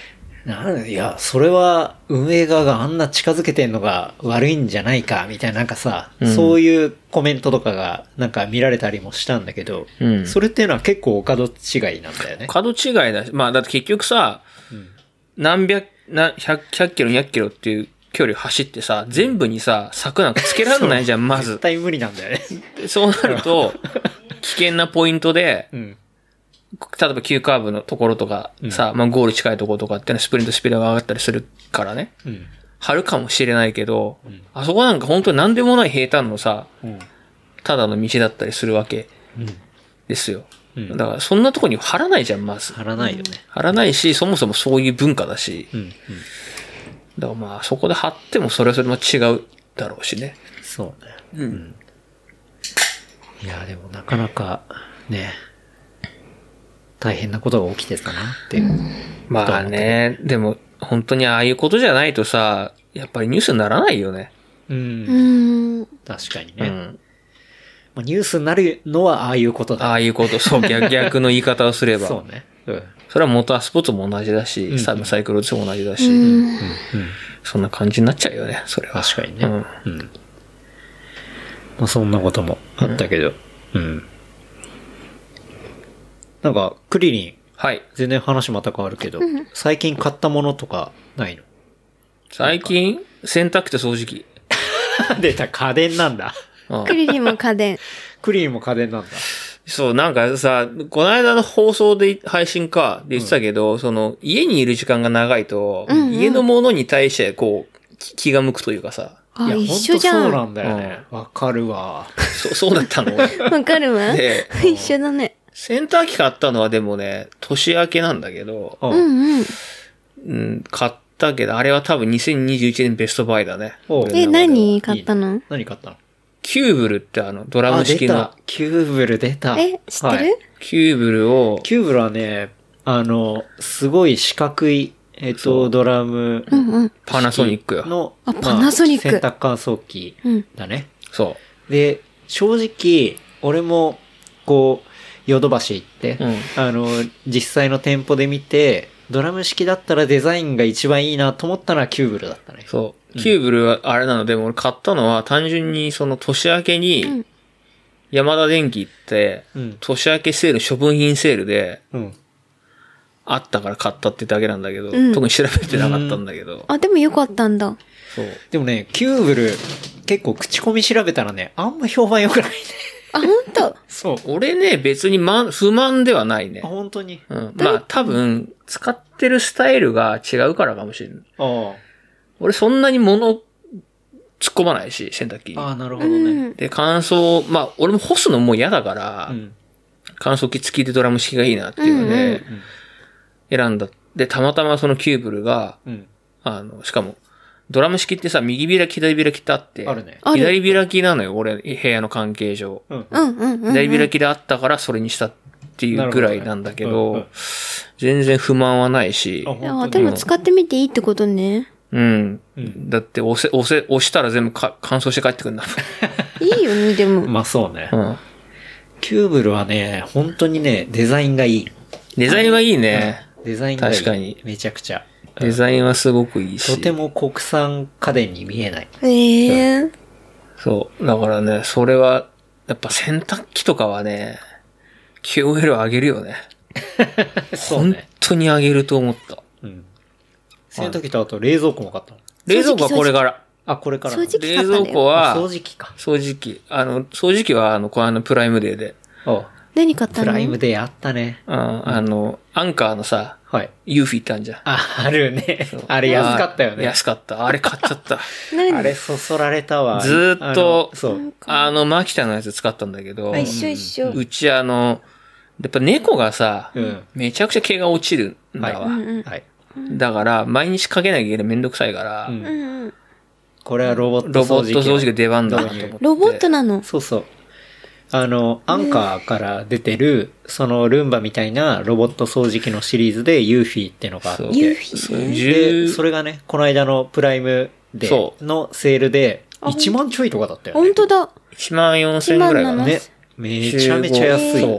なんいや、それは運営側があんな近づけてんのが悪いんじゃないか、みたいななんかさ、 うん、 そういうコメントとかがなんか見られたりもしたんだけど、 うん、 それっていうのは結構お門違いなんだよね。 角違いだし、まあだって結局さ、うん、何百、な、百、百キロ、にひゃくキロっていう距離走ってさ、全部にさ、柵なんかつけられないじゃん、まず。 絶対無理なんだよね。 そうなると、危険なポイントで、うん例えば急カーブのところとかさ、うん、まあゴール近いところとかってのはスプリントスピードが上がったりするからね。うん、張るかもしれないけど、うん、あそこなんか本当に何でもない平坦のさ、うん、ただの道だったりするわけですよ。うん、だからそんなところに張らないじゃん、まず。 張らないよね。 張らないし、そもそもそういう文化だし。うんうん、だからまあそこで張ってもそれはそれも違うだろうしね。 そうね。うん。いや、でもなかなかね、大変なことが起きてたなっていう。 まあね、でも本当にああいうことじゃないとさ、やっぱりニュースにならないよね。 うん。確かにね。うんまあ、ニュースになるのはああいうことだ。 ああいうこと、そう、逆逆の言い方をすれば。 そうね。うん。 それはモータースポーツも同じだし、うん、サイクルスも同じだし、うんうん、そんな感じになっちゃうよね、それは。 確かにね。うん。うん、まあそんなこともあったけど、うん。うんなんか、クリリン。 はい。 全然話また変わるけど、うん、最近買ったものとかないの？ 最近洗濯機と掃除機。 出た、家電なんだ。 クリリンも家電。 クリリンも家電なんだ。 そう、なんかさ、この間の放送で、配信かで言ってたけど、うん、その、家にいる時間が長いと、うんうん、家のものに対して、こう、気が向くというかさ。 いや、一緒じゃん。そうなんだよね。わ、うん、かるわ。 そう、そうだったの。 わかるわ。で、一緒だね。 洗濯機買ったのはでもね、年明けなんだけど、 うんうん。 うん、買ったけど、あれは多分にせんにじゅういちねんベストバイだね。 え、何買ったの？ いいね、何買ったの？ キューブルってあの、ドラム式の。 あ、出た。キューブル出た。 え、知ってる、はい、 キューブルを。 キューブルはね、あの、すごい四角い、えっと、ドラム。 うんうん。 パナソニックよ。 の、 あ、パナソニック。 洗濯乾燥機だね。 うん、そう。 で、正直、俺も、こう、ヨドバシ行って、うん、あの、実際の店舗で見て、ドラム式だったらデザインが一番いいなと思ったのはキューブルだったね。 そう。キューブルはあれなので、俺買ったのは単純にその年明けに、山田電機行って、うん、年明けセール、処分品セールで、うん、あったから買ったってだけなんだけど、うん、特に調べてなかったんだけど、うん。 あ、でもよかったんだ。 そう。でもね、キューブル、結構口コミ調べたらね、あんま評判良くないね。 あ、本当。 そう。俺ね、別にま、不満ではないね。 あ、本当に。 うん。まあ、多分、使ってるスタイルが違うからかもしれない。ああ。俺そんなに物、突っ込まないし、洗濯機に。 ああ、なるほどね。 で、乾燥、まあ、俺も干すのもう嫌だから、うん、乾燥機付きでドラム式がいいなっていうので、うんうん、選んだ。で、たまたまそのキューブルが、うん、あの、しかも、ドラム式ってさ、右開き、左開きってあって、 あるね。 左開きなのよ、俺、部屋の関係上。 うんうんうんうん、 左開きであったからそれにしたっていうぐらいなんだけど、どねうんうん、全然不満はないし。 あ、でも使ってみていいってことね。 うん。うん、だって、押せ、押せ、押したら全部か乾燥して帰ってくるんだもん。いいよね、でも。 まあそうね。うん。キューブルはね、本当にね、デザインがいい。 デザインはいいね。 うん、デザインがいい。 確かに。 めちゃくちゃ。 デザインはすごくいいし。 とても国産家電に見えない。 ええーうん。 そう。だからね、それは、やっぱ洗濯機とかはね、キューエル 上げるよね。そうね。本当に上げると思った。うん。 洗濯機とあと冷蔵庫も買ったの。 冷蔵庫はこれから。 あ、これから。 掃除機冷蔵庫は、 掃除機か。 掃除機。あの、掃除機はあの、このプライムデーで。 ああ何買ったの？ プライムデーあったね。 うん、あの、アンカーのさ、 はい。 ユーフィーってあるじゃん。 あ、あるね。あれ安かったよね。 安かった。あれ買っちゃった。 あれそそられたわ。 ずーっと、 あそう。 あの、マキタのやつ使ったんだけど。 一緒一緒。 うちあの、やっぱ猫がさ、うん、めちゃくちゃ毛が落ちるんだわ。 はいはい、 だから、毎日かけなきゃいけないめんどくさいから、うん、 これはロボット掃除機。 ロボット掃除機出番だなと思って。 ロボットなの？ そうそう。あの、アンカーから出てる、そのルンバみたいなロボット掃除機のシリーズでユーフィーってのがあって。 ユーフィーで、それがね、この間のプライムデーのセールでいちまんちょいとかだったよね。 本当だ。 いちまんよんせんぐらいかな。 ね。めちゃめちゃ安い。そう。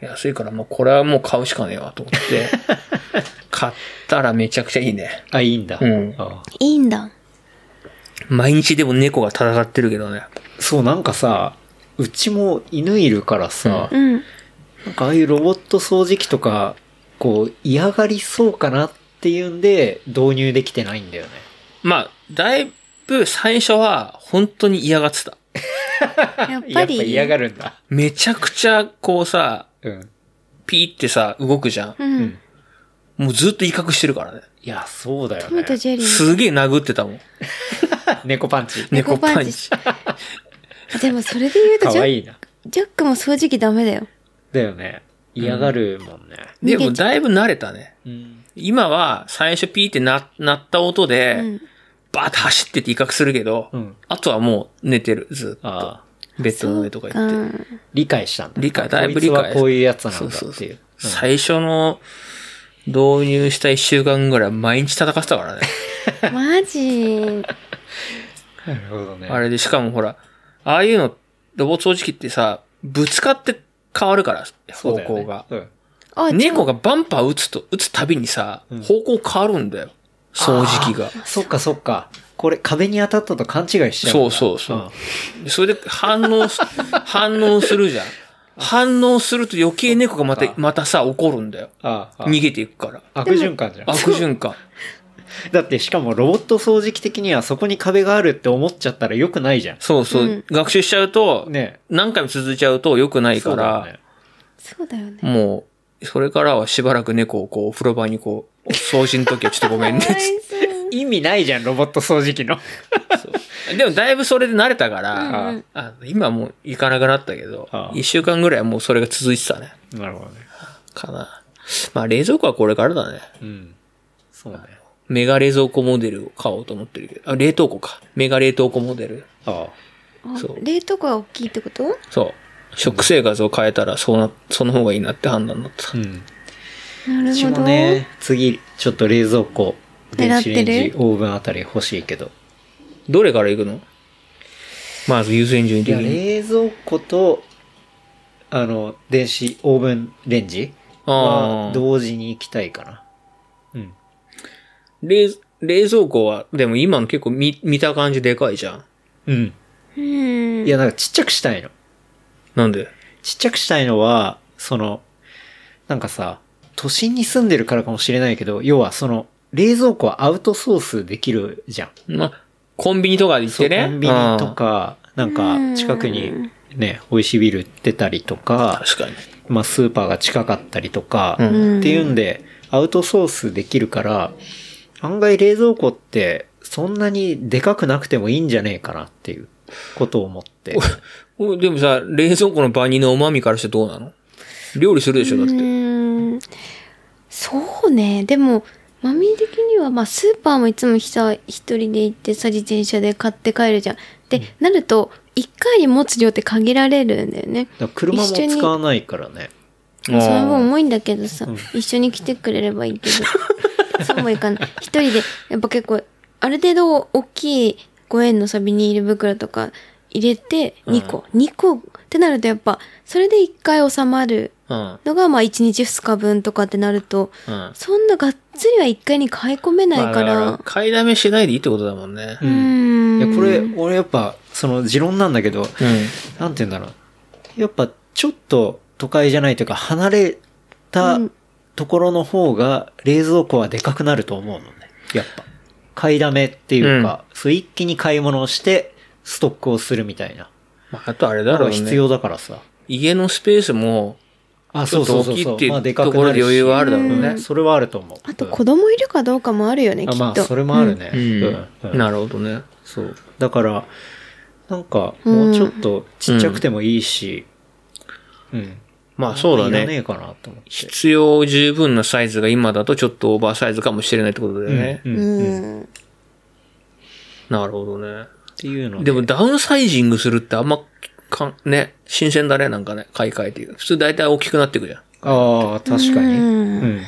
安いからもうこれはもう買うしかねえわと思って、買ったらめちゃくちゃいいね。 あ、いいんだ。 うんあいいんだ。 毎日でも猫が戦ってるけどね。 そう、なんかさ、うちも犬いるからさ、 うん。 なんかああいうロボット掃除機とか、こう嫌がりそうかなっていうんで導入できてないんだよね。 まあ、だいぶ最初は本当に嫌がってた。 やっぱり。 やっぱ嫌がるんだ。 めちゃくちゃこうさ、 うん。 ピーってさ、動くじゃん。 う。 うんん。 もうずっと威嚇してるからね。 いや、そうだよトムとね。 ジェリー。 すげえ殴ってたもん。 猫パンチ。 猫パンチ。 でもそれで言うとジャッかわいいな。 ジャックも掃除機ダメだよ。 だよね。嫌がるもんね。 でもだいぶ慣れたね。 うん。 今は最初ピーってな、鳴った音で、 うん。 バーッと走ってって威嚇するけど、 うんあとはもう寝てる、ずっと。 ああ。 ベッドの上とか行って。 うん理解したんだ。 理解だいぶ理解こいつはこういうやつなんだっていう。 そうそうそううん最初の導入した一週間ぐらい毎日戦ってたからね。 マジ。 なるほどね。 あれで、しかもほら、ああいうの、ロボット掃除機ってさ、ぶつかって変わるから、 そうだよね方向が。 うん。 あ、 猫が。 がバンパー打つと、打つたびにさ、 うん方向変わるんだよ。掃除機が。 そっかそっか。これ壁に当たったと勘違いしちゃうんだ。 そうそうそうそれで反応す、反応するじゃん。反応すると余計猫がまた、またさ、怒るんだよ。 ああああ逃げていくから。 悪循環じゃん。 悪循環。 だってしかもロボット掃除機的にはそこに壁があるって思っちゃったら良くないじゃん。 そうそう。 うん学習しちゃうと、 ね何回も続いちゃうと良くないから、 そうだよねそうだよね。 もう、それからはしばらく猫をこう、風呂場にこう、掃除の時はちょっとごめんね。 かわいそう意味ないじゃん、ロボット掃除機の。 そうでもだいぶそれで慣れたから、 うんうんあ今はもう行かなくなったけどああ、 一週間ぐらいはもうそれが続いてたね。 なるほどね。 かな。まあ冷蔵庫はこれからだね。 うん。そうね。 メガ冷蔵庫モデルを買おうと思ってるけど。あ、冷凍庫か。メガ冷凍庫モデル。 ああそう冷凍庫が大きいってこと？ そう。食生活を変えたら、そうな、その方がいいなって判断になった。 あ。うん。うちなるほど。 もね、次、ちょっと冷蔵庫、電子レンジ、 狙ってるオーブンあたり欲しいけど。 どれから行くの？まず優先順位いや、 的に。 冷蔵庫と、あの、電子、オーブンレンジあはあ。 同時に行きたいかな。うん。 冷、冷蔵庫は、でも今の結構見、見た感じでかいじゃん。 うん。 うん。 いや、なんかちっちゃくしたいの。 なんで？ ちっちゃくしたいのは、その、なんかさ、都心に住んでるからかもしれないけど、要はその、冷蔵庫はアウトソースできるじゃん。 まあ、コンビニとかで行ってね。 コンビニとか、なんか近くにね、美味しいビール売ってたりとうん。 か、 確かに。 まあスーパーが近かったりとか、 うんっていうんで、アウトソースできるから、案外冷蔵庫ってそんなにでかくなくてもいいんじゃねえかなっていうことを思って。 おでもさ、冷蔵庫のバニのおまみからしてどうなの？料理するでしょだっうて。 ーん。そうね。でも、マミー的には、まあ、スーパーもいつもさ、一人で行ってさ、自転車で買って帰るじゃん。で、なると、一回に持つ量って限られるんだよね。 だから車も一緒に使わないからね。 まあその分重いんだけどさ、 うん一緒に来てくれればいいけど。そうもいかない。一人で、やっぱ結構、ある程度大きいごえんのさ、ビニール袋とか入れて、にこ。にこってなるとやっぱ、それで一回収まるうん。 のが、まあいちにちふつかぶんとかってなると、 うん。 そんながっつりは一回に買い込めないかまあだら。 買いだめしないでいいってことだもんね。 うーん。 いや、これ、俺やっぱ、その持論なんだけど、 うん。 なんて言うんだろう。やっぱ、ちょっと都会じゃないというか、離れたうんところの方が、冷蔵庫はでかくなると思うのね。やっぱ。買いだめっていうか、そう一気に買い物をして、ストックをするみたいな。 まあ、あとあれだだかろうね。 ら必要だからさ。 家のスペースも、 あ、 ちょっと大きいっていうまあでかくなるしところで余裕はあるだろうねうん。それはあると思う。 あとうん子供いるかどうかもあるよね、きっと。 あまあ、それもあるね。 うん。 うんうんなるほどね。 そう。だから、なんか、もうちょっとちっちゃくてもいいし、うん。 まあそうだね。 いらねえかなと思って。 必要十分なサイズが今だとちょっとオーバーサイズかもしれないってことだよね。 うんううん。っん。 なるほどね。 ていうのでもダウンサイジングするってあんまかん、ね、新鮮だね、なんかね、買い替えていう。普通大体大きくなっていくじゃん。 ああ、確かに。 ううんん。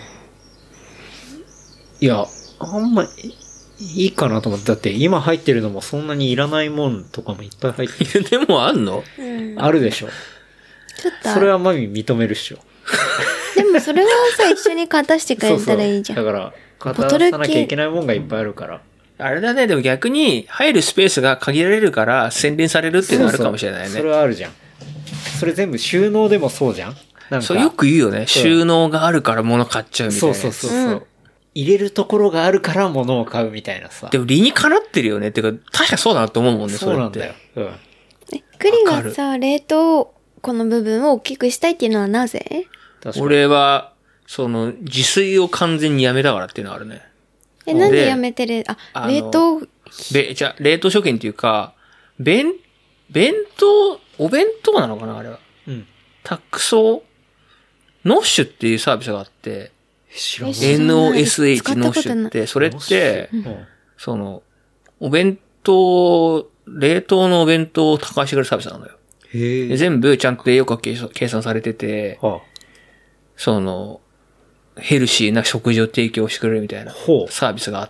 いや、あんまいいいかなと思って。だって今入ってるのもそんなにいらないもんとかもいっぱい入ってる。 でもあんの？ うんあるでしょ。 ちょっと、 それはマミ認めるっしょ。 でもそれはさ、一緒に勝たしてくれたらいいじゃん。 そうそうだから、勝たさなきゃいけないもんがいっぱいあるから。 あれだね、でも逆に入るスペースが限られるから洗練されるっていうのはあるかもしれないね。 そうそうそれはあるじゃん。それ全部収納でもそうじゃん。なんかそうよく言うよね。収納があるから物買っちゃうみたいな。 そうそうそうそう、うん。入れるところがあるから物を買うみたいなさ。 でも理にかなってるよね。ってか、確かそうだなと思うもんね、それって。そうなんだよ。 うん。 え、クリがさ、冷凍この部分を大きくしたいっていうのはなぜ？ 俺は、その、自炊を完全にやめたからっていうのはあるね。 え、なんでやめてる？あ、あ冷凍べ、じゃ、冷凍食品っていうか、弁、弁当、お弁当なのかなあれは。うん。タクソノッシュっていうサービスがあって、 知らない。 エヌオーエスエイチ ノッシュって、それって、うん、その、お弁当、冷凍のお弁当を高してくれるサービスなのよ。へで全部ちゃんと栄養価計算されてて、はあ、その、ヘルシーな食事を提供してくれるみたいなサービスがあって、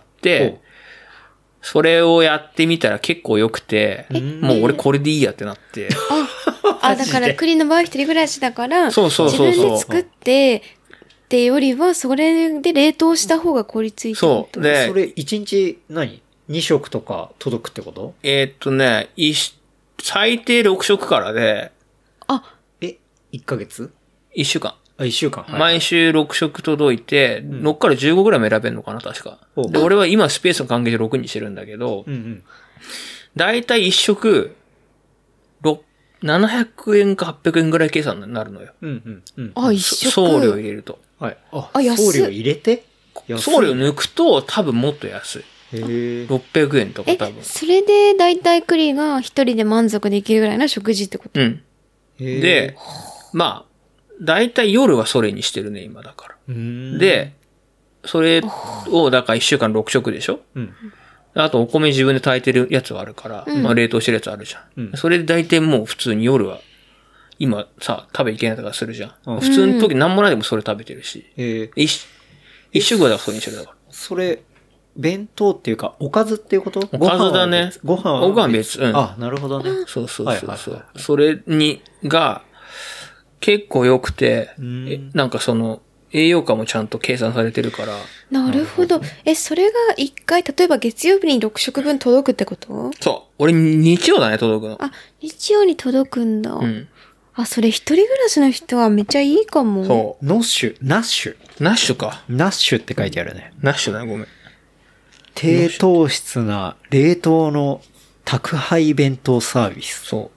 それをやってみたら結構良くて、もう俺これでいいやってなって。 あ、あだから栗の場合一人暮らしだから、 そうそうそうそう自分で作ってってよりは、それで冷凍した方が効率いいってこと。 そう。で、それ一日何 ?に 食とか届くってこと？ えー、っとね、最低ろく食からで、 あ、 え、いっかげつ ? いっ 週間。 あ、いっしゅうかん。はい、 毎週ろく食届いて、うん、ろくからじゅうごぐらいも選べるのかな、確か。で、俺は今スペースの関係でろくにしてるんだけど、うんうん、だいたいいっ食、ななひゃくえんかはっぴゃくえんぐらい計算になるのよ。 うんうんうん、 あ、一食。 送料入れると。 はい。あ、あ送料入れて送料抜くと多分もっと安い。へろっぴゃくえんとか多分。 それでだいたい栗が一人で満足できるぐらいの食事ってこと？ うん。で、まあ、だいたい夜はそれにしてるね、今だから。で、それを、だからいっしゅうかんろく食でしょ？うん。あとお米自分で炊いてるやつはあるから、うん、まあ冷凍してるやつあるじゃん。うん、それでだいたいもう普通に夜は、今さ、食べいけないとかするじゃん。うん、普通の時何もないでもそれ食べてるし。えー、一、一食はだからそれにしてるだから。 それ、弁当っていうか、おかずっていうこと？ おかずだね。 ご飯はご飯は別。うん。 あ、なるほどね。 そうそうそうそう。はいはいはい、それに、が、結構良くて、えなんかその、栄養価もちゃんと計算されてるから。 なるほど。え、それが一回、例えば月曜日にろく食分届くってこと？ そう。俺日曜だね、届くの。 あ、日曜に届くんだ。うん。あ、それ一人暮らしの人はめっちゃいいかも。 そう。ノッシュ、ナッシュ。 ナッシュか。 ナッシュって書いてあるね。 ナッシュだね、ごめん。 低糖質な冷凍の宅配弁当サービス。 そう。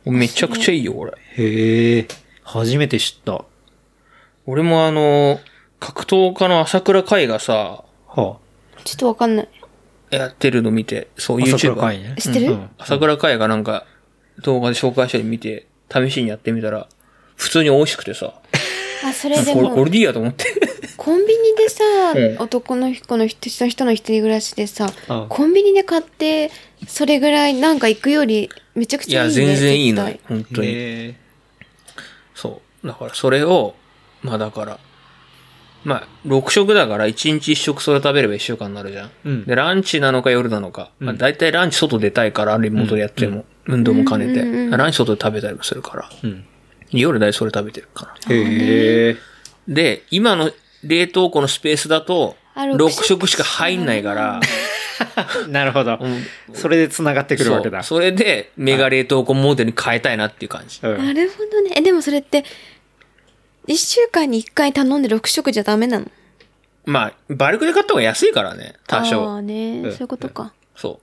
めちゃくちゃいいよ、これ。 へえ。初めて知った。 俺もあの、格闘家の朝倉海がさ、はあ、ちょっとわかんない。 やってるの見て、そう YouTube。 朝倉海ね。 知ってる、うん、 朝倉海がなんか動画で紹介したり見て、試しにやってみたら、普通に美味しくてさ。 あ、それでも。 これ、これでいいやと思って。 コンビニでさ、うん、男の人の人の一人暮らしでさ、ああコンビニで買って、それぐらいなんか行くよりめちゃくちゃいいね。 いや、全然いいの。本当に。そう。だからそれを、まあだから、まあ、ろく食だからいちにちいっ食それ食べればいっしゅうかんになるじゃん。うん、で、ランチなのか夜なのか。うん、まあ大体ランチ外出たいから、リモートでやっても、うん、運動も兼ねて、うんうんうん。ランチ外で食べたりもするから。うん、夜大体それ食べてるかな。へー。で、今の冷凍庫のスペースだと、ろく食しか入んないから。 なるほど。うん、それで繋がってくるわけだ。 そ, それで、メガ冷凍庫モデルに変えたいなっていう感じ。 なるほどね。え、でもそれって、一週間に一回頼んでろく食じゃダメなの？ まあ、バルクで買った方が安いからね、多少。 ああね、うん、そういうことか。 そう。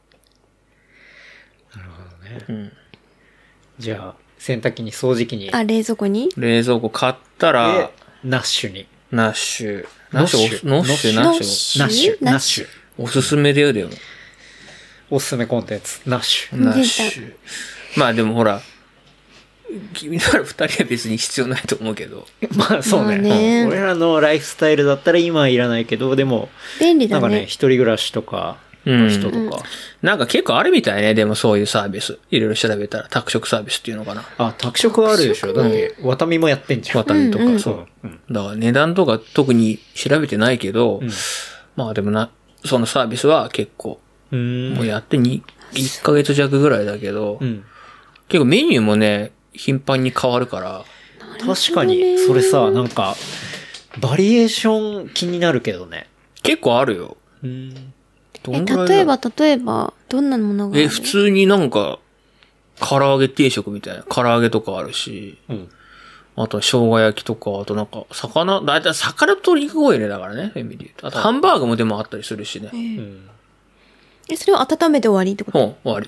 なるほどね。うん。じゃあ、洗濯機に掃除機に。 あ、冷蔵庫に？ 冷蔵庫買ったら、 ナッシュに。 ナッシュ。ナッシュ。ノッシュ、ナッシュ。 ナッシュ。ナッシュ。 おすすめだよ、でも。 おすすめコンテンツ。ナッシュ。 ナッシュ。まあでもほら、君なら二人は別に必要ないと思うけど。 まあそうね。まあね、俺らのライフスタイルだったら今はいらないけど、でも、 便利だね。 なんかね、一人暮らしとかの人とか、うん。 なんか結構あるみたいね、でもそういうサービス。いろいろ調べたら、宅食サービスっていうのかな。 あ、宅食はあるでしょ。だって、ワタミもやってんじゃん。 ワタミとか、うんうん、そう、うん。だから値段とか特に調べてないけど、うん、まあでもな、そのサービスは結構、うんもうやってに、いっかげつ弱ぐらいだけど、うん、結構メニューもね、頻繁に変わるから。 確かに、それさ、なんか、バリエーション気になるけどね。 結構あるよ。 うん。 え、 どんぐらいだ例えば、例えば、どんなものがある？ え、普通になんか、唐揚げ定食みたいな。唐揚げとかあるし、 うん。 あとは生姜焼きとか、あとなんか、魚、だいたい魚と肉が多いね、だからね、エミリーと。あとハンバーグもでもあったりするしね。 えーうん。 え、それを温めて終わりってこと？ ほん、終わり。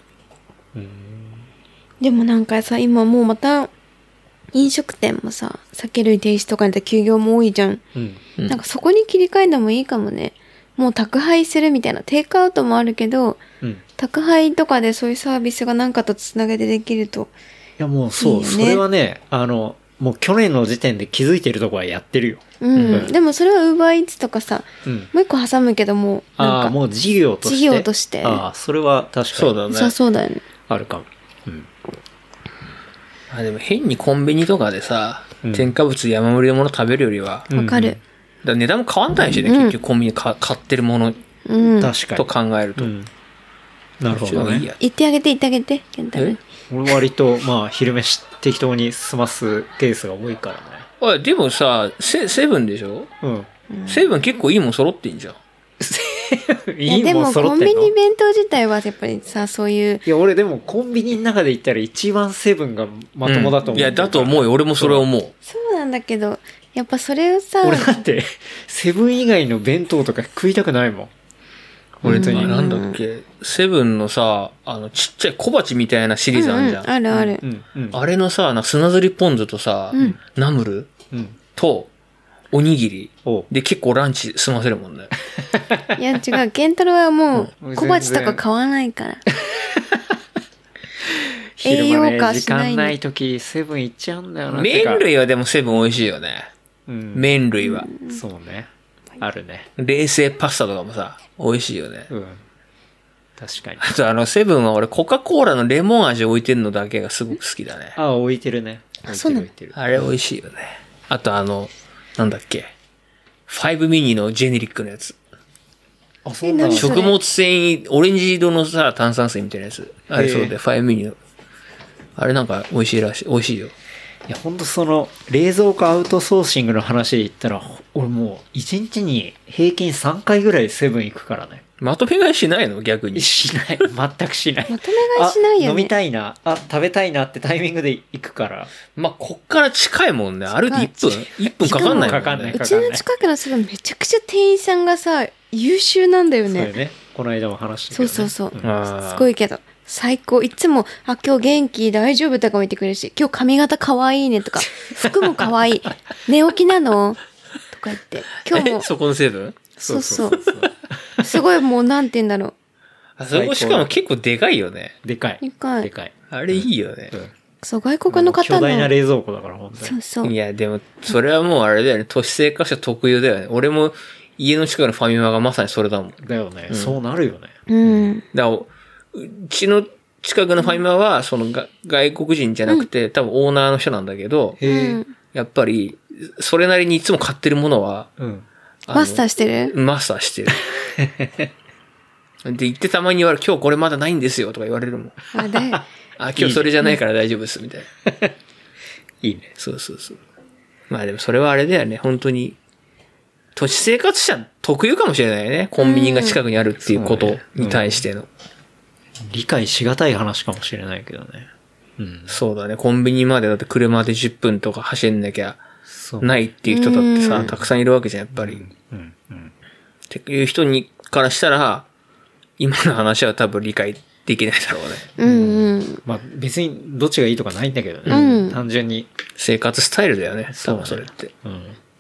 でもなんかさ、今もうまた、飲食店もさ、酒類停止とかで休業も多いじゃん。 うん。 うんなんかそこに切り替えるのもいいかもね。もう宅配するみたいな。テイクアウトもあるけど、 うん。 宅配とかでそういうサービスが何かとつなげてできると。 いやもうそう、 いいよねそれはね、あの、もう去年の時点で気づいてるとこはやってるよ。 うん。 うんでもそれは UberEats とかさ、 うん。 もう一個挟むけども、 ああ、 なんか、 もう事業として。 事業としてああ、それは確かに。 そうだね。 そうそうだよね。 あるかも。うん。 あ、でも変にコンビニとかでさ、 うん添加物山盛りのもの食べるよりは、 うんわかる。 だから値段も変わんないしね、 うん結局コンビニで買買ってるものうん。 確かに。 と考えると。 うん。なるほどね。 そっちの方がいいや。 言ってあげて言ってあげて、ケンタロウに。 俺割と、まあ、昼飯適当に済ますケースが多いからね。 おい、でもさ、セセブンでしょ、 うん。 セブン結構いいもん揃ってんじゃん。 いや、 いいもんでも揃ってんのコンビニ弁当自体はやっぱりさ、そういう、 いや、俺でもコンビニの中で言ったら一番セブンがまともだと思う。 んいや、だと思うよ。俺もそれ思う。 そうなんだけど、やっぱそれをさ、 俺だって、セブン以外の弁当とか食いたくないもん。本当に。 あなんだっけ、セブンのさ、あの、ちっちゃい小鉢みたいなシリーズあるじゃん。 うんうんあるある。 うん、うん。 あれのさ、なんか砂ずりポン酢とさ、 うんナムルうん。 と、おにぎり。 おうで、結構ランチ済ませるもんね。 いや、違う、ケンタロウはもうんう、小鉢とか買わないから。 昼間ね栄養価時しない間ない時、セブン行っちゃうんだよな。 麺類はでもセブン美味しいよね。 うん。 麺類は。 そうね。あるね。 冷製パスタとかもさ、美味しいよね。 うん。確かに。 あとあの、セブンは俺コカ・コーラのレモン味置いてるのだけがすごく好きだね。 あ、置いてるね。置いてそうなのる置いてる。 あれ美味しいよね。あとあの、なんだっけ。ファイブミニのジェネリックのやつ。 あ、そうなの何それ食物繊維、オレンジ色のさ、炭酸水みたいなやつ。あれそうで、ファイブミニの。あれなんか美味しいらしい。美味しいよ。 いや、ほんとその、冷蔵庫アウトソーシングの話で言ったら、俺もう、一日に平均さんかいぐらいセブン行くからね。 まとめ買いしないの逆に。 しない。全くしない。 まとめ買いしないよねあ飲みたいな。あ、食べたいなってタイミングで行くから。 まあ、こっから近いもんね。歩いていっぷん ?いっ 分かかんないもんね。 かかんないうちの近くのセブンめちゃくちゃ店員さんがさ、優秀なんだよね。 そうよね。この間も話したけど、ね。 そうそうそう。 んあーすごいけど。最高。いつも、あ、今日元気大丈夫とかも言ってくれるし、今日髪型可愛いねとか、服も可愛い。寝起きなのとか言って。今日も、 えそこの成分そうそう。すごいもうなんて言うんだろう。 あそこしかも結構でかいよね。 でかい。 でかいでかい。 あれいいよね。 うんそう、外国の方の。 巨大な冷蔵庫だから、本当に。 そうそう。 いや、でも、それはもうあれだよね。都市生活者特有だよね。俺も家の近くのファミマがまさにそれだもん。だかだよね、そうなるよね。 うん。 ら、うちの近くのファミマは、そのが外国人じゃなくて、多分オーナーの人なんだけど、 へえ。 うんやっぱり、それなりにいつも買ってるものは、 うん。 あのマスターしてるマスターしてる。で、言ってたまに言われる、今日これまだないんですよとか言われるもん。 あ、で、 あ、今日それじゃないから大丈夫です、みたいな。 いいね。 そうそうそう。まあでもそれはあれだよね、本当に。都市生活者特有かもしれないね。コンビニが近くにあるっていうことに対しての。 理解しがたい話かもしれないけどね。うん。 そうだね。コンビニまでだって車でじゅっぷんとか走んなきゃそう。 ないっていう人だってさ、 うんたくさんいるわけじゃん、やっぱり。 うん。うん。 っていう人に、からしたら、今の話は多分理解できないだろうね。 うんうん。 まあ別にどっちがいいとかないんだけどね。 うん単純に。 生活スタイルだよね。多そう分それって。 うん。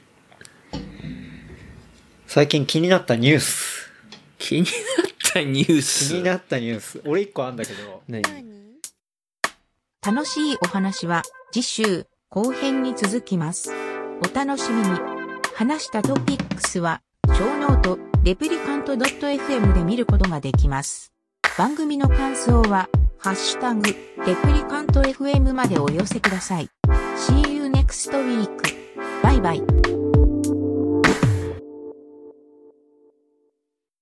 最近気になったニュース。 気になったニュース。 気になったニュース。俺一個あんだけど。 何楽しいお話は次週後編に続きます。お楽しみに。話したトピックスは小ノートレプリカント .fm で見ることができます。番組の感想はハッシュタグレプリカント エフエム までお寄せください。See you next week. バイバイ。